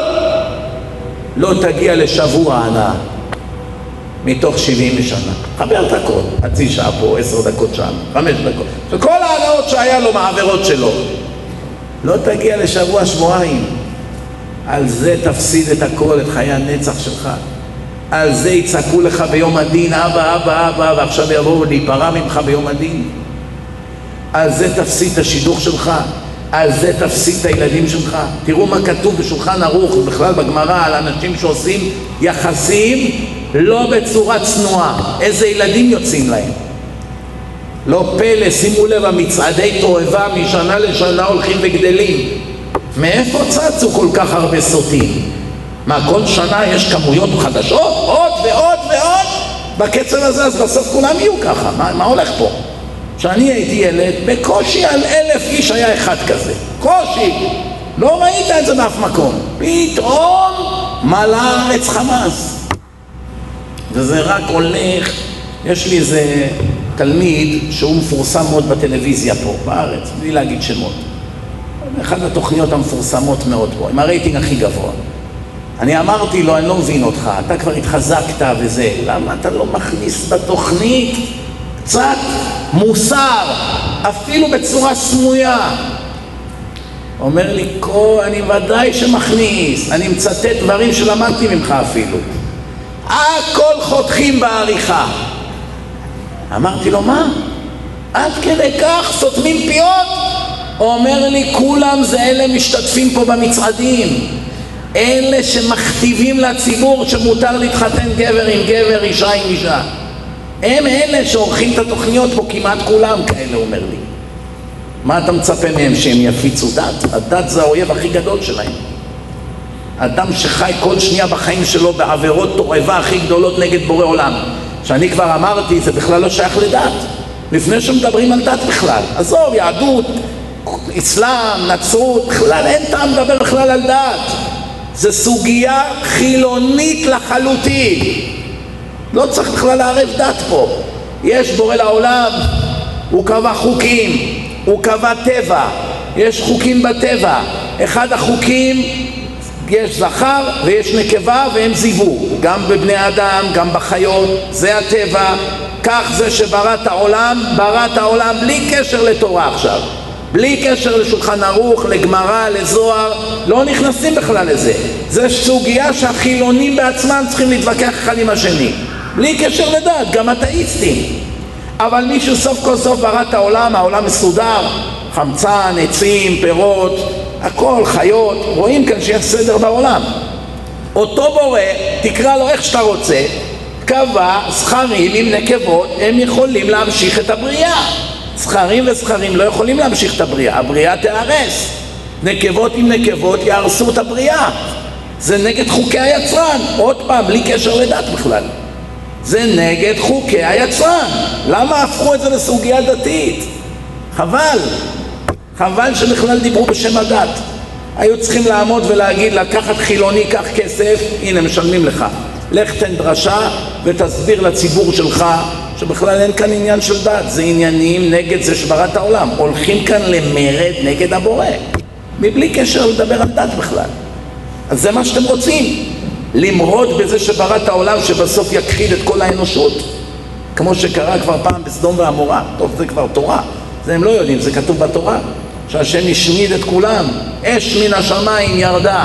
S1: לא תגיע לשבוע הנאה מתוך 70 שנה. חבר את הכל, חצי שעה פה, 10 דקות שם, 5 דקות, וכל ההנאות שהיה לו מהעבירות שלו, לא תגיע לשבוע, שבועיים. על זה תפסיד את הכל, את חיי הנצח שלך. על זה יצעקו לך ביום הדין, אבא, אבא, אבא, ועכשיו יבואו להיפרע ממך ביום הדין. על זה תפסיד את השידוך שלך, על זה תפסיד את הילדים שלך. תראו מה כתוב בשולחן ערוך, בכלל בגמרא, על אנשים שעושים יחסים לא בצורה צנועה. איזה ילדים יוצאים להם. לא פלא, שימו לב, המצעדי תועבה משנה לשנה הולכים וגדלים. מאיפה צצו כל כך הרבה סוטים? מה, כל שנה יש כמויות חדשות? עוד ועוד ועוד? בקצב הזה, אז בסוף כולם יהיו ככה. מה הולך פה? כשאני הייתי ילד, בקושי על 1,000 איש היה אחד כזה. קושי. לא ראית את זה באף מקום. פתאום מלא הארץ חמאס. וזה רק הולך. יש לי איזה תלמיד שהוא מפורסם מאוד בטלוויזיה פה, בארץ, בלי להגיד שמות. אחת התוכניות המפורסמות מאוד פה, עם הרייטינג הכי גבוה. אני אמרתי לו, אני לא מבין אותך, אתה כבר התחזקת וזה, למה אתה לא מכניס בתוכנית קצת מוסר, אפילו בצורה סמויה? אומר לי, אני ודאי שמכניס, אני מצטט דברים שלמדתי ממך אפילו. הכל חותכים בעריכה. אמרתי לו, מה? עד כדי כך סותמים פיות? הוא אומר לי, כולם זה אלה משתתפים פה במצעדים. אלה שמכתיבים לציבור שמותר להתחתן גבר עם גבר, אישה עם אישה. הם אלה שעורכים את התוכניות פה, כמעט כולם כאלה, אומר לי. מה אתה מצפה מהם? שהם יפיצו דת? הדת זה האויב הכי גדול שלהם. אדם שחי כל שנייה בחיים שלו בעבירות תועבה הכי גדולות נגד בורא עולם. שאני כבר אמרתי, זה בכלל לא שייך לדת. לפני שמדברים על דת בכלל. עזוב, יהדות, אסלאם, נצרות, בכלל אין טעם לדבר בכלל על דת. זה סוגיה חילונית לחלוטין. לא צריך בכלל לערב דת פה. יש בורא לעולם, הוא קבע חוקים, הוא קבע טבע, יש חוקים בטבע. אחד החוקים, יש זכר ויש נקבה והם זיוו, גם בבני אדם, גם בחיות, זה הטבע. כך זה שבראת העולם, בראת העולם בלי קשר לתורה עכשיו, בלי קשר לשולחן ערוך, לגמרא, לזוהר, לא נכנסים בכלל לזה. זה סוגיה שהחילונים בעצמם צריכים להתווכח אחד עם השני, בלי קשר לדת, גם אתאיסטים. אבל מישהו סוף כל סוף ברא את העולם, העולם מסודר, חמצן, עצים, פירות, הכל, חיות, רואים כאן שיש סדר בעולם. אותו בורא, תקרא לו איך שאתה רוצה, קבע זכרים עם נקבות, הם יכולים להמשיך את הבריאה. זכרים וזכרים לא יכולים להמשיך את הבריאה, הבריאה תיהרס. נקבות עם נקבות יהרסו את הבריאה. זה נגד חוקי היצרן, עוד פעם, בלי קשר לדת בכלל. זה נגד חוקי היצרן. למה הפכו את זה לסוגיה דתית? חבל. חבל שבכלל דיברו בשם הדת. היו צריכים לעמוד ולהגיד, לקחת חילוני, קח כסף, הנה משלמים לך. לך תן דרשה ותסביר לציבור שלך שבכלל אין כאן עניין של דת, זה עניינים נגד זה שבראת העולם. הולכים כאן למרד נגד הבורא, מבלי קשר לדבר על דת בכלל. אז זה מה שאתם רוצים, למרוד בזה שבראת העולם שבסוף יכחיד את כל האנושות, כמו שקרה כבר פעם בסדום ועמורה. טוב, זה כבר תורה, זה הם לא יודעים, זה כתוב בתורה, שהשם השמיד את כולם, אש מן השמיים ירדה.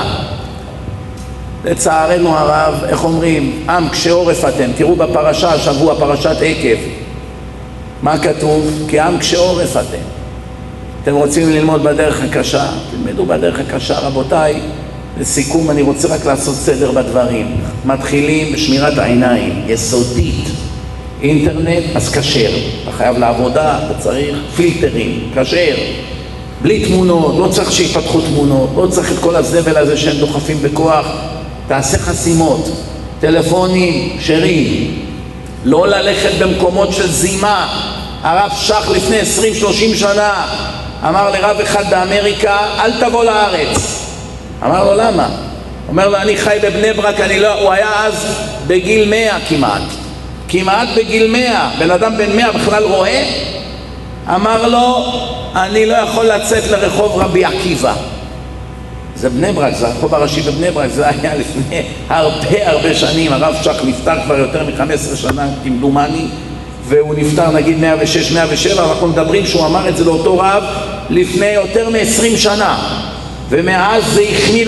S1: לצערנו הרב, איך אומרים? עם קשה עורף אתם. תראו בפרשה השבוע, פרשת עקב, מה כתוב? כי עם קשה עורף אתם. אתם רוצים ללמוד בדרך הקשה? תלמדו בדרך הקשה, רבותיי. לסיכום, אני רוצה רק לעשות סדר בדברים. מתחילים בשמירת העיניים, יסודית. אינטרנט, אז כשר. אתה חייב לעבודה, אתה צריך פילטרים, כשר. בלי תמונות, לא צריך שיפתחו תמונות, לא צריך את כל הזבל הזה שהם דוחפים בכוח. תעשה חסימות, טלפונים שרים, לא ללכת במקומות של זימה. הרב שך לפני 20-30 שנה אמר לרב אחד באמריקה, אל תבוא לארץ. אמר לו למה? אומר לו, אני חי בבני ברק, הוא היה אז בגיל 100 כמעט בגיל 100, בן אדם בן 100 בכלל רואה? אמר לו, אני לא יכול לצאת לרחוב רבי עקיבא. זה בני ברק, זה הרחוב הראשי בבני ברק, זה היה לפני הרבה שנים. הרב שך נפטר כבר יותר מ-15 שנה כמדומני, והוא נפטר נגיד 106, 107, אנחנו מדברים שהוא אמר את זה לאותו רב לפני יותר מ-20 שנה, ומאז זה החמיר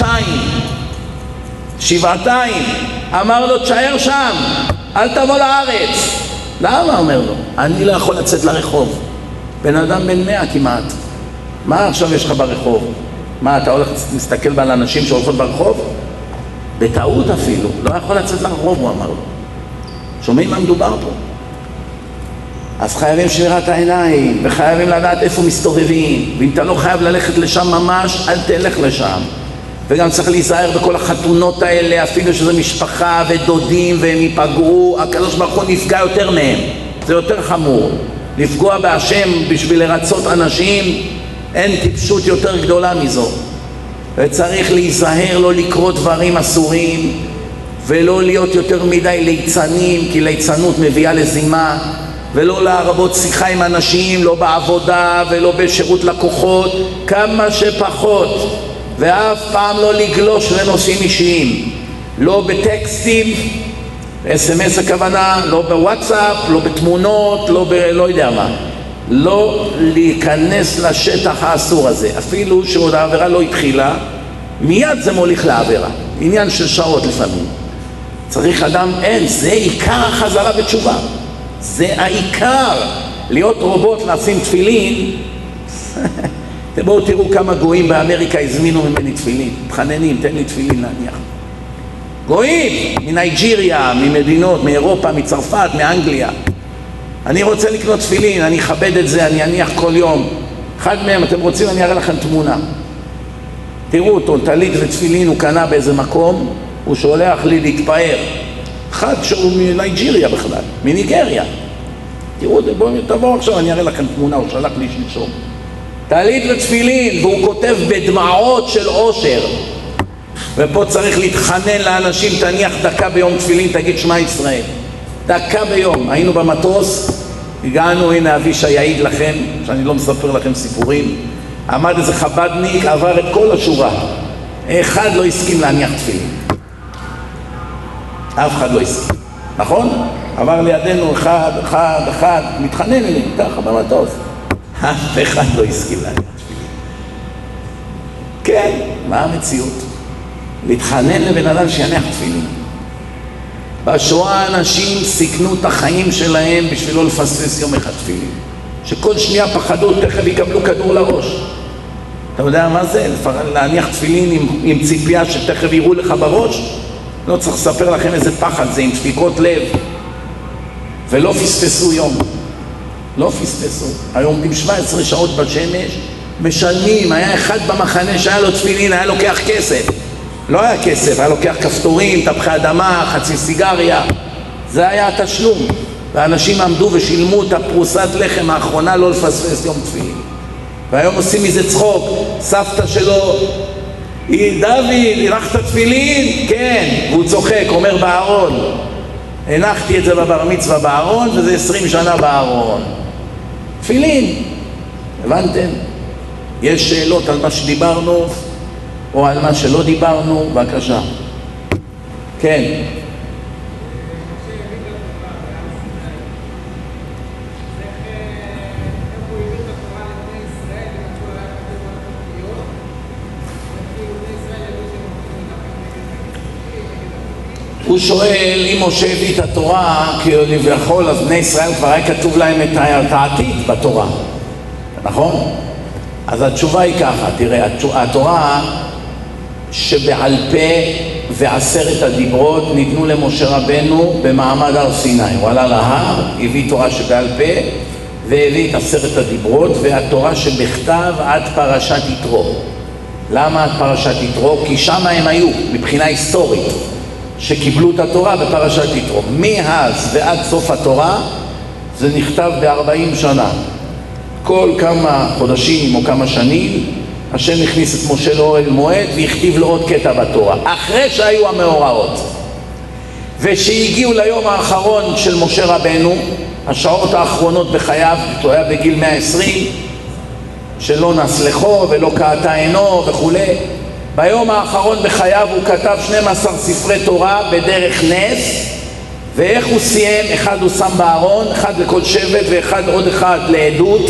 S1: שבעתיים. אמר לו, תשאר שם, אל תבוא לארץ. למה? אומר לו, אני לא יכול לצאת לרחוב. בן אדם בן 100 כמעט, מה עכשיו יש לך ברחוב? מה, אתה הולך להסתכל על אנשים שהולכות ברחוב? בטעות אפילו, לא יכול לצאת לרחוב, הוא אמר לו. שומעים מה מדובר פה? אז חייבים שמירת העיניים, וחייבים לדעת איפה מסתובבים, ואם אתה לא חייב ללכת לשם ממש, אל תלך לשם. וגם צריך להיזהר בכל החתונות האלה, אפילו שזה משפחה ודודים והם ייפגעו, הקדוש ברוך הוא נפגע יותר מהם, זה יותר חמור. לפגוע בהשם בשביל לרצות אנשים, אין טיפשות יותר גדולה מזו. וצריך להיזהר לא לקרוא דברים אסורים, ולא להיות יותר מדי ליצנים, כי ליצנות מביאה לזימה, ולא להרבות שיחה עם אנשים, לא בעבודה ולא בשירות לקוחות, כמה שפחות, ואף פעם לא לגלוש לנושאים אישיים, לא בטקסטים, ב-SMS הכוונה, לא בוואטסאפ, לא בתמונות, לא יודע מה. לא להיכנס לשטח האסור הזה, אפילו שעוד העבירה לא התחילה, מיד זה מוליך לעבירה, עניין של שעות לפעמים. צריך אדם, זה עיקר החזרה בתשובה, זה העיקר. להיות רובוט לשים תפילין בואו תראו כמה גויים באמריקה הזמינו ממני תפילין, מתחננים, תן לי תפילין להניח. גויים מנייג'יריה, ממדינות, מאירופה, מצרפת, מאנגליה. אני רוצה לקנות תפילין, אני אכבד את זה, אני אניח כל יום. אחד מהם, אתם רוצים, אני אראה לכם תמונה. תראו אותו, טלית ותפילין, הוא קנה באיזה מקום, הוא שולח לי להתפאר. אחד שהוא מנייג'יריה בכלל, מניגריה. תראו, בואו תבואו עכשיו, אני אראה לכם תמונה, הוא שלח לי שלשום. טלית ותפילין, והוא כותב בדמעות של אושר. ופה צריך להתחנן לאנשים, תניח דקה ביום תפילין, תגיד שמע ישראל. דקה ביום. היינו במטוס, הגענו, הנה אבישי יעיד לכם, שאני לא מספר לכם סיפורים. עמד איזה חבדניק, עבר את כל השורה. אחד לא הסכים להניח תפילין. אף אחד לא הסכים. נכון? עבר לידינו אחד, מתחנן אלינו, ככה במטוס. אף אחד לא הסכים להניח תפילין. כן, מה המציאות? להתחנן לבן אדם שיניח תפילין. בשואה אנשים סיכנו את החיים שלהם בשביל לא לפספס יום אחד תפילין. שכל שנייה פחדו, תכף יקבלו כדור לראש. אתה יודע מה זה? להניח תפילין עם ציפייה שתכף יראו לך בראש? לא צריך לספר לכם איזה פחד זה, עם דפיקות לב. ולא פספסו יום. לא פספסו. היום עומדים 17 שעות בשמש, משלמים. היה אחד במחנה שהיה לו תפילין, היה לוקח כסף. לא היה כסף, היה לוקח כפתורים, תפחי אדמה, חצי סיגריה. זה היה התשלום. ואנשים עמדו ושילמו את הפרוסת לחם האחרונה לא לפספס יום תפילין. והיום עושים מזה צחוק. סבתא שלו, דוד, הנחת תפילין? כן. והוא צוחק, אומר בארון. הנחתי את זה בבר מצווה בארון, וזה 20 שנה בארון. תפילין. הבנתם? יש שאלות על מה שדיברנו, או על מה שלא דיברנו, בבקשה. כן. הוא שואל, אם משה הביא את התורה כביכול, אז בני ישראל כבר היה כתוב להם את העתיד בתורה, נכון? אז התשובה היא ככה, תראה, התורה שבעל פה ועשרת הדיברות ניתנו למשה רבנו במעמד הר סיני. הוא עלה להר, הביא תורה שבעל פה והביא את עשרת הדיברות, והתורה שבכתב עד פרשת יתרו. למה עד פרשת יתרו? כי שם הם היו, מבחינה היסטורית, שקיבלו את התורה בפרשת יתרו. מאז ועד סוף התורה זה נכתב ב-40 שנה. כל כמה חודשים או כמה שנים השם הכניס את משה לאוהל מועד והכתיב לו עוד קטע בתורה, אחרי שהיו המאורעות. ושהגיעו ליום האחרון של משה רבנו, השעות האחרונות בחייו, הוא היה בגיל 120, שלא נסלחו ולא קעתה עינו וכו'. ביום האחרון בחייו הוא כתב 12 ספרי תורה בדרך נס. ואיך הוא סיים? אחד הוא שם בארון, אחד לכל שבט ואחד עוד אחד לעדות.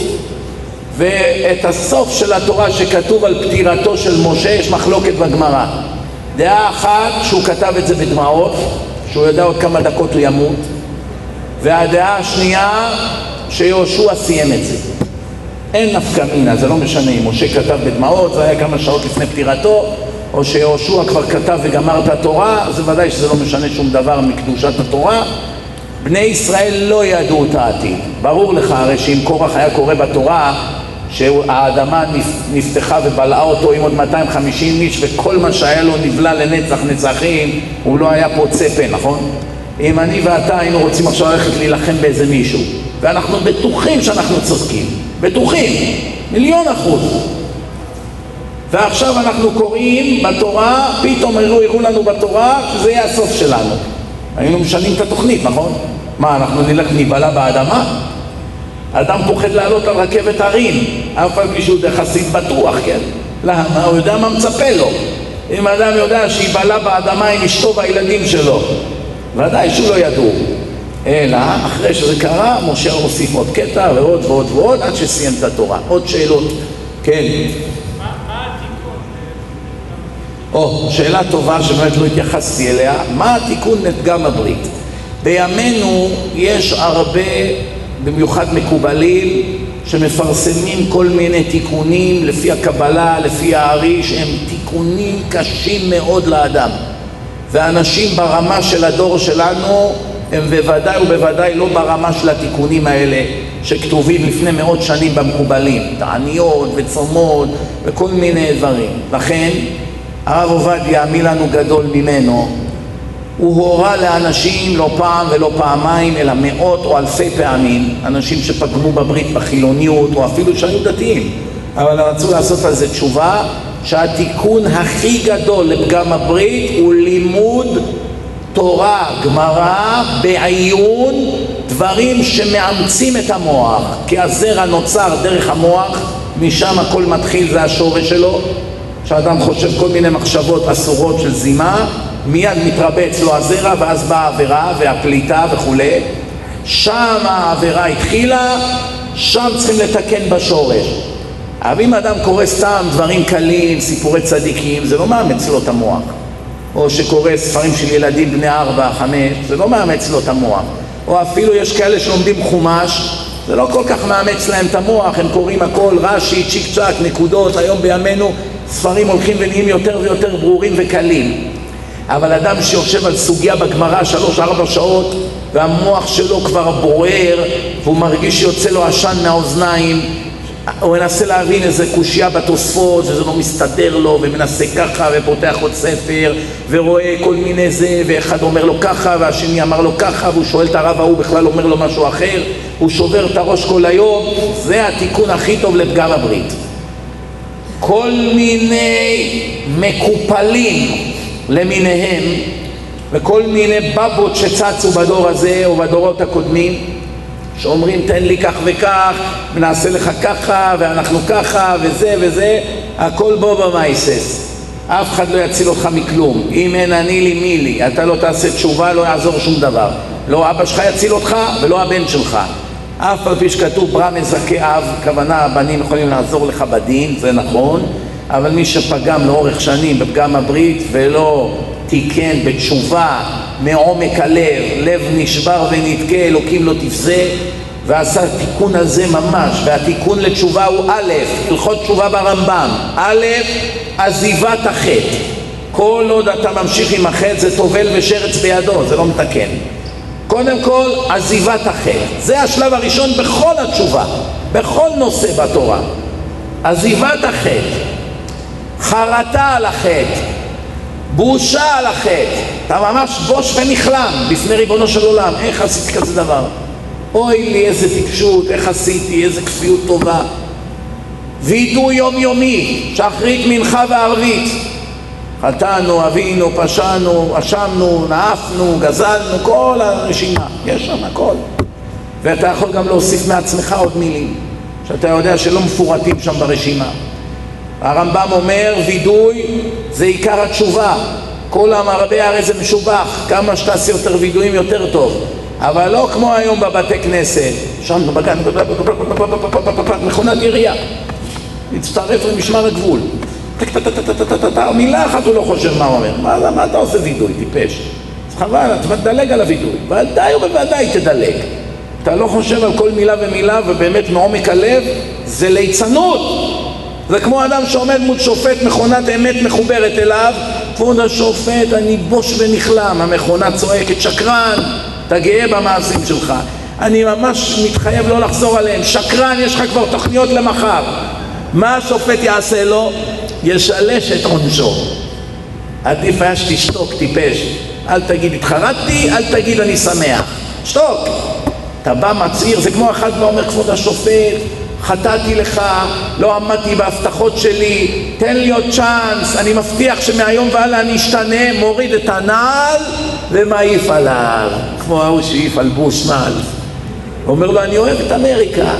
S1: ואת הסוף של התורה שכתוב על פטירתו של משה יש מחלוקת בגמרא. דעה אחת שהוא כתב את זה בדמעות, שהוא יודע עוד כמה דקות הוא ימות, והדעה השנייה שיהושע סיים את זה. אין נפקא מינה, זה לא משנה אם משה כתב בדמעות, זה היה כמה שעות לפני פטירתו, או שיהושע כבר כתב וגמר את התורה, זה ודאי שזה לא משנה שום דבר מקדושת התורה. בני ישראל לא ידעו את העתיד. ברור לך הרי שאם קורח היה קורא בתורה שהאדמה נפתחה ובלעה אותו עם עוד 250 איש וכל מה שהיה לו נבלע לנצח נצחים, הוא לא היה פוצה פה, נכון? אם אני ואתה היינו רוצים עכשיו ללכת להילחם באיזה מישהו ואנחנו בטוחים שאנחנו צודקים, בטוחים, 1,000,000%, ועכשיו אנחנו קוראים בתורה, פתאום הראו לנו בתורה שזה יהיה הסוף שלנו, היינו משנים את התוכנית, נכון? מה, אנחנו נלך ניבלה באדמה? אדם פוחד לעלות על רכבת הרים, אף על פי שהוא חסיד בטוח, כן? למה? הוא יודע מה מצפה לו. אם אדם יודע שיבלה באדמה עם אשתו והילדים שלו, ודאי שהוא לא ידעו. אלא, אחרי שזה קרה, משה הוסיף עוד קטע ועוד ועוד ועוד, עד שסיים את התורה. עוד שאלות? כן.
S2: מה התיקון?
S1: שאלה טובה שבאמת לא התייחסתי אליה. מה התיקון לפגם הברית? בימינו יש הרבה, במיוחד מקובלים, שמפרסמים כל מיני תיקונים לפי הקבלה, לפי הארי, שהם תיקונים קשים מאוד לאדם. ואנשים ברמה של הדור שלנו הם בוודאי ובוודאי לא ברמה של התיקונים האלה שכתובים לפני מאות שנים במקובלים, תעניות וצומות וכל מיני דברים. לכן הרב עובדיה, מי לנו גדול ממנו, הוא הורה לאנשים לא פעם ולא פעמיים אלא מאות או אלפי פעמים, אנשים שפגמו בברית בחילוניות או אפילו שהיו דתיים אבל רצו לעשות על זה תשובה, שהתיקון הכי גדול לפגם הברית הוא לימוד תורה, גמרא, בעיון, דברים שמאמצים את המוח, כי הזרע נוצר דרך המוח, משם הכל מתחיל, זה השורש שלו. כשאדם חושב כל מיני מחשבות אסורות של זימה, מיד מתרבה אצלו הזרע, ואז באה העבירה והפליטה וכו'. שם העבירה התחילה, שם צריכים לתקן בשורש. אבל אם אדם קורא סתם דברים קלים, סיפורי צדיקים, זה לא מאמץ לו את המוח. או שקורא ספרים של ילדים בני 4, 5, זה לא מאמץ לו את המוח. או אפילו יש כאלה שלומדים חומש, זה לא כל כך מאמץ להם את המוח, הם קוראים הכל רש"י, צ'יק צ'ק, נקודות. היום בימינו ספרים הולכים ונהיים יותר ויותר ברורים וקלים. אבל אדם שיושב על סוגיה בגמרא 3-4 שעות והמוח שלו כבר בוער והוא מרגיש שיוצא לו עשן מהאוזניים, הוא מנסה להבין איזה קושיה בתוספות וזה לא מסתדר לו, ומנסה ככה ופותח עוד ספר ורואה כל מיני זה, ואחד אומר לו ככה והשני אמר לו ככה, והוא שואל את הרב ההוא, בכלל אומר לו משהו אחר, הוא שובר את הראש כל היום. זה התיקון הכי טוב לפגם הברית. כל מיני מקופלים למיניהם וכל מיני בבות שצצו בדור הזה או בדורות הקודמים, שאומרים תן לי כך וכך ונעשה לך ככה ואנחנו ככה וזה וזה, הכל בו במייסס. אף אחד לא יציל אותך מכלום. אם אין אני לי מי לי, אתה לא תעשה תשובה, לא יעזור שום דבר. לא אבא שלך יציל אותך ולא הבן שלך. אף על פי שכתוב ברא מזכה אב, כוונה הבנים יכולים לעזור לך בדין, זה נכון, אבל מי שפגם לאורך שנים בפגם הברית ולא תיקן בתשובה מעומק הלב, לב נשבר ונתקה, אלוקים לא תפזה, ועשה תיקון על זה ממש. והתיקון לתשובה הוא א', הלכות תשובה ברמב"ם, א', עזיבת החטא. כל עוד אתה ממשיך עם החטא זה טובל ושרץ בידו, זה לא מתקן. קודם כל עזיבת החטא, זה השלב הראשון בכל התשובה, בכל נושא בתורה. עזיבת החטא, חרטה על החטא, בושה על החטא. אתה ממש בוש ונכלם בפני ריבונו של עולם, איך עשיתי כזה דבר? אוי לי איזה טיפשות, איך עשיתי, איזה כפיות טובה. וידוי יומיומי, שחרית מנחה וערבית. חטאנו, אבינו, פשענו, אשמנו, נאפנו, גזלנו, כל הרשימה, יש שם הכל. ואתה יכול גם להוסיף מעצמך עוד מילים שאתה יודע שלא מפורטים שם ברשימה. הרמב"ם אומר וידוי זה עיקר התשובה. כל המרבה הרי זה משובח, כמה שתעשי יותר וידויים יותר טוב, אבל לא כמו היום בבתי כנסת, שם בגן מכונת ירייה, להצטרף למשמר הגבול, מילה אחת הוא לא חושב מה הוא אומר. מה אתה עושה וידוי, טיפש? חבל, אתה תדלג על הוידוי, ודאי ובוודאי תדלג. אתה לא חושב על כל מילה ומילה, ובאמת מעומק הלב זה ליצנות. זה כמו אדם שעומד מול שופט, מכונת אמת מחוברת אליו, כבוד השופט אני בוש ונכלם, המכונה צועקת שקרן, אתה גאה במעשים שלך, אני ממש מתחייב לא לחזור עליהם, שקרן, יש לך כבר תוכניות למחר. מה השופט יעשה לו? ישלש את עונשו. עדיף היה שתשתוק, טיפש, אל תגיד התחרטתי, אל תגיד אני שמח, שתוק. אתה בא מצעיר, זה כמו אחד ואומר כבוד השופט חטאתי לך, לא עמדתי בהבטחות שלי, תן לי עוד צ'אנס, אני מבטיח שמהיום והלאה אני אשתנה. מוריד את הנעל ומעיף עליו, כמו ההוא שהעיף על בוש נעל, אומר לו אני אוהב את אמריקה.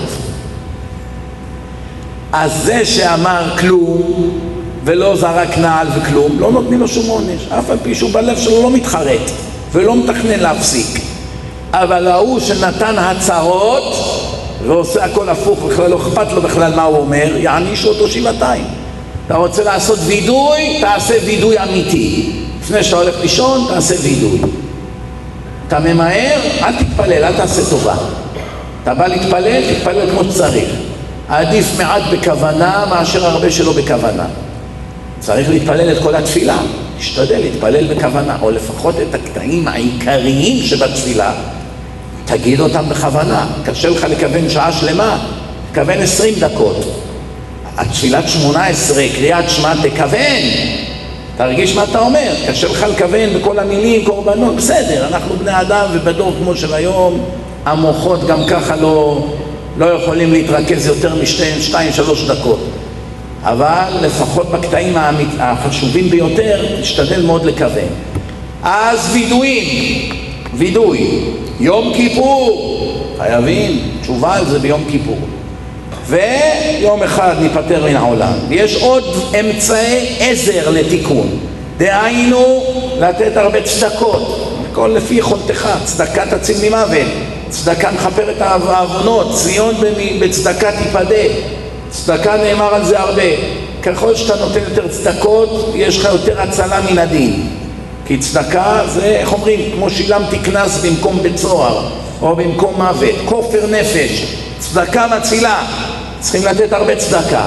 S1: אז זה שאמר כלום ולא זרק נעל וכלום, לא נותנים לו שום עונש, אף על פי שהוא בלב שלו לא מתחרט ולא מתכנן להפסיק. אבל ההוא שנתן הצהרות ועושה הכל הפוך, בכלל לא אכפת לו בכלל מה הוא אומר, יענישו אותו שבעתיים. אתה רוצה לעשות וידוי, תעשה וידוי אמיתי. לפני שאתה הולך לישון, תעשה וידוי. אתה ממהר, אל תתפלל, אל תעשה טובה. אתה בא להתפלל, תתפלל כמו שצריך. עדיף מעט בכוונה מאשר הרבה שלא בכוונה. צריך להתפלל את כל התפילה, תשתדל להתפלל בכוונה, או לפחות את הקטעים העיקריים שבתפילה, תגיד אותם בכוונה. קשה לך לכוון שעה שלמה, תכוון 20 דקות. התפילת 18, קריאת שמע, תכוון, תרגיש מה אתה אומר. קשה לך לכוון בכל המילים, קורבנות, בסדר, אנחנו בני אדם, ובדור כמו של היום, המוחות גם ככה לא יכולים להתרכז יותר מ2-3 דקות. אבל לפחות בקטעים החשובים ביותר, תשתדל מאוד לכוון. אז וידוי, יום כיפור, חייבים תשובה על זה ביום כיפור. ויום אחד ניפטר מן העולם. יש עוד אמצעי עזר לתיקון. דהיינו, לתת הרבה צדקות. הכל לפי יכולתך, צדקה תציל ממוות. צדקה מכפר את העוונות, ציון בצדקה תיפדה. צדקה נאמר על זה הרבה. ככל שאתה נותן יותר צדקות, יש לך יותר הצלה מן הדין. כי צדקה זה, איך אומרים, כמו שילמתי קנס במקום בית סוהר, או במקום מוות, כופר נפש. צדקה מצילה, צריכים לתת הרבה צדקה.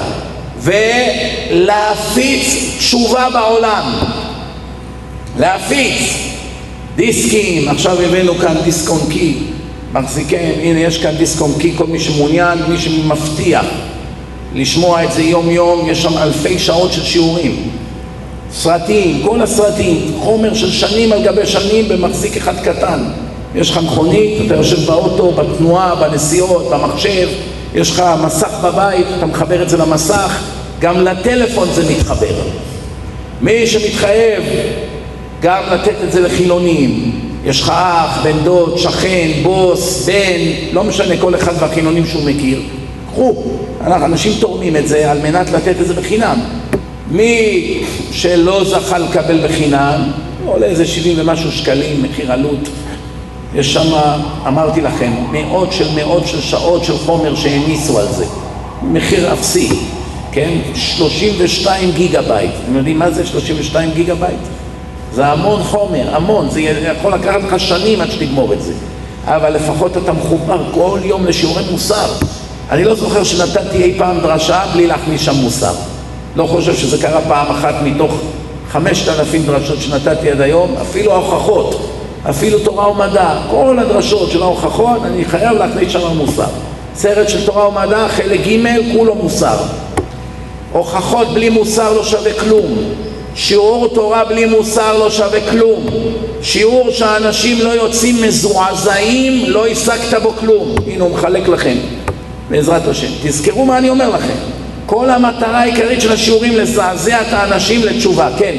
S1: ולהפיץ תשובה בעולם. להפיץ דיסקים, עכשיו הבאנו כאן דיסק און קי. מחזיקים, הנה יש כאן דיסק און קי, כל מי שמעוניין, מי שמבטיח לשמוע את זה יום יום, יש שם אלפי שעות של שיעורים. סרטים, כל הסרטים, חומר של שנים על גבי שנים במחזיק אחד קטן. יש לך מכונית, אתה יושב באוטו, בתנועה, בנסיעות, במחשב, יש לך מסך בבית, אתה מחבר את זה למסך, גם לטלפון זה מתחבר. מי שמתחייב גם לתת את זה לחילונים, יש לך אח, בן דוד, שכן, בוס, בן, לא משנה, כל אחד והחילונים שהוא מכיר, קחו, אנשים תורמים את זה על מנת לתת את זה בחינם. מי שלא זכה לקבל בחינם, עולה איזה 70 ומשהו שקלים, מחיר עלות. יש שם, אמרתי לכם, מאות של שעות של חומר שהניסו על זה. מחיר אפסי, כן? 32 גיגה בייט. אתם יודעים מה זה 32 גיגה בייט? זה המון חומר, המון. זה יכול לקחת לך שנים עד שתגמור את זה. אבל לפחות אתה מחובר כל יום לשיעורי מוסר. אני לא זוכר שנתתי אי פעם דרשה בלי להכניס שם מוסר. לא חושב שזה קרה פעם אחת מתוך 5,000 דרשות שנתתי עד היום, אפילו ההוכחות, אפילו תורה ומדע, כל הדרשות של ההוכחות, אני חייב להכניס שם מוסר. סרט של תורה ומדע, חלק ג' כולו מוסר. הוכחות בלי מוסר לא שווה כלום. שיעור תורה בלי מוסר לא שווה כלום. שיעור שהאנשים לא יוצאים מזועזעים, לא השגת בו כלום. הנה הוא מחלק לכם, בעזרת השם. תזכרו מה אני אומר לכם. כל המטרה העיקרית של השיעורים לזעזע את האנשים לתשובה, כן.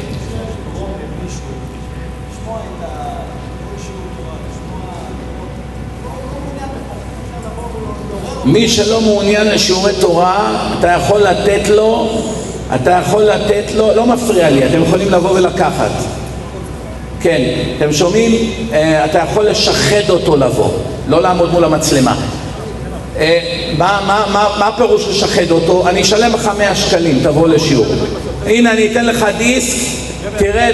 S1: מי שלא מעוניין לשיעורי תורה, אתה יכול לתת לו, לא מפריע לי, אתם יכולים לבוא ולקחת. כן, אתם שומעים? אתה יכול לשחד אותו לבוא, לא לעמוד מול המצלמה. מה פירוש לשחד אותו? אני אשלם לך 100 שקלים, תבוא לשיעור. הנה אני אתן לך דיסק, תראה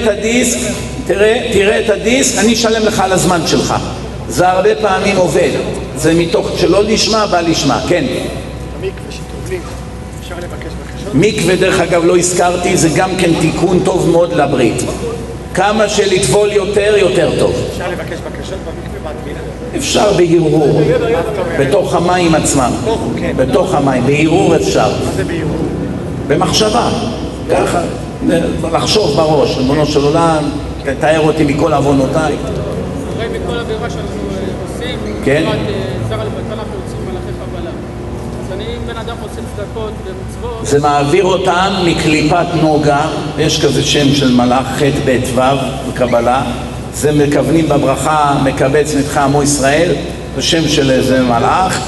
S1: את הדיסק, אני אשלם לך על הזמן שלך. זה הרבה פעמים עובד, זה מתוך שלא לשמה בא לשמה, כן.
S2: המקווה שטובלים, אפשר לבקש בקשות?
S1: מקווה דרך אגב לא הזכרתי, זה גם כן תיקון טוב מאוד לברית. כמה שלטבול יותר טוב.
S2: אפשר לבקש בקשות במקווה בעתמידה?
S1: אפשר בהרהור, בתוך המים עצמם, בתוך המים, בהרהור אפשר.
S2: מה זה בהרהור?
S1: במחשבה, ככה, לחשוב בראש, ריבונו של עולם, תתאר אותי מכל עוונותיי.
S3: הרי מכל עבירה שאנחנו עושים,
S1: כן?
S3: זר לבטלה אנחנו יוצאים מלאכי חבלה. אז אני בן אדם עושה צדקות ומצוות.
S1: זה מעביר אותם מקליפת נוגה, יש כזה שם של מלאך ח' ב' ו' בקבלה, זה מכוונים בברכה מקבץ מתך עמו ישראל, זה שם של איזה מלאך,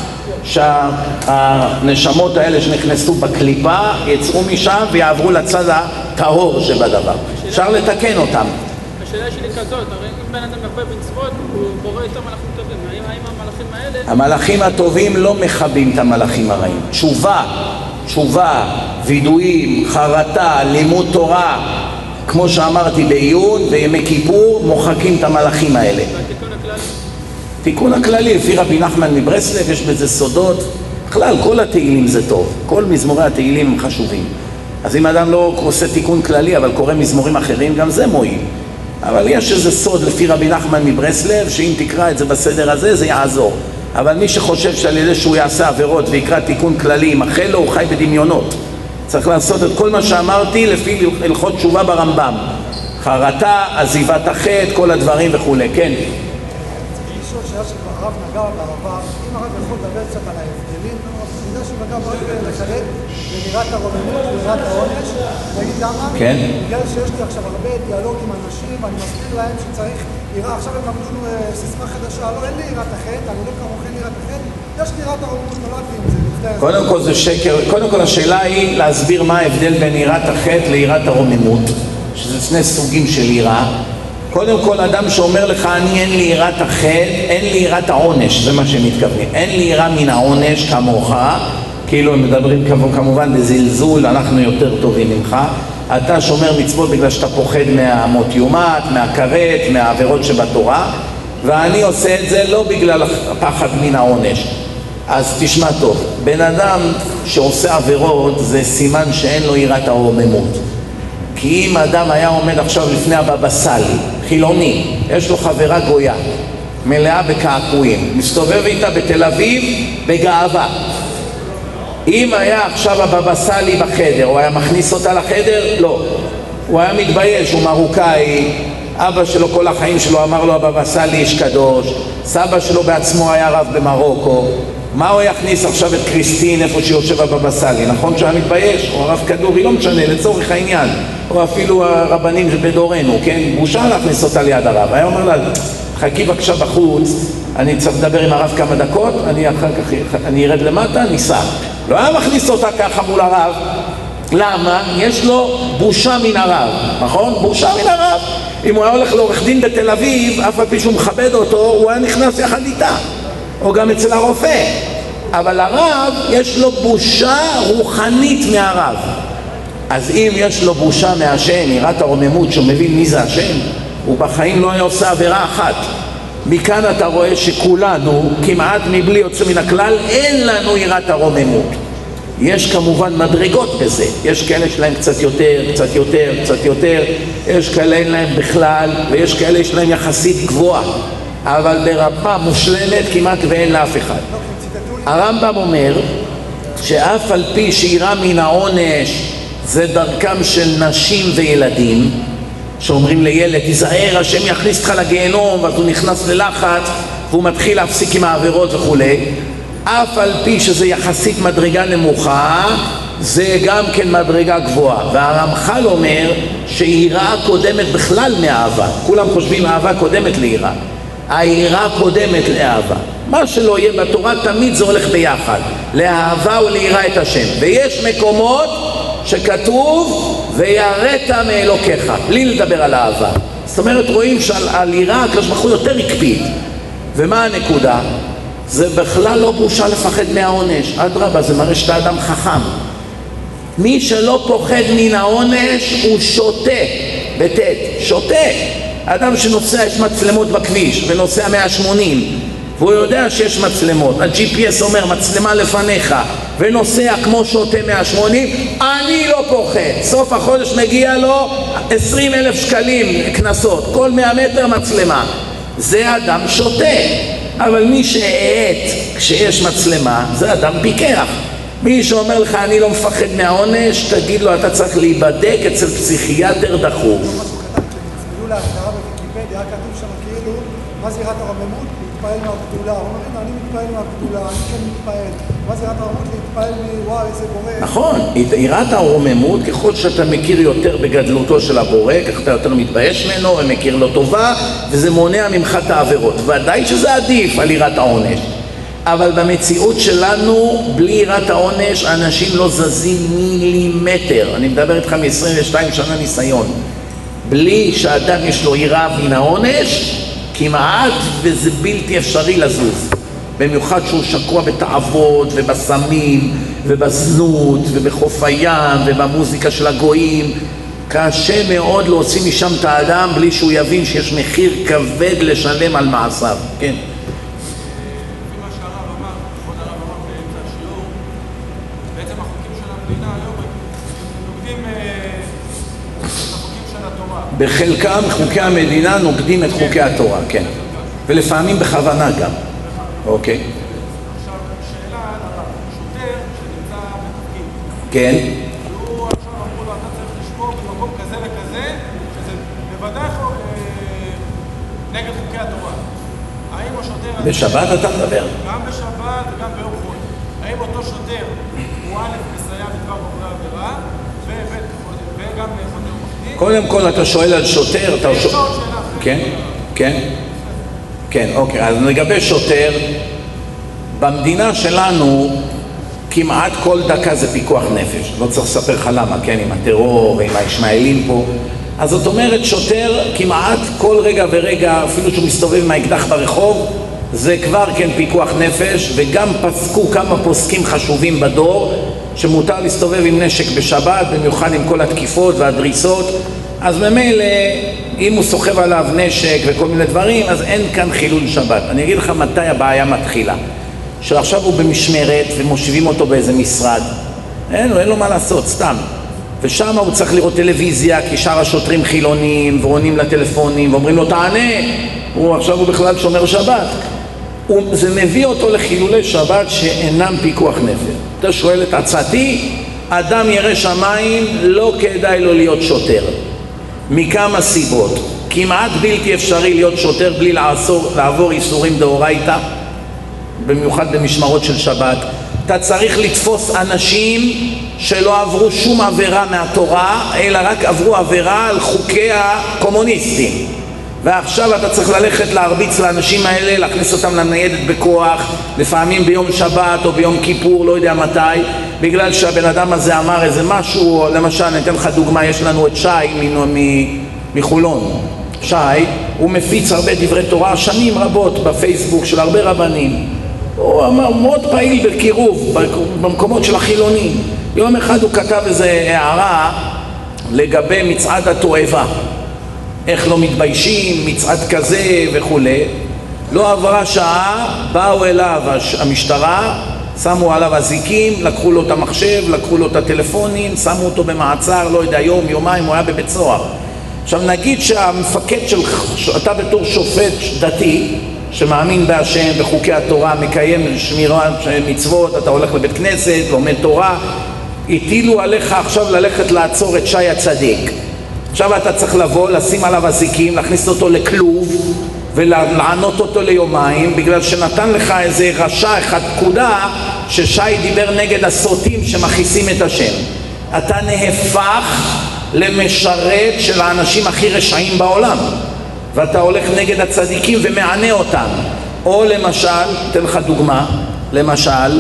S1: שהנשמות האלה שנכנסו בקליפה יצאו משם ויעברו לצד הטהור שבדבר. אפשר לתקן אותם.
S3: השאלה שלי כזאת, הרי אם בן אדם מרבה במצוות, הוא בורא איתם מלאכים טובים. האם המלאכים האלה...
S1: המלאכים הטובים לא מכבים את המלאכים הרעים. תשובה, וידויים, חרטה, לימוד תורה, כמו שאמרתי בעיון וימי כיפור, מוחקים את המלאכים האלה.
S3: והתיקון הכללי?
S1: תיקון הכללי, לפי רבי נחמן מברסלב, יש בזה סודות, בכלל, כל התהילים זה טוב, כל מזמורי התהילים הם חשובים. אז אם אדם לא עושה תיקון כללי, אבל קורא מזמורים אחרים, גם זה מועיל. אבל יש איזה סוד לפי רבי נחמן מברסלב, שאם תקרא את זה בסדר הזה, זה יעזור. אבל מי שחושב שעל ידי שהוא יעשה עבירות ויקרא תיקון כללי, ימחל לו, הוא חי בדמיונות. צריך לעשות את כל מה שאמרתי לפי הלכות תשובה ברמב"ם. חרטה, עזיבת החטא, כל הדברים וכו'. כן.
S2: לשאול שאלה שכבר הרב נגע בעבר, אם הרב יכול לדבר קצת על ההבדלים, אני יודע שהוא נגע מאוד לחלק בנירת הרוממות ונירת העונש, נגיד למה?
S1: כן.
S2: בגלל שיש לי עכשיו הרבה דיאלוג עם אנשים, ואני מסביר להם שצריך יראה, עכשיו הם אמרו סיסמה חדשה, לא, אין לי יראת החטא, אני לא כמוכן יראת החטא, יש לי יראת הרוממות, נולדתי עם זה.
S1: קודם כל זה שקר, קודם כל השאלה היא להסביר מה ההבדל בין יראת החטא ליראת הרוממות, שזה שני סוגים של יראה. קודם כל, אדם שאומר לך, אין לי יראת החטא, אין לי יראת העונש, זה מה שהם מתכוונים. אין לי יראה מן העונש כמוך, כאילו הם מדברים כמובן בזלזול, אנחנו יותר טובים ממך. אתה שומר מצוות בגלל שאתה פוחד מהמות יומת, מהכרת, מהעבירות שבתורה, ואני עושה את זה לא בגלל הפחד מן העונש. אז תשמע טוב, בן אדם שעושה עבירות זה סימן שאין לו יראת הרוממות. כי אם אדם היה עומד עכשיו לפני הבבא סאלי, חילוני, יש לו חברה גויה, מלאה בקעקועים, מסתובב איתה בתל אביב בגאווה. אם היה עכשיו הבבא סאלי בחדר, הוא היה מכניס אותה לחדר? לא. הוא היה מתבייש, הוא מרוקאי, אבא שלו כל החיים שלו אמר לו הבבא סאלי איש קדוש, סבא שלו בעצמו היה רב במרוקו, מה הוא יכניס עכשיו את קריסטין איפה שיושב הבבא סאלי? נכון שהוא היה מתבייש? או הרב כדורי, לא משנה, לצורך העניין, או אפילו הרבנים בדורנו, כן? בושה להכניס אותה ליד הרב. היה אומר לה, חכי בבקשה בחוץ, אני צריך לדבר עם הרב כמה דקות, אני אחר כך, אני ארד למטה, ניסע. לא היה מכניס אותה ככה מול הרב. למה? יש לו בושה מן הרב, נכון? בושה מן הרב. אם הוא היה הולך לעורך דין בתל אביב, אף על פי שהוא מכבד אותו, הוא היה נכנס יחד איתה. או גם אצל הרופא. אבל הרב יש לו בושה רוחנית מהרב. אז אם יש לו בושה מהשם, יראת הרוממות שהוא מבין מי זה השם, הוא בחיים לא היה עושה עבירה אחת. מכאן אתה רואה שכולנו, כמעט מבלי יוצא מן הכלל, אין לנו יראת הרוממות. יש כמובן מדרגות בזה. יש כאלה שלהם קצת יותר, קצת יותר, קצת יותר. יש כאלה אין להם בכלל, ויש כאלה יש להם יחסית גבוהה. אבל ברמה מושלמת כמעט ואין לאף אחד. הרמב"ם אומר שאף על פי שיראה מן העונש זה דרכם של נשים וילדים, שאומרים לילד תיזהר השם יכניס אותך לגיהנום, ואז הוא נכנס ללחץ והוא מתחיל להפסיק עם העבירות וכו'. אף על פי שזה יחסית מדרגה נמוכה, זה גם כן מדרגה גבוהה. והרמח"ל אומר שיראה קודמת בכלל מאהבה. כולם חושבים אהבה קודמת ליראה. היראה קודמת לאהבה. מה שלא יהיה בתורה תמיד זה הולך ביחד, לאהבה וליראה את השם. ויש מקומות שכתוב ויראת מאלוקיך, בלי לדבר על אהבה. זאת אומרת רואים שעל יראה הקדוש ברוך הוא יותר הקפיד. ומה הנקודה? זה בכלל לא בושה לפחד מהעונש, אדרבה, זה מראה שאתה אדם חכם. מי שלא פוחד מן העונש הוא שוטה, בטט, שוטה. אדם שנוסע, יש מצלמות בכביש ונוסע 180 והוא יודע שיש מצלמות, ה-GPS אומר מצלמה לפניך ונוסע כמו שוטה 180, אני לא פוחד. סוף החודש מגיע לו 20,000 שקלים כנסות, כל 100 מטר מצלמה. זה אדם שוטה. אבל מי שהעט כשיש מצלמה זה אדם פיקח. מי שאומר לך אני לא מפחד מהעונש, תגיד לו אתה צריך להיבדק אצל פסיכיאטר דחוף.
S2: להגדרה בוויקיפדיה, כתוב שם כאילו, מה זה יראת הרוממות? להתפעל מהגדולה. הוא אומר, אני מתפעל מהגדולה, אני כן מתפעל. מה זה יראת הרוממות? להתפעל מוואי, איזה בורא.
S1: נכון, יראת הרוממות, ככל שאתה מכיר יותר בגדלותו של הבורא, כך אתה יותר מתבייש ממנו ומכיר לו טובה, וזה מונע ממך את העבירות. ודאי שזה עדיף על יראת העונש. אבל במציאות שלנו, בלי יראת העונש, אנשים לא זזים מילימטר. אני מדבר איתך מ-22 שנה ניסיון. בלי שאדם יש לו יראה מן העונש, כמעט וזה בלתי אפשרי לזוז. במיוחד שהוא שקוע בתאוות ובסמים ובזנות ובחוף הים ובמוזיקה של הגויים. קשה מאוד להוציא משם את האדם בלי שהוא יבין שיש מחיר כבד לשלם על מעשיו. כן.
S4: לפי מה שהרב אמר, כבוד הרב אמר באמצע השיעור,
S1: בחלקם חוקי המדינה נוגדים את חוקי התורה, כן. ולפעמים בכוונה גם. אוקיי.
S4: עכשיו, שאלה על השוטר שנמצא בתפקיד.
S1: כן.
S4: והוא עכשיו אמרו לו, אתה צריך לשמור במקום כזה וכזה, שזה בוודאי נגד חוקי התורה. האם השוטר...
S1: בשבת אתה מדבר?
S4: גם בשבת וגם ביום חול. האם אותו שוטר הוא א' מסייע בדבר עוברי עבירה, וגם חוטא ומחטיא?
S1: קודם כל אתה שואל על שוטר, אתה שואל... כן, כן, כן, אוקיי. אז לגבי שוטר, במדינה שלנו כמעט כל דקה זה פיקוח נפש. לא צריך לספר לך למה, כן, עם הטרור, עם הישמעאלים פה. אז זאת אומרת, שוטר כמעט כל רגע ורגע, אפילו שהוא מסתובב עם האקדח ברחוב, זה כבר כן פיקוח נפש, וגם פסקו כמה פוסקים חשובים בדור, שמותר להסתובב עם נשק בשבת, במיוחד עם כל התקיפות והדריסות. אז ממילא, אם הוא סוחב עליו נשק וכל מיני דברים, אז אין כאן חילול שבת. אני אגיד לך מתי הבעיה מתחילה. שעכשיו הוא במשמרת ומושיבים אותו באיזה משרד. אין לו מה לעשות, סתם. ושם הוא צריך לראות טלוויזיה, כי שאר השוטרים חילונים ועונים לטלפונים ואומרים לו תענה. עכשיו הוא בכלל שומר שבת. זה מביא אותו לחילולי שבת שאינם פיקוח נפש. אתה שואל את עצתי, אדם ירא שמיים לא כדאי לו להיות שוטר. מכמה סיבות. כמעט בלתי אפשרי להיות שוטר בלי לעבור איסורים דאורייתא, במיוחד במשמרות של שבת. אתה צריך לתפוס אנשים שלא עברו שום עבירה מהתורה, אלא רק עברו עבירה על חוקי הקומוניסטים. ועכשיו אתה צריך ללכת להרביץ לאנשים האלה, להכניס אותם לניידת בכוח, לפעמים ביום שבת או ביום כיפור, לא יודע מתי, בגלל שהבן אדם הזה אמר איזה משהו. למשל, אני אתן לך דוגמה, יש לנו את שי מחולון. שי, הוא מפיץ הרבה דברי תורה שנים רבות בפייסבוק של הרבה רבנים. הוא אמר, מאוד פעיל בקירוב במקומות של החילונים. יום אחד הוא כתב איזו הערה לגבי מצעד התועבה, איך לא מתביישים, מצעד כזה וכו'. לא עברה שעה, באו אליו המשטרה, שמו עליו אזיקים, לקחו לו את המחשב, לקחו לו את הטלפונים, שמו אותו במעצר, לא יודע, יום, יומיים, הוא היה בבית סוהר. עכשיו נגיד שהמפקד שלך, אתה בתור שופט דתי שמאמין בהשם, בחוקי התורה, מקיים שמירת מצוות, אתה הולך לבית כנסת, לומד תורה, הטילו עליך עכשיו ללכת לעצור את שי הצדיק. עכשיו אתה צריך לבוא, לשים עליו אזיקים, להכניס אותו לכלוב ולענות אותו ליומיים, בגלל שנתן לך איזה רשע אחד פקודה ששי דיבר נגד הסוטים שמכעיסים את השם. אתה נהפך למשרת של האנשים הכי רשעים בעולם, ואתה הולך נגד הצדיקים ומענה אותם. או למשל, אתן לך דוגמה, למשל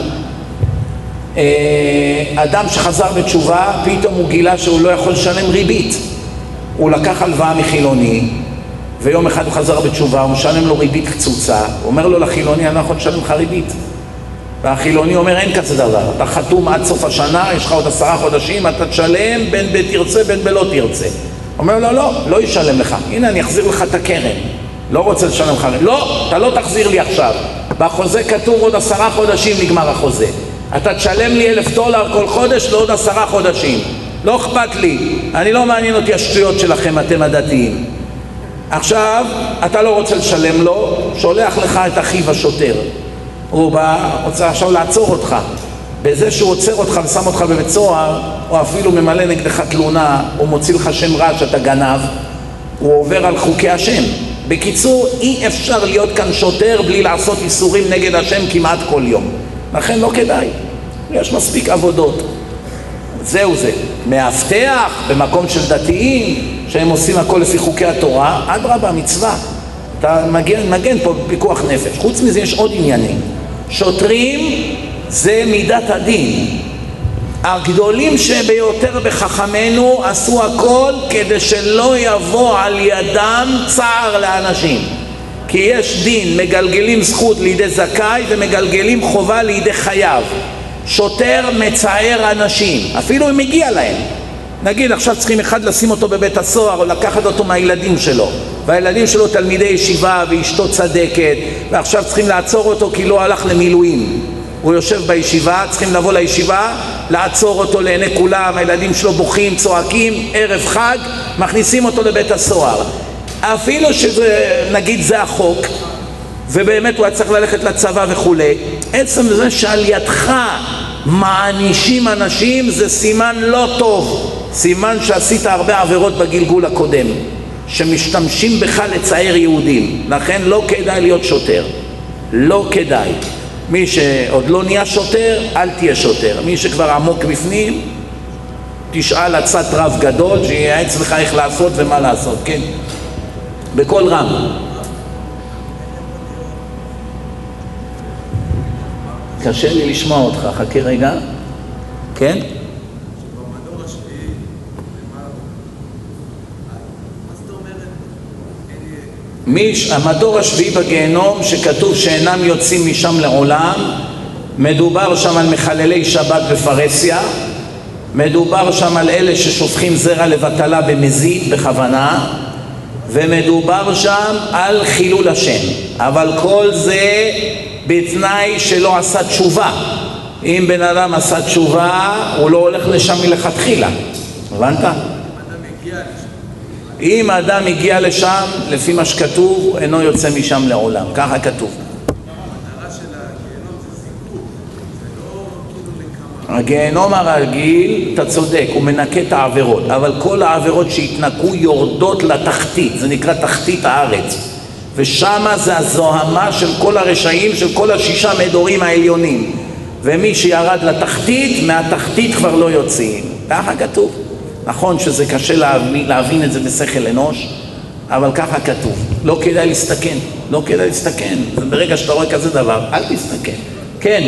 S1: אדם שחזר בתשובה, פתאום הוא גילה שהוא לא יכול לשלם ריבית. הוא לקח הלוואה מחילוני, ויום אחד הוא חזר בתשובה, הוא משלם לו ריבית קצוצה. הוא אומר לו לחילוני, אני לא יכול לשלם לך ריבית. והחילוני אומר, אין כזה דבר, אתה חתום עד סוף השנה, יש לך עוד 10 חודשים, אתה תשלם בין בתרצה בין בלא תרצה. אומר לו, לא ישלם לך, הנה אני אחזיר לך את הקרן, לא רוצה לשלם לך. לא, אתה לא תחזיר לי עכשיו, בחוזה כתוב עוד 10 חודשים נגמר החוזה, אתה תשלם לי $1,000 כל חודש לעוד 10 חודשים. לא אכפת לי, אני לא מעניין אותי השטויות שלכם, אתם הדתיים. עכשיו אתה לא רוצה לשלם לו, שולח לך את אחיו השוטר, הוא בא, רוצה עכשיו לעצור אותך. בזה שהוא עוצר אותך ושם אותך בבית סוהר, או אפילו ממלא נגדך תלונה, או מוציא לך שם רע שאתה גנב, הוא עובר על חוקי השם. בקיצור, אי אפשר להיות כאן שוטר בלי לעשות איסורים נגד השם כמעט כל יום. לכן לא כדאי, יש מספיק עבודות. זהו זה. מאבטח במקום של דתיים שהם עושים הכל לפי חוקי התורה, אדרבה, מצווה. אתה מגן פה פיקוח נפש. חוץ מזה יש עוד עניינים. שוטרים זה מידת הדין. הגדולים שביותר בחכמנו עשו הכל כדי שלא יבוא על ידם צער לאנשים. כי יש דין, מגלגלים זכות לידי זכאי ומגלגלים חובה לידי חייב. שוטר מצער אנשים, אפילו אם מגיע להם. נגיד עכשיו צריכים אחד לשים אותו בבית הסוהר או לקחת אותו מהילדים שלו, והילדים שלו תלמידי ישיבה ואשתו צדקת, ועכשיו צריכים לעצור אותו כי לא הלך למילואים. הוא יושב בישיבה, צריכים לבוא לישיבה, לעצור אותו לעיני כולם, הילדים שלו בוכים, צועקים, ערב חג, מכניסים אותו לבית הסוהר. אפילו שזה, נגיד זה החוק, ובאמת הוא היה צריך ללכת לצבא וכו', עצם זה שעל ידך מענישים אנשים זה סימן לא טוב, סימן שעשית הרבה עבירות בגלגול הקודם, שמשתמשים בך לצייר יהודים. לכן לא כדאי להיות שוטר, לא כדאי. מי שעוד לא נהיה שוטר, אל תהיה שוטר. מי שכבר עמוק בפנים, תשאל עצת רב גדול שייעץ לך איך לעשות ומה לעשות, כן? בכל רם. קשה לי לשמוע אותך, חכה רגע. כן? המדור השביעי בגיהנום שכתוב שאינם יוצאים משם לעולם, מדובר שם על מחללי שבת בפרסיה, מדובר שם על אלה ששופכים זרע לבטלה במזיד בכוונה, ומדובר שם על חילול השם. אבל כל זה בתנאי שלא עשה תשובה. אם בן אדם עשה תשובה, הוא לא הולך לשם מלכתחילה. הבנת? אם אדם הגיע לשם, לפי מה שכתוב, אינו יוצא משם לעולם. ככה כתוב. הגיהנום הרגיל, אתה צודק, הוא מנקה את העבירות, אבל כל העבירות שהתנקו יורדות לתחתית, זה נקרא תחתית הארץ, ושם זה הזוהמה של כל הרשעים, של כל השישה מדורים העליונים, ומי שירד לתחתית, מהתחתית כבר לא יוצאים. ככה כתוב. נכון שזה קשה להבין את זה בשכל אנוש, אבל ככה כתוב. לא כדאי להסתכן, לא כדאי להסתכן. ברגע שאתה רואה כזה דבר, אל תסתכן. כן.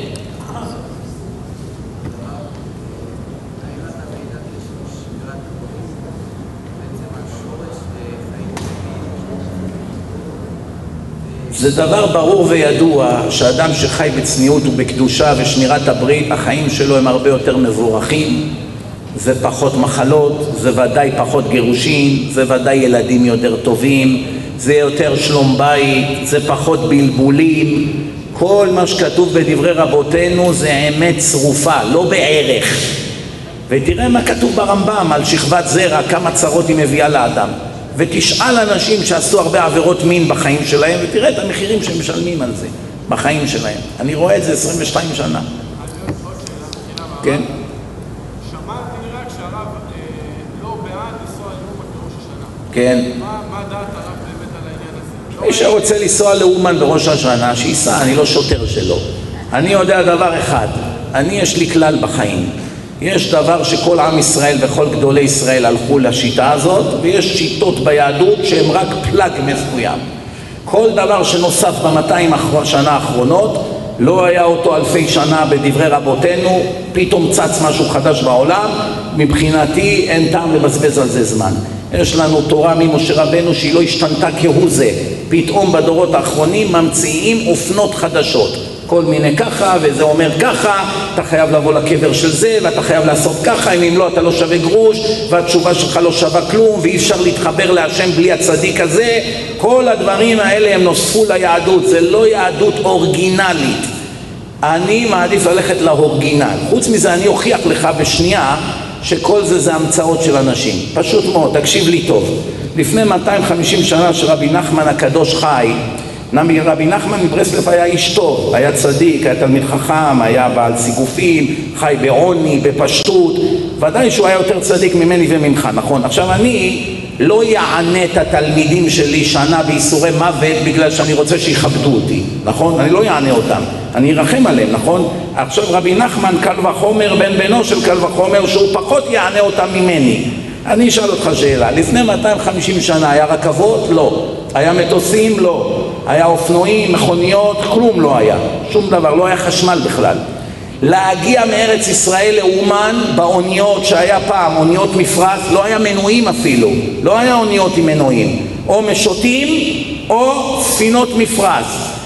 S1: זה דבר ברור וידוע שאדם שחי בצניעות ובקדושה ושמירת הברית, החיים שלו הם הרבה יותר מבורכים, זה פחות מחלות, זה ודאי פחות גירושים, זה ודאי ילדים יותר טובים, זה יותר שלום בית, זה פחות בלבולים. כל מה שכתוב בדברי רבותינו זה אמת צרופה, לא בערך. ותראה מה כתוב ברמב"ם על שכבת זרע, כמה צרות היא מביאה לאדם. ותשאל אנשים שעשו הרבה עבירות מין בחיים שלהם, ותראה את המחירים שהם משלמים על זה בחיים שלהם. אני רואה את זה 22 שנה. כן? כן.
S4: מה דעת הרב באמת על העניין הזה?
S1: מי שרוצה לנסוע לאומן בראש השנה, שיסע, אני לא שוטר שלו. אני יודע דבר אחד, יש לי כלל בחיים. יש דבר שכל עם ישראל וכל גדולי ישראל הלכו לשיטה הזאת, ויש שיטות ביהדות שהן רק פלג מסוים. כל דבר שנוסף ב200 שנה האחרונות, לא היה אותו אלפי שנה בדברי רבותינו, פתאום צץ משהו חדש בעולם, מבחינתי אין טעם לבזבז על זה זמן. יש לנו תורה ממשה רבנו שהיא לא השתנתה כהוא זה, פתאום בדורות האחרונים ממציאים אופנות חדשות, כל מיני ככה, וזה אומר ככה, אתה חייב לבוא לקבר של זה, ואתה חייב לעשות ככה, אם לא אתה לא שווה גרוש, והתשובה שלך לא שווה כלום, ואי אפשר להתחבר להשם בלי הצדיק הזה. כל הדברים האלה הם נוספו ליהדות, זה לא יהדות אורגינלית. אני מעדיף ללכת לאורגינל. חוץ מזה אני אוכיח לך בשנייה שכל זה המצאות של אנשים. פשוט מאוד, תקשיב לי טוב. לפני 250 שנה שרבי נחמן הקדוש חי, רבי נחמן מברסלב היה איש טוב, היה צדיק, היה תלמיד חכם, היה בעל סיגופים, חי בעוני, בפשטות, ודאי שהוא היה יותר צדיק ממני וממך, נכון? עכשיו אני לא יענה את התלמידים שלי שנה בייסורי מוות בגלל שאני רוצה שיכבדו אותי, נכון? אני לא יענה אותם, אני ארחם עליהם, נכון? עכשיו רבי נחמן קל וחומר בן בנו של קל וחומר שהוא פחות יענה אותם ממני. אני אשאל אותך שאלה, לפני 250 שנה היה רכבות? לא. היה מטוסים? לא. היה אופנועים, מכוניות? כלום לא היה. שום דבר, לא היה חשמל בכלל. להגיע מארץ ישראל לאומן באוניות שהיה פעם, אוניות מפרץ, לא היה מנועים אפילו. לא היה אוניות עם מנועים. או משוטים או ספינות מפרץ.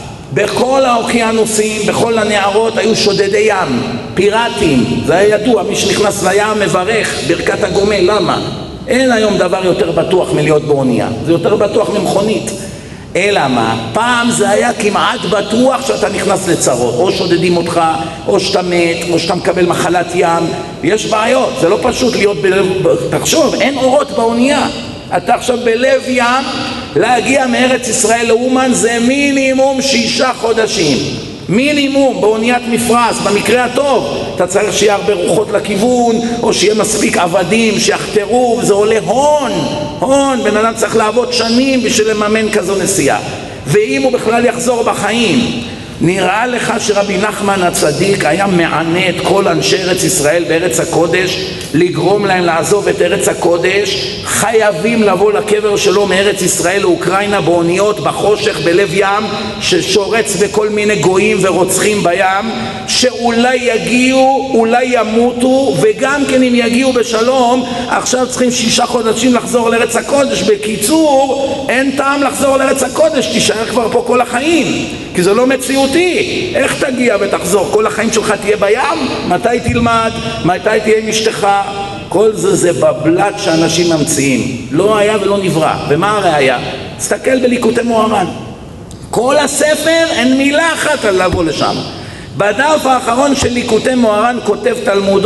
S1: בכל האוקיינוסים, בכל הנערות היו שודדי ים, פיראטים. זה היה ידוע, מי שנכנס לים מברך ברכת הגומל. למה? אין היום דבר יותר בטוח מלהיות באונייה, זה יותר בטוח ממכונית. אלא מה? פעם זה היה כמעט בטוח שאתה נכנס לצרות, או שודדים אותך, או שאתה מת, או שאתה מקבל מחלת ים. יש בעיות, זה לא פשוט להיות בלב, תחשוב, אין אורות באונייה, אתה עכשיו בלב ים, להגיע מארץ ישראל לאומן זה מינימום 6 חודשים, מינימום באוניית מפרש. במקרה הטוב אתה צריך שיהיה הרבה רוחות לכיוון, או שיהיה מספיק עבדים שיחתרו, וזה עולה הון, בן אדם צריך לעבוד שנים בשביל לממן כזו נסיעה, ואם הוא בכלל יחזור בחיים. נראה לך שרבי נחמן הצדיק היה מענה את כל אנשי ארץ ישראל בארץ הקודש, לגרום להם לעזוב את ארץ הקודש? חייבים לבוא לקבר שלו מארץ ישראל לאוקראינה באוניות בחושך בלב ים ששורץ בכל מיני גויים ורוצחים בים, שאולי יגיעו, אולי ימותו, וגם כן אם יגיעו בשלום עכשיו צריכים 6 חודשים לחזור לארץ הקודש. בקיצור, אין טעם לחזור לארץ הקודש, תישאר כבר פה כל החיים, כי זה לא מציאותי. איך תגיע ותחזור? כל החיים שלך תהיה בים? מתי תלמד? מתי תהיה עם אשתך? כל זה בבלת שאנשים ממציאים, לא היה ולא נברא. ומה הראיה? תסתכל בליקוטי מוהר"ן, כל הספר אין מילה אחת על לבוא לשם. בדף האחרון של ליקוטי מוהר"ן כותב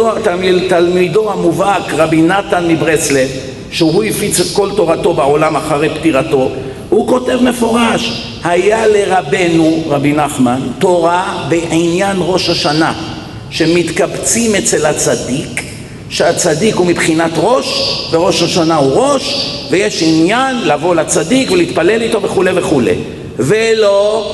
S1: תלמידו המובהק רבי נתן מברסלב, שהוא הפיץ את כל תורתו בעולם אחרי פטירתו, הוא כותב מפורש, היה לרבנו רבי נחמן תורה בעניין ראש השנה, שמתקבצים אצל הצדיק, שהצדיק הוא מבחינת ראש וראש השנה הוא ראש, ויש עניין לבוא לצדיק ולהתפלל איתו וכו' וכו'. ולא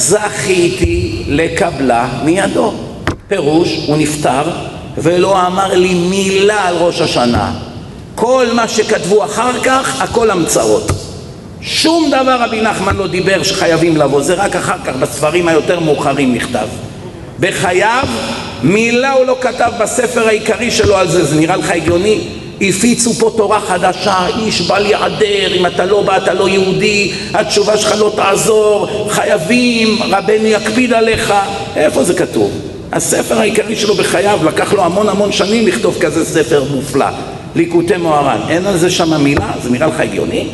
S1: זכיתי לקבלה מידו. פירוש, הוא נפטר ולא אמר לי מילה על ראש השנה. כל מה שכתבו אחר כך הכל המצאות, שום דבר רבי נחמן לא דיבר שחייבים לבוא, זה רק אחר כך בספרים היותר מאוחרים נכתב. בחייו מילה הוא לא כתב בספר העיקרי שלו על זה. זה נראה לך הגיוני? הפיצו פה תורה חדשה, איש בל יעדר, אם אתה לא בא אתה לא יהודי, התשובה שלך לא תעזור, חייבים, רבנו יקפיד עליך. איפה זה כתוב? הספר העיקרי שלו בחייו, לקח לו המון שנים לכתוב כזה ספר מופלא, ליקוטי מוהר"ן, אין על זה שם מילה? זה נראה לך הגיוני?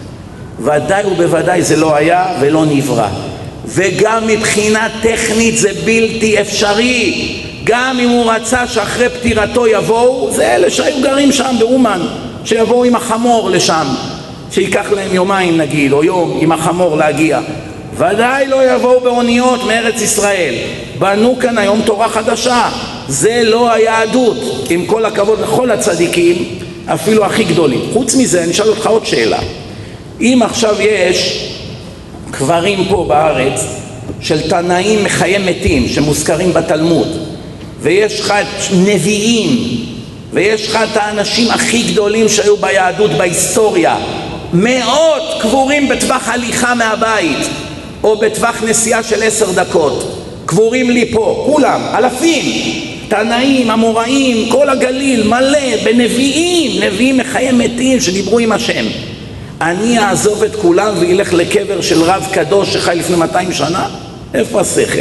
S1: ודאי ובוודאי זה לא היה ולא נברא, וגם מבחינה טכנית זה בלתי אפשרי. גם אם הוא רצה שאחרי פטירתו יבואו, זה אלה שהיו גרים שם באומן, שיבואו עם החמור לשם, שיקח להם יומיים נגיד או יום עם החמור להגיע, ודאי לא יבואו באוניות מארץ ישראל. בנו כאן היום תורה חדשה, זה לא היהדות, עם כל הכבוד לכל הצדיקים אפילו הכי גדולים. חוץ מזה אני אשאל אותך עוד שאלה, אם עכשיו יש קברים פה בארץ של תנאים מחיי מתים שמוזכרים בתלמוד, ויש לך נביאים, ויש לך את האנשים הכי גדולים שהיו ביהדות בהיסטוריה, מאות קבורים בטווח הליכה מהבית או בטווח נסיעה של 10 דקות, קבורים לי פה כולם, אלפים, תנאים, אמוראים, כל הגליל מלא בנביאים, נביאים מחיי מתים שדיברו עם השם. אני אעזוב את כולם וילך לקבר של רב קדוש שחי לפני 200 שנה? איפה השכל?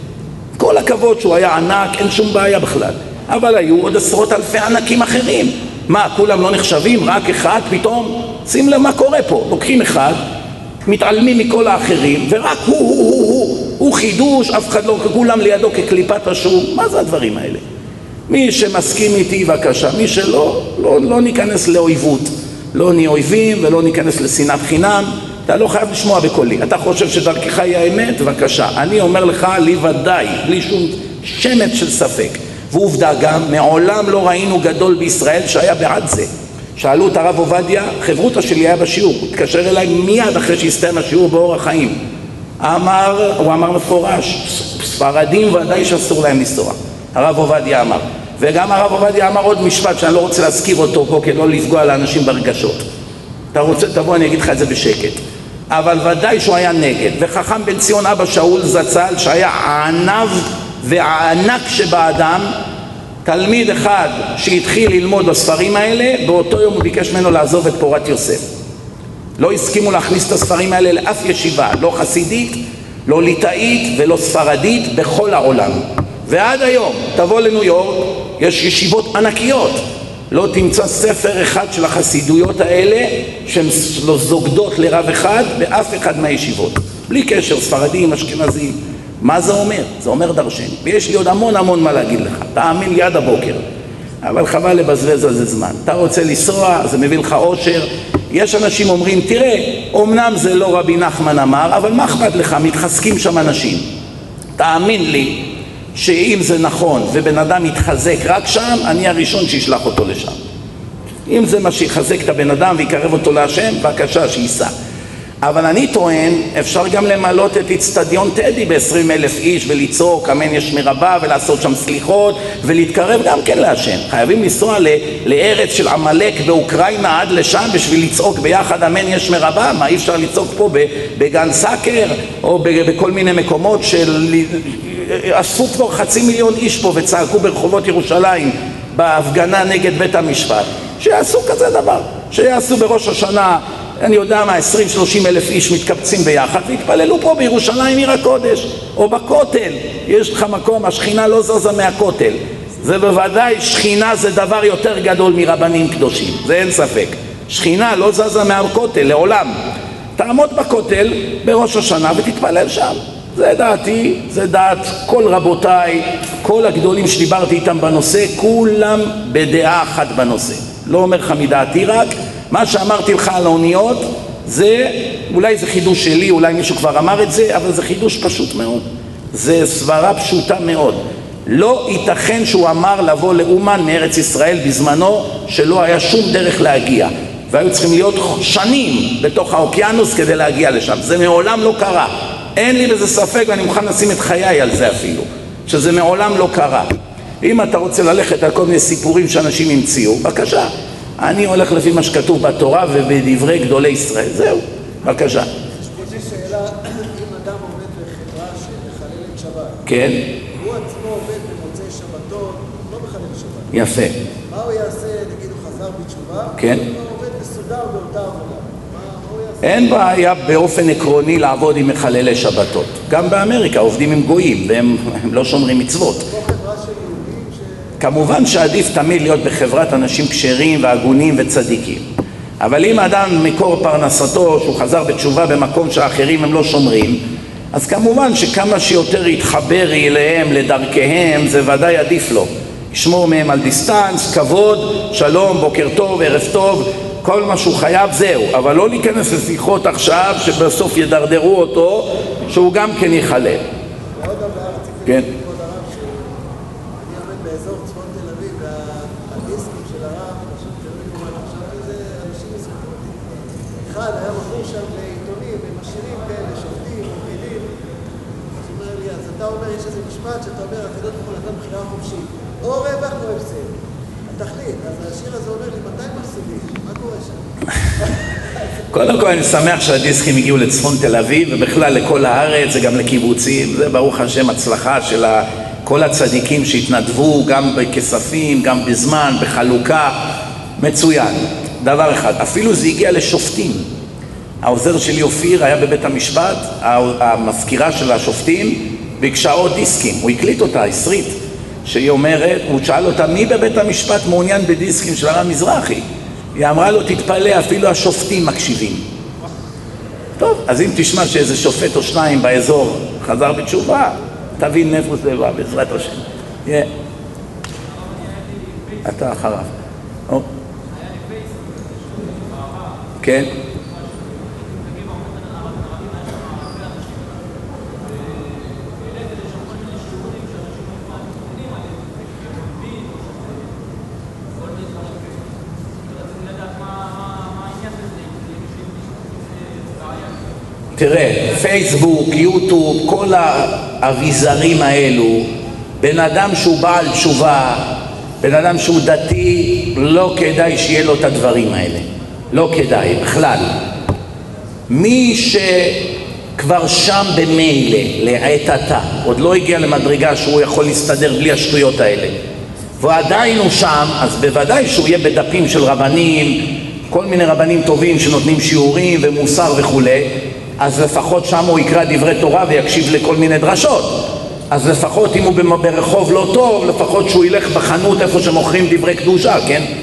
S1: כל הכבוד שהוא היה ענק, אין שום בעיה בכלל, אבל היו עוד 10,000 ענקים אחרים. מה, כולם לא נחשבים? רק אחד פתאום? שים לב מה קורה פה, לוקחים אחד, מתעלמים מכל האחרים, ורק הוא חידוש, אף אחד לא, כולם לידו כקליפת השום. מה זה הדברים האלה? מי שמסכים איתי בבקשה, מי שלא, לא ניכנס לאויבות, לא נהיה אויבים ולא ניכנס לשנאת חינם. אתה לא חייב לשמוע בקולי, אתה חושב שדרכך היא האמת, בבקשה. אני אומר לך לי ודאי, בלי שום שמץ של ספק, ועובדה גם, מעולם לא ראינו גדול בישראל שהיה בעד זה. שאלו את הרב עובדיה, חברותא שלי היה בשיעור, הוא התקשר אליי מיד אחרי שהסתיים השיעור באור החיים, הוא אמר מפורש, ספרדים ודאי שאסור להם לנסוע, הרב עובדיה אמר. וגם הרב עובדיה אמר עוד משפט שאני לא רוצה להזכיר אותו פה כדי לא לפגוע לאנשים ברגשות. אתה רוצה תבוא אני אגיד לך את זה בשקט, אבל ודאי שהוא היה נגד. וחכם בן ציון אבא שאול זצ"ל, שהיה הענב והענק שבאדם, תלמיד אחד שהתחיל ללמוד בספרים האלה, באותו יום הוא ביקש ממנו לעזוב את פורת יוסף. לא הסכימו להכניס את הספרים האלה לאף ישיבה, לא חסידית, לא ליטאית ולא ספרדית בכל העולם. ועד היום תבוא לניו יורק, יש ישיבות ענקיות, לא תמצא ספר אחד של החסידויות האלה שהן זוגדות לרב אחד באף אחד מהישיבות, בלי קשר, ספרדים, אשכנזים. מה זה אומר? זה אומר דרשני. ויש לי עוד המון מה להגיד לך, תאמין לי עד הבוקר, אבל חבל לבזבז על זה זמן. אתה רוצה לנסוע, זה מביא לך אושר. יש אנשים אומרים, תראה, אמנם זה לא רבי נחמן אמר, אבל מה אכפת לך? מתחזקים שם אנשים. תאמין לי שאם זה נכון ובן אדם מתחזק רק שם, אני הראשון שישלח אותו לשם. אם זה מה שיחזק את הבן אדם ויקרב אותו להשם, בבקשה שייסע. אבל אני טוען, אפשר גם למלות את אצטדיון טדי ב-20,000 איש ולצעוק אמן יש מרבה ולעשות שם סליחות ולהתקרב גם כן להשם. חייבים לנסוע לארץ של עמלק באוקראינה עד לשם בשביל לצעוק ביחד אמן יש מרבה? מה, אי אפשר לצעוק פה בגן סאקר או בכל מיני מקומות אספו כבר 500,000 איש פה וצעקו ברחובות ירושלים בהפגנה נגד בית המשפט? שיעשו כזה דבר, שיעשו בראש השנה, אני יודע מה, 20-30 אלף איש מתקבצים ביחד והתפללו פה בירושלים עיר הקודש או בכותל. יש לך מקום, השכינה לא זזה מהכותל. זה בוודאי, שכינה זה דבר יותר גדול מרבנים קדושים, זה אין ספק. שכינה לא זזה מהכותל לעולם. תעמוד בכותל בראש השנה ותתפלל שם. זה דעתי, זה דעת כל רבותיי, כל הגדולים שדיברתי איתם בנושא, כולם בדעה אחת בנושא. לא אומר לך מדעתי רק, מה שאמרתי לך על האוניות, זה, אולי זה חידוש שלי, אולי מישהו כבר אמר את זה, אבל זה חידוש פשוט מאוד. זה סברה פשוטה מאוד. לא ייתכן שהוא אמר לבוא לאומן מארץ ישראל בזמנו, שלא היה שום דרך להגיע. והיו צריכים להיות שנים בתוך האוקיינוס כדי להגיע לשם. זה מעולם לא קרה. אין לי בזה ספק, ואני מוכן לשים את חיי על זה אפילו, שזה מעולם לא קרה. אם אתה רוצה ללכת על כל מיני סיפורים שאנשים המציאו, בבקשה. אני הולך לפי מה שכתוב בתורה ובדברי גדולי ישראל. זהו, בבקשה.
S2: יש לי שאלה, אם אדם עומד בחברה שמחללת שבת,
S1: כן.
S2: הוא עצמו עומד במוצאי שבתון, לא מחלל שבת.
S1: יפה.
S2: מה הוא יעשה, נגיד הוא חזר בתשובה?
S1: כן.
S2: הוא עומד מסודר באותה עבודה. מה הוא יעשה?
S1: אין בעיה באופן עקרוני לעבוד עם מחללי שבתות. גם באמריקה עובדים עם גויים והם לא שומרים מצוות.
S2: כמו חברה של יהודים
S1: כמובן שעדיף תמיד להיות בחברת אנשים כשרים והגונים וצדיקים. אבל אם אדם מקור פרנסתו שהוא חזר בתשובה במקום שהאחרים הם לא שומרים, אז כמובן שכמה שיותר יתחבר אליהם לדרכיהם זה ודאי עדיף לו. ישמור מהם על דיסטנס, כבוד, שלום, בוקר טוב, ערב טוב, כל מה שהוא חייב זהו. אבל לא להיכנס לשיחות עכשיו שבסוף ידרדרו אותו שהוא גם כן יחלל.
S2: ועוד דבר,
S1: כן.
S2: כבוד הרב, שאני עומד באזור צפון תל אביב והדיסקים של הרב, פשוט תלמיד אומן עכשיו, וזה אנשים יזכרו אותי. אחד היה מכור שם לעיתונים עם השירים כאלה, שופטים, מובילים. אז הוא אומר לי, אז אתה אומר, יש איזה משפט שאתה אומר, הקדוש ברוך הוא נתן בחירה חופשית. או רווח או הפסד. התכלית, אז השיר הזה אומר לי, מתי מפסידים? מה קורה שם?
S1: קודם כל אני שמח שהדיסקים הגיעו לצפון תל אביב ובכלל לכל הארץ וגם לקיבוצים. זה ברוך השם הצלחה של כל הצדיקים שהתנדבו גם בכספים, גם בזמן, בחלוקה. מצוין. דבר אחד, אפילו זה הגיע לשופטים. העוזר שלי אופיר היה בבית המשפט, המזכירה של השופטים ביקשה עוד דיסקים, הוא הקליט אותה, עשרית, שהיא אומרת, הוא שאל אותה מי בבית המשפט מעוניין בדיסקים של הרב מזרחי. היא אמרה לו תתפלא, אפילו השופטים מקשיבים. טוב, אז אם תשמע שאיזה שופט או שניים באזור חזר בתשובה, תבין נפוס לבא בעזרת השם. אתה אחריו. כן? תראה, פייסבוק, יוטיוב, כל האביזרים האלו, בן אדם שהוא בעל תשובה, בן אדם שהוא דתי, לא כדאי שיהיה לו את הדברים האלה. לא כדאי, בכלל. מי שכבר שם במילא, לעת עתה, עוד לא הגיע למדרגה שהוא יכול להסתדר בלי השטויות האלה, ועדיין הוא שם, אז בוודאי שהוא יהיה בדפים של רבנים, כל מיני רבנים טובים שנותנים שיעורים ומוסר וכו', אז לפחות שם הוא יקרא דברי תורה ויקשיב לכל מיני דרשות. אז לפחות אם הוא ברחוב לא טוב, לפחות שהוא ילך בחנות איפה שמוכרים דברי קדושה, כן?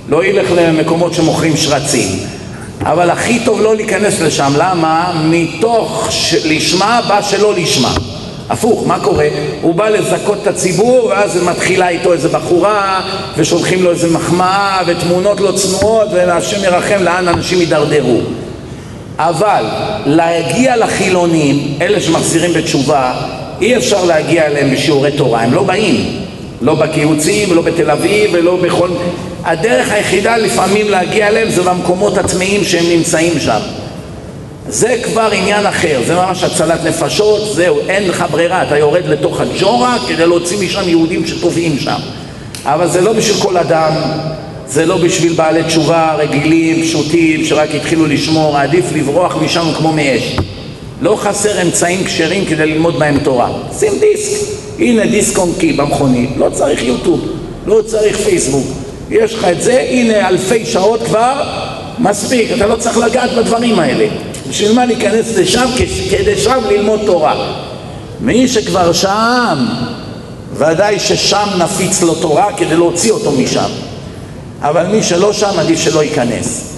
S1: לא ילך למקומות שמוכרים שרצים. אבל הכי טוב לא להיכנס לשם. למה? מתוך לשמה בא שלא לשמה. הפוך, מה קורה? הוא בא לזכות את הציבור, ואז מתחילה איתו איזה בחורה, ושולחים לו איזה מחמאה, ותמונות לא צנועות, והשם ירחם לאן אנשים יידרדרו. אבל להגיע לחילונים, אלה שמחזירים בתשובה, אי אפשר להגיע אליהם בשיעורי תורה, הם לא באים. לא בקיבוצים, ולא בתל אביב, ולא בכל... הדרך היחידה לפעמים להגיע אליהם זה במקומות עצמיים שהם נמצאים שם. זה כבר עניין אחר, זה ממש הצלת נפשות, זהו, אין לך ברירה, אתה יורד לתוך הג'ורה כדי להוציא משם יהודים שטובעים שם. אבל זה לא בשביל כל אדם, זה לא בשביל בעלי תשובה רגילים, פשוטים, שרק התחילו לשמור, עדיף לברוח משם כמו מאש. לא חסר אמצעים כשרים כדי ללמוד בהם תורה. שים דיסק, הנה דיסק און-קי במכונית, לא צריך יוטיוב, לא צריך פייסבוק. יש לך את זה, הנה אלפי שעות כבר, מספיק, אתה לא צריך לגעת בדברים האלה. בשביל מה להיכנס לשם? כדי שם ללמוד תורה. מי שכבר שם, ודאי ששם נפיץ לו תורה כדי להוציא אותו משם. אבל מי שלא שם, עדיף שלא ייכנס.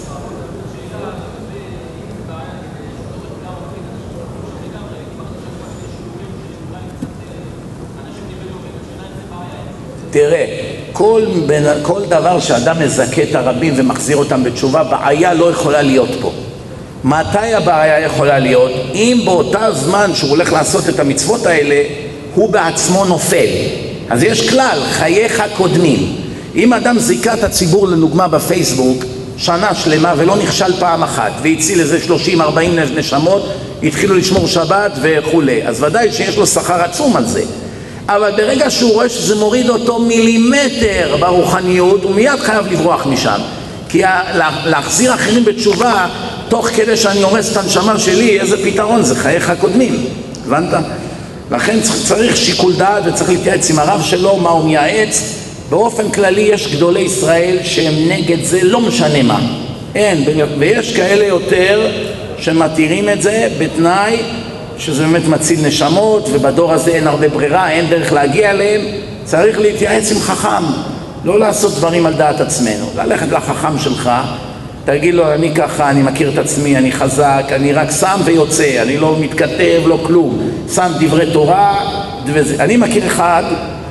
S1: תראה, כל דבר שאדם מזכה את הרבים ומחזיר אותם בתשובה, בעיה לא יכולה להיות פה. מתי הבעיה יכולה להיות? אם באותה זמן שהוא הולך לעשות את המצוות האלה, הוא בעצמו נופל. אז יש כלל, חייך קודמים. אם אדם זיקה את הציבור לדוגמה בפייסבוק, שנה שלמה ולא נכשל פעם אחת, והציל איזה 30-40 נשמות, התחילו לשמור שבת וכו'. אז ודאי שיש לו שכר עצום על זה. אבל ברגע שהוא רואה שזה מוריד אותו מילימטר ברוחניות, הוא מיד חייב לברוח משם. כי להחזיר אחרים בתשובה, תוך כדי שאני הורס את הנשמה שלי, איזה פתרון? זה חייך קודמים. הבנת? לכן צריך שיקול דעת וצריך להתייעץ עם הרב שלו, מה הוא מייעץ. באופן כללי יש גדולי ישראל שהם נגד זה, לא משנה מה. אין, ויש כאלה יותר שמתירים את זה בתנאי שזה באמת מציל נשמות, ובדור הזה אין הרבה ברירה, אין דרך להגיע אליהם. צריך להתייעץ עם חכם, לא לעשות דברים על דעת עצמנו. ללכת לחכם שלך, תגיד לו, אני ככה, אני מכיר את עצמי, אני חזק, אני רק שם ויוצא, אני לא מתכתב, לא כלום. שם דברי תורה, אני מכיר אחד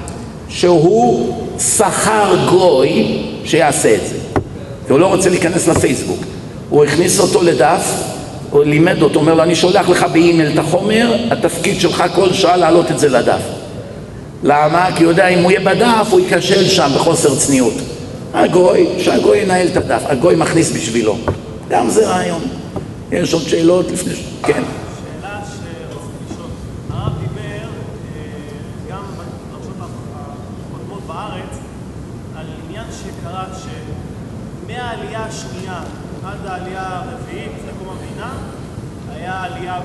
S1: שהוא שכר גוי שיעשה את זה. והוא לא רוצה להיכנס לפייסבוק. הוא הכניס אותו לדף, הוא לימד אותו, אומר לו, אני שולח לך באימייל את החומר, התפקיד שלך כל שעה להעלות את זה לדף. למה? כי הוא יודע, אם הוא יהיה בדף, הוא ייכשל שם בחוסר צניעות. שהגוי ינהל את הדף, הגוי מכניס בשבילו. גם זה רעיון. יש עוד שאלות לפני... כן.
S5: שאלה שרציתי לשאול. הרב דיבר גם בפרשות הקודמות בארץ על עניין שקרה שמהעלייה השנייה עד העלייה הרביעית לקום המדינה היה עלייה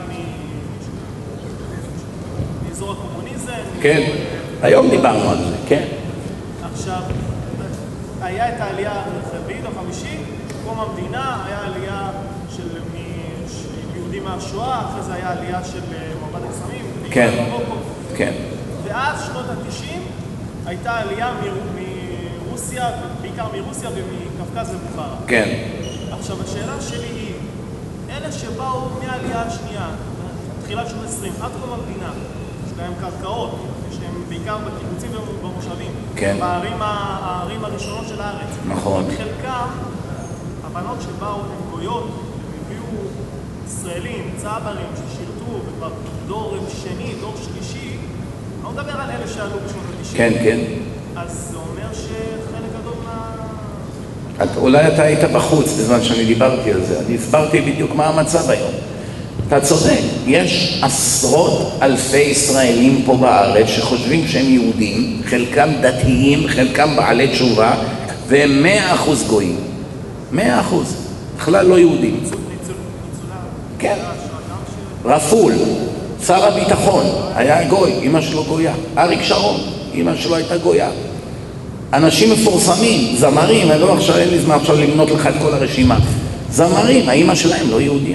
S5: מאזור הקומוניזם.
S1: כן, היום דיברנו על זה, כן.
S5: עכשיו, היה את העלייה הרביעית או חמישית, קום המדינה, היה עלייה של יהודים מהשואה, אחרי זה היה עלייה של מרבד הקסמים,
S1: כן, כן.
S5: ואז שנות ה-90 הייתה עלייה מרוסיה, בעיקר מרוסיה ומקווקז ובוכרה.
S1: כן.
S5: עכשיו, השאלה שלי היא, אלה שבאו מהעלייה השנייה, תחילת שנות 20, עד קום המדינה, יש להם קרקעות, יש להם בעיקר בקיבוצים ובמושבים,
S1: כן.
S5: בערים הראשונות של הארץ.
S1: נכון.
S5: חלקם, הבנות שבאו הן גויות, הם הביאו ישראלים, צברים ששירתו, וכבר דור שני, דור שלישי, אני לא מדבר על אלה שעלו בשנות ה-90.
S1: כן, כן.
S5: אז זה אומר שחלק גדול
S1: אולי אתה היית בחוץ בזמן שאני דיברתי על זה, אני הסברתי בדיוק מה המצב היום. אתה צודק, יש עשרות אלפי ישראלים פה בארץ שחושבים שהם יהודים, חלקם דתיים, חלקם בעלי תשובה, והם 100% גויים. 100%. בכלל לא יהודים. כן. רפול, שר הביטחון, היה גוי, אמא שלו גויה. אריק שרון, אמא שלו הייתה גויה. אנשים מפורסמים, זמרים, אני לא עכשיו, אין לי זמן עכשיו למנות לך את כל הרשימה. זמרים, האמא שלהם לא יהודיה.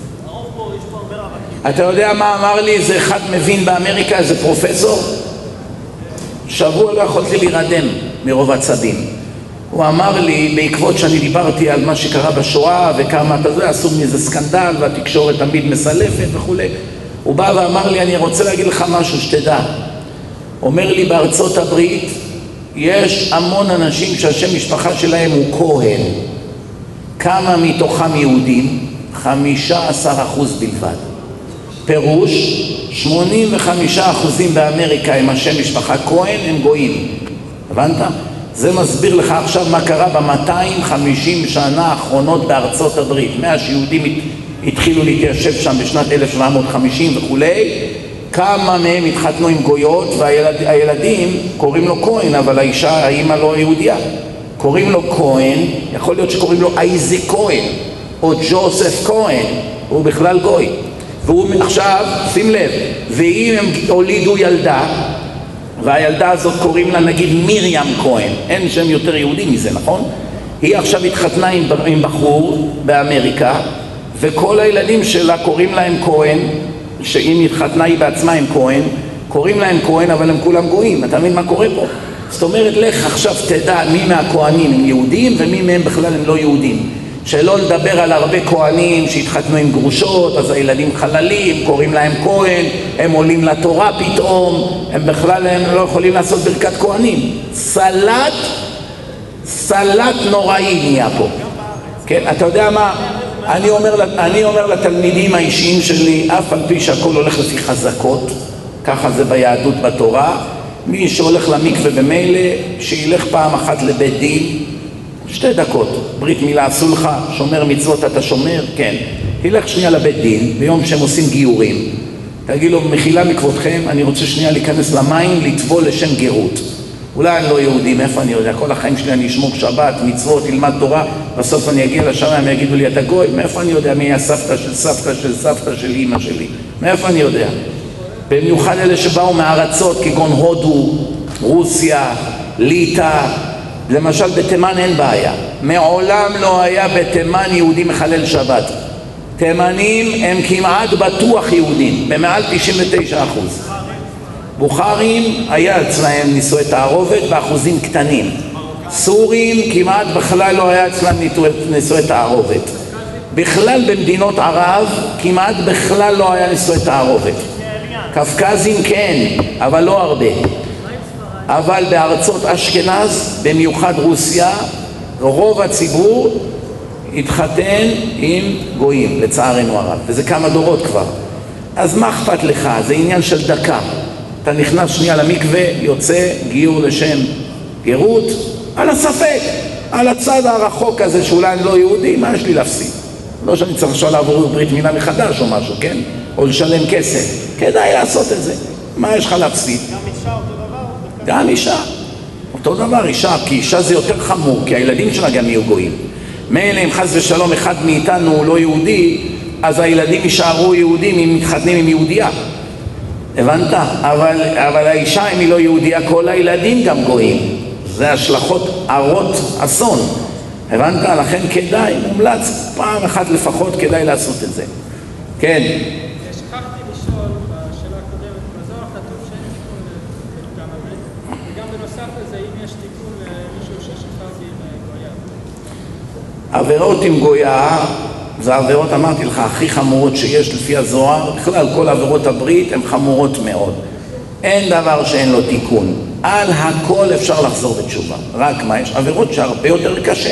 S1: אתה יודע מה אמר לי איזה אחד מבין באמריקה, איזה פרופסור? שבוע לא יכולתי להירדם מרוב עצבים. הוא אמר לי, בעקבות שאני דיברתי על מה שקרה בשואה וכמה אתה יודע, עשו מזה סקנדל והתקשורת תמיד מסלפת וכו', הוא בא ואמר לי, אני רוצה להגיד לך משהו שתדע. אומר לי, בארצות הברית יש המון אנשים שהשם משפחה שלהם הוא כהן. כמה מתוכם יהודים? 15% בלבד. פירוש, 85% באמריקה הם השם משפחה כהן, הם גויים. הבנת? זה מסביר לך עכשיו מה קרה ב-250 שנה האחרונות בארצות הברית. שיהודים התחילו להתיישב שם בשנת 1750 וכולי, כמה מהם התחתנו עם גויות, והילדים קוראים לו כהן, אבל האמא לא יהודיה. קוראים לו כהן, יכול להיות שקוראים לו אייזק כהן, או ג'וסף כהן, הוא בכלל גוי. והוא עכשיו, שים לב, ואם הם הולידו ילדה, והילדה הזאת קוראים לה נגיד מרים כהן, אין שם יותר יהודי מזה, נכון? היא עכשיו התחתנה עם בחור באמריקה, וכל הילדים שלה קוראים להם כהן, שאם התחתנה היא בעצמה עם כהן, קוראים להם כהן, אבל הם כולם גויים. אתה מבין מה קורה פה? זאת אומרת, לך עכשיו תדע מי מהכהנים הם יהודים ומי מהם בכלל הם לא יהודים. שלא לדבר על הרבה כהנים שהתחתנו עם גרושות, אז הילדים חללים, קוראים להם כהן, הם עולים לתורה פתאום, הם בכלל הם לא יכולים לעשות ברכת כהנים. סלט נוראי נהיה פה. כן, אתה יודע מה? אני אומר לתלמידים האישיים שלי, אף על פי שהכל הולך לפי חזקות, ככה זה ביהדות בתורה, מי שהולך למקווה במילא, שילך פעם אחת לבית דין, 2 דקות, ברית מילה עשו לך, שומר מצוות אתה שומר, כן. תלך שנייה לבית דין, ביום שהם עושים גיורים, תגיד לו, מחילה מכבודכם, אני רוצה שנייה להיכנס למים, לטבול לשם גרות. אולי אני לא יהודי, מאיפה אני יודע? כל החיים שלי אני אשמור שבת, מצוות, תלמד תורה, בסוף אני אגיע לשם, הם יגידו לי, אתה גוי, מאיפה אני יודע מי הסבתא של סבתא של סבתא של אמא שלי? מאיפה אני יודע? במיוחד אלה שבאו מארצות כגון הודו, רוסיה, ליטא, למשל בתימן אין בעיה. מעולם לא היה בתימן יהודי מחלל שבת. תימנים הם כמעט בטוח יהודים, במעל 99%. בוכרים היה אצלהם נישואי תערובת באחוזים קטנים. סורים כמעט בכלל לא היה אצלם נישואי תערובת. בכלל במדינות ערב כמעט בכלל לא היה נישואי תערובת. קפקזים כן, אבל לא הרבה. אבל בארצות אשכנז, במיוחד רוסיה, רוב הציבור התחתן עם גויים, לצערנו הרב. וזה כמה דורות כבר. אז מה אכפת לך? זה עניין של דקה. אתה נכנס שנייה למקווה, יוצא גיור לשם גרות, על הספק, על הצד הרחוק הזה שאולי אני לא יהודי, מה יש לי להפסיד? לא שאני צריך עכשיו לעבור ברית מילה מחדש או משהו, כן? או לשלם כסף. כדאי לעשות את זה. מה יש לך להפסיד?
S5: גם אישה אותו דבר?
S1: גם אישה. אותו דבר אישה, כי אישה זה יותר חמור, כי הילדים שלה גם יהיו גויים. מילא אם חס ושלום אחד מאיתנו הוא לא יהודי, אז הילדים יישארו יהודים אם מתחתנים עם יהודייה. הבנת? אבל האישה אם היא לא יהודייה, כל הילדים גם גויים. זה השלכות הרות אסון. הבנת? לכן כדאי, מומלץ, פעם אחת לפחות כדאי לעשות את זה. כן.
S3: שכחתי לשאול בשאלה הקודמת, בזוהר כתוב שאין תיקון לפגם הברית, וגם בנוסף לזה, אם יש תיקון למישהו ששכחתי עם גויה.
S1: עבירות עם גויה, זה עבירות, אמרתי לך, הכי חמורות שיש לפי הזוהר. בכלל, כל עבירות הברית הן חמורות מאוד. אין דבר שאין לו תיקון. על הכל אפשר לחזור בתשובה. רק מה, יש עבירות שהרבה יותר קשה.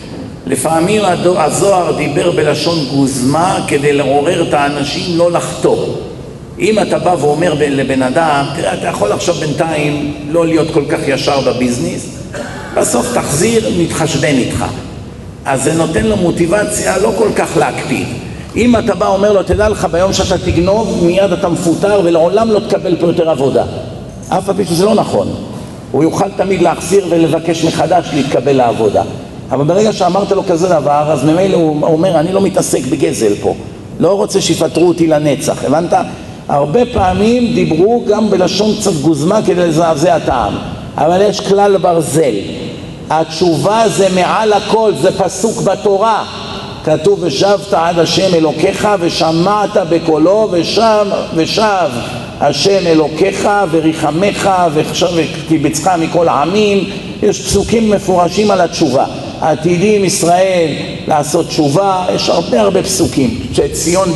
S1: לפעמים הזוהר דיבר בלשון גוזמה כדי לעורר את האנשים לא לחטוא. אם אתה בא ואומר לבן אדם, תראה, אתה יכול עכשיו בינתיים לא להיות כל כך ישר בביזנס, בסוף תחזיר, נתחשבן איתך. אז זה נותן לו מוטיבציה לא כל כך להקפיד. אם אתה בא ואומר לו, תדע לך ביום שאתה תגנוב, מיד אתה מפוטר ולעולם לא תקבל פה יותר עבודה. אף פעם שזה לא נכון. הוא יוכל תמיד להחזיר ולבקש מחדש להתקבל לעבודה. אבל ברגע שאמרת לו כזה דבר, אז ממילא הוא אומר, אני לא מתעסק בגזל פה. לא רוצה שיפטרו אותי לנצח. הבנת? הרבה פעמים דיברו גם בלשון קצת גוזמה כדי לזעזע טעם. אבל יש כלל ברזל. התשובה זה מעל הכל, זה פסוק בתורה. כתוב ושבת עד השם אלוקיך ושמעת בקולו ושב השם אלוקיך וריחמך וקיבצך מכל העמים יש פסוקים מפורשים על התשובה. עתידים ישראל לעשות תשובה, יש הרבה פסוקים. שציון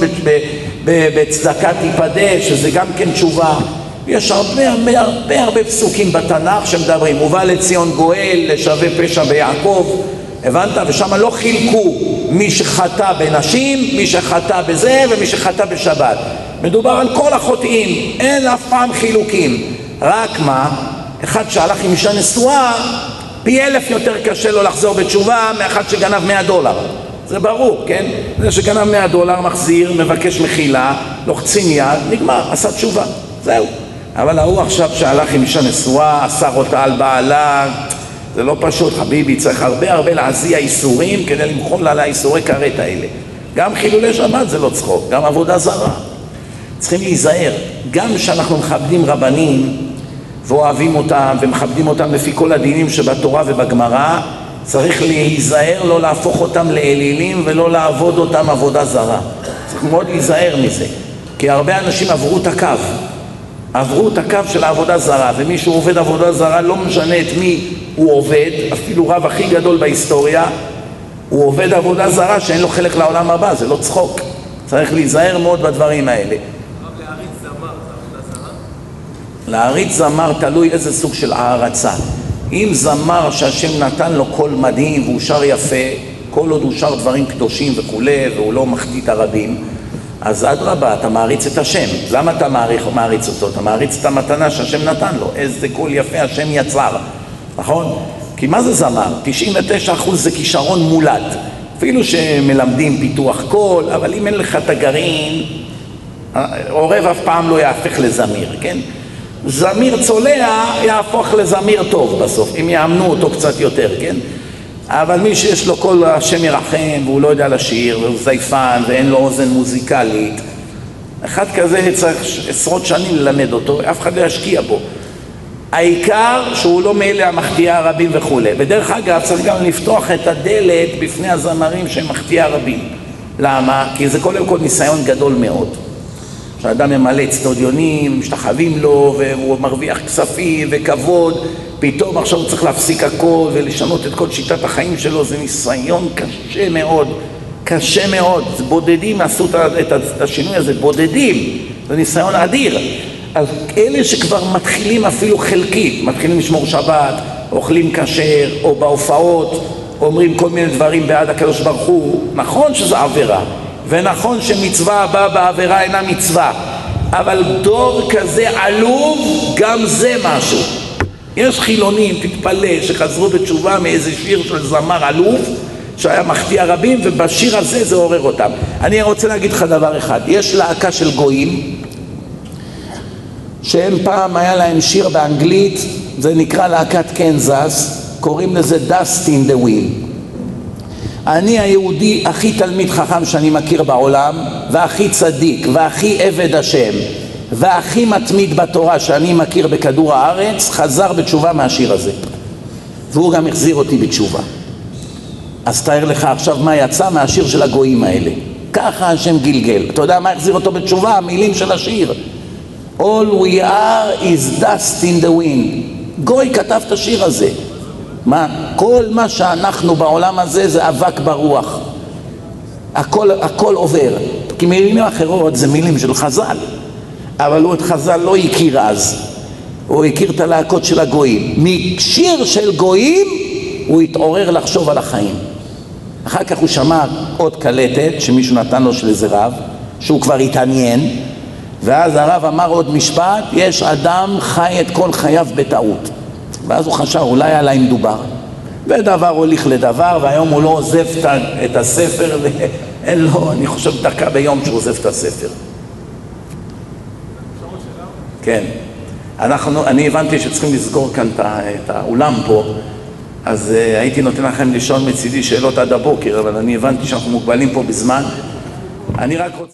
S1: בצדקה תיפדה, שזה גם כן תשובה. יש הרבה פסוקים בתנ"ך שמדברים. ובא לציון גואל, לשווה פשע ביעקב. הבנת? ושם לא חילקו מי שחטא בנשים, מי שחטא בזה ומי שחטא בשבת. מדובר על כל החוטאים, אין אף פעם חילוקים. רק מה? אחד שהלך עם אישה נשואה, פי 1000 יותר קשה לו לחזור בתשובה מאחד שגנב $100. זה ברור, כן? זה שגנב $100 מחזיר, מבקש מחילה, לוחצים יד, נגמר, עשה תשובה, זהו. אבל ההוא עכשיו שהלך עם אישה נשואה, אסר אותה על בעלה, זה לא פשוט, חביבי, צריך הרבה להזיע איסורים כדי למחול על האיסורי כרת האלה. גם חילולי שבת זה לא צחוק, גם עבודה זרה. צריכים להיזהר, גם שאנחנו מכבדים רבנים ואוהבים אותם ומכבדים אותם לפי כל הדינים שבתורה ובגמרא, צריך להיזהר לא להפוך אותם לאלילים ולא לעבוד אותם עבודה זרה. צריך מאוד להיזהר מזה, כי הרבה אנשים עברו את הקו של העבודה זרה, ומי שהוא עובד עבודה זרה לא משנה את מי הוא עובד, אפילו רב הכי גדול בהיסטוריה, הוא עובד עבודה זרה שאין לו חלק לעולם הבא, זה לא צחוק. צריך להיזהר מאוד בדברים האלה.
S5: להריץ זמר, זה עבודה זרה?
S1: להריץ זמר תלוי איזה סוג של הערצה. אם זמר שהשם נתן לו קול מדהים והוא שר יפה, כל עוד הוא שר דברים קדושים וכולי, והוא לא מחטיא את הרבים, אז אדרבה, אתה מעריץ את השם. למה אתה מעריץ אותו? אתה מעריץ את המתנה שהשם נתן לו. איזה קול יפה השם יצר, נכון? כי מה זה זמר? 99% זה כישרון מולד. אפילו שמלמדים פיתוח קול, אבל אם אין לך את הגרעין, עורב אף פעם לא יהפך לזמיר, כן? זמיר צולע יהפוך לזמיר טוב בסוף, אם יאמנו אותו קצת יותר, כן? אבל מי שיש לו קול השם ירחם והוא לא יודע לשיר והוא זייפן ואין לו אוזן מוזיקלית, אחד כזה צריך 10 שנים ללמד אותו, אף אחד לא ישקיע בו. העיקר שהוא לא מאלה המחטיאי הרבים וכו'. בדרך אגב צריך גם לפתוח את הדלת בפני הזמרים שהם מחטיאי הרבים. למה? כי זה קודם כל ניסיון גדול מאוד. שהאדם ממלא אצטדיונים, משתחווים לו והוא מרוויח כספים וכבוד, פתאום עכשיו הוא צריך להפסיק הכל ולשנות את כל שיטת החיים שלו. זה ניסיון קשה מאוד, קשה מאוד. בודדים עשו את השינוי הזה, בודדים. זה ניסיון אדיר. אז אלה שכבר מתחילים אפילו חלקית, מתחילים לשמור שבת, אוכלים כשר, או בהופעות, אומרים כל מיני דברים בעד הקדוש ברוך הוא, נכון שזה עבירה, ונכון שמצווה הבאה בעבירה אינה מצווה, אבל דור כזה עלוב, גם זה משהו. יש חילונים, תתפלא, שחזרו בתשובה מאיזה שיר של זמר עלוב, שהיה מחטיא הרבים, ובשיר הזה זה עורר אותם. אני רוצה להגיד לך דבר אחד, יש להקה של גויים, שהם פעם היה להם שיר באנגלית, זה נקרא להקת קנזס, קוראים לזה Dust in the Wind. אני היהודי הכי תלמיד חכם שאני מכיר בעולם, והכי צדיק, והכי עבד השם, והכי מתמיד בתורה שאני מכיר בכדור הארץ, חזר בתשובה מהשיר הזה. והוא גם החזיר אותי בתשובה. אז תאר לך עכשיו מה יצא מהשיר של הגויים האלה. ככה השם גלגל. אתה יודע מה החזיר אותו בתשובה? המילים של השיר. All we are is dust in the wind. גוי כתב את השיר הזה. מה? כל מה שאנחנו בעולם הזה זה אבק ברוח. הכל עובר. כי מילים אחרות זה מילים של חז"ל. אבל הוא את חז"ל לא הכיר אז. הוא הכיר את הלהקות של הגויים. משיר של גויים הוא התעורר לחשוב על החיים. אחר כך הוא שמע עוד קלטת שמישהו נתן לו של איזה רב, שהוא כבר התעניין, ואז הרב אמר עוד משפט, יש אדם חי את כל חייו בטעות. ואז הוא חשב, אולי עליי מדובר. ודבר הוליך לדבר, והיום הוא לא עוזב את הספר, ואין לו, אני חושב, דקה ביום שהוא עוזב את הספר. כן. אני הבנתי שצריכים לסגור כאן את האולם פה, אז הייתי נותן לכם לשאול מצידי שאלות עד הבוקר, אבל אני הבנתי שאנחנו מוגבלים פה בזמן. אני רק רוצה...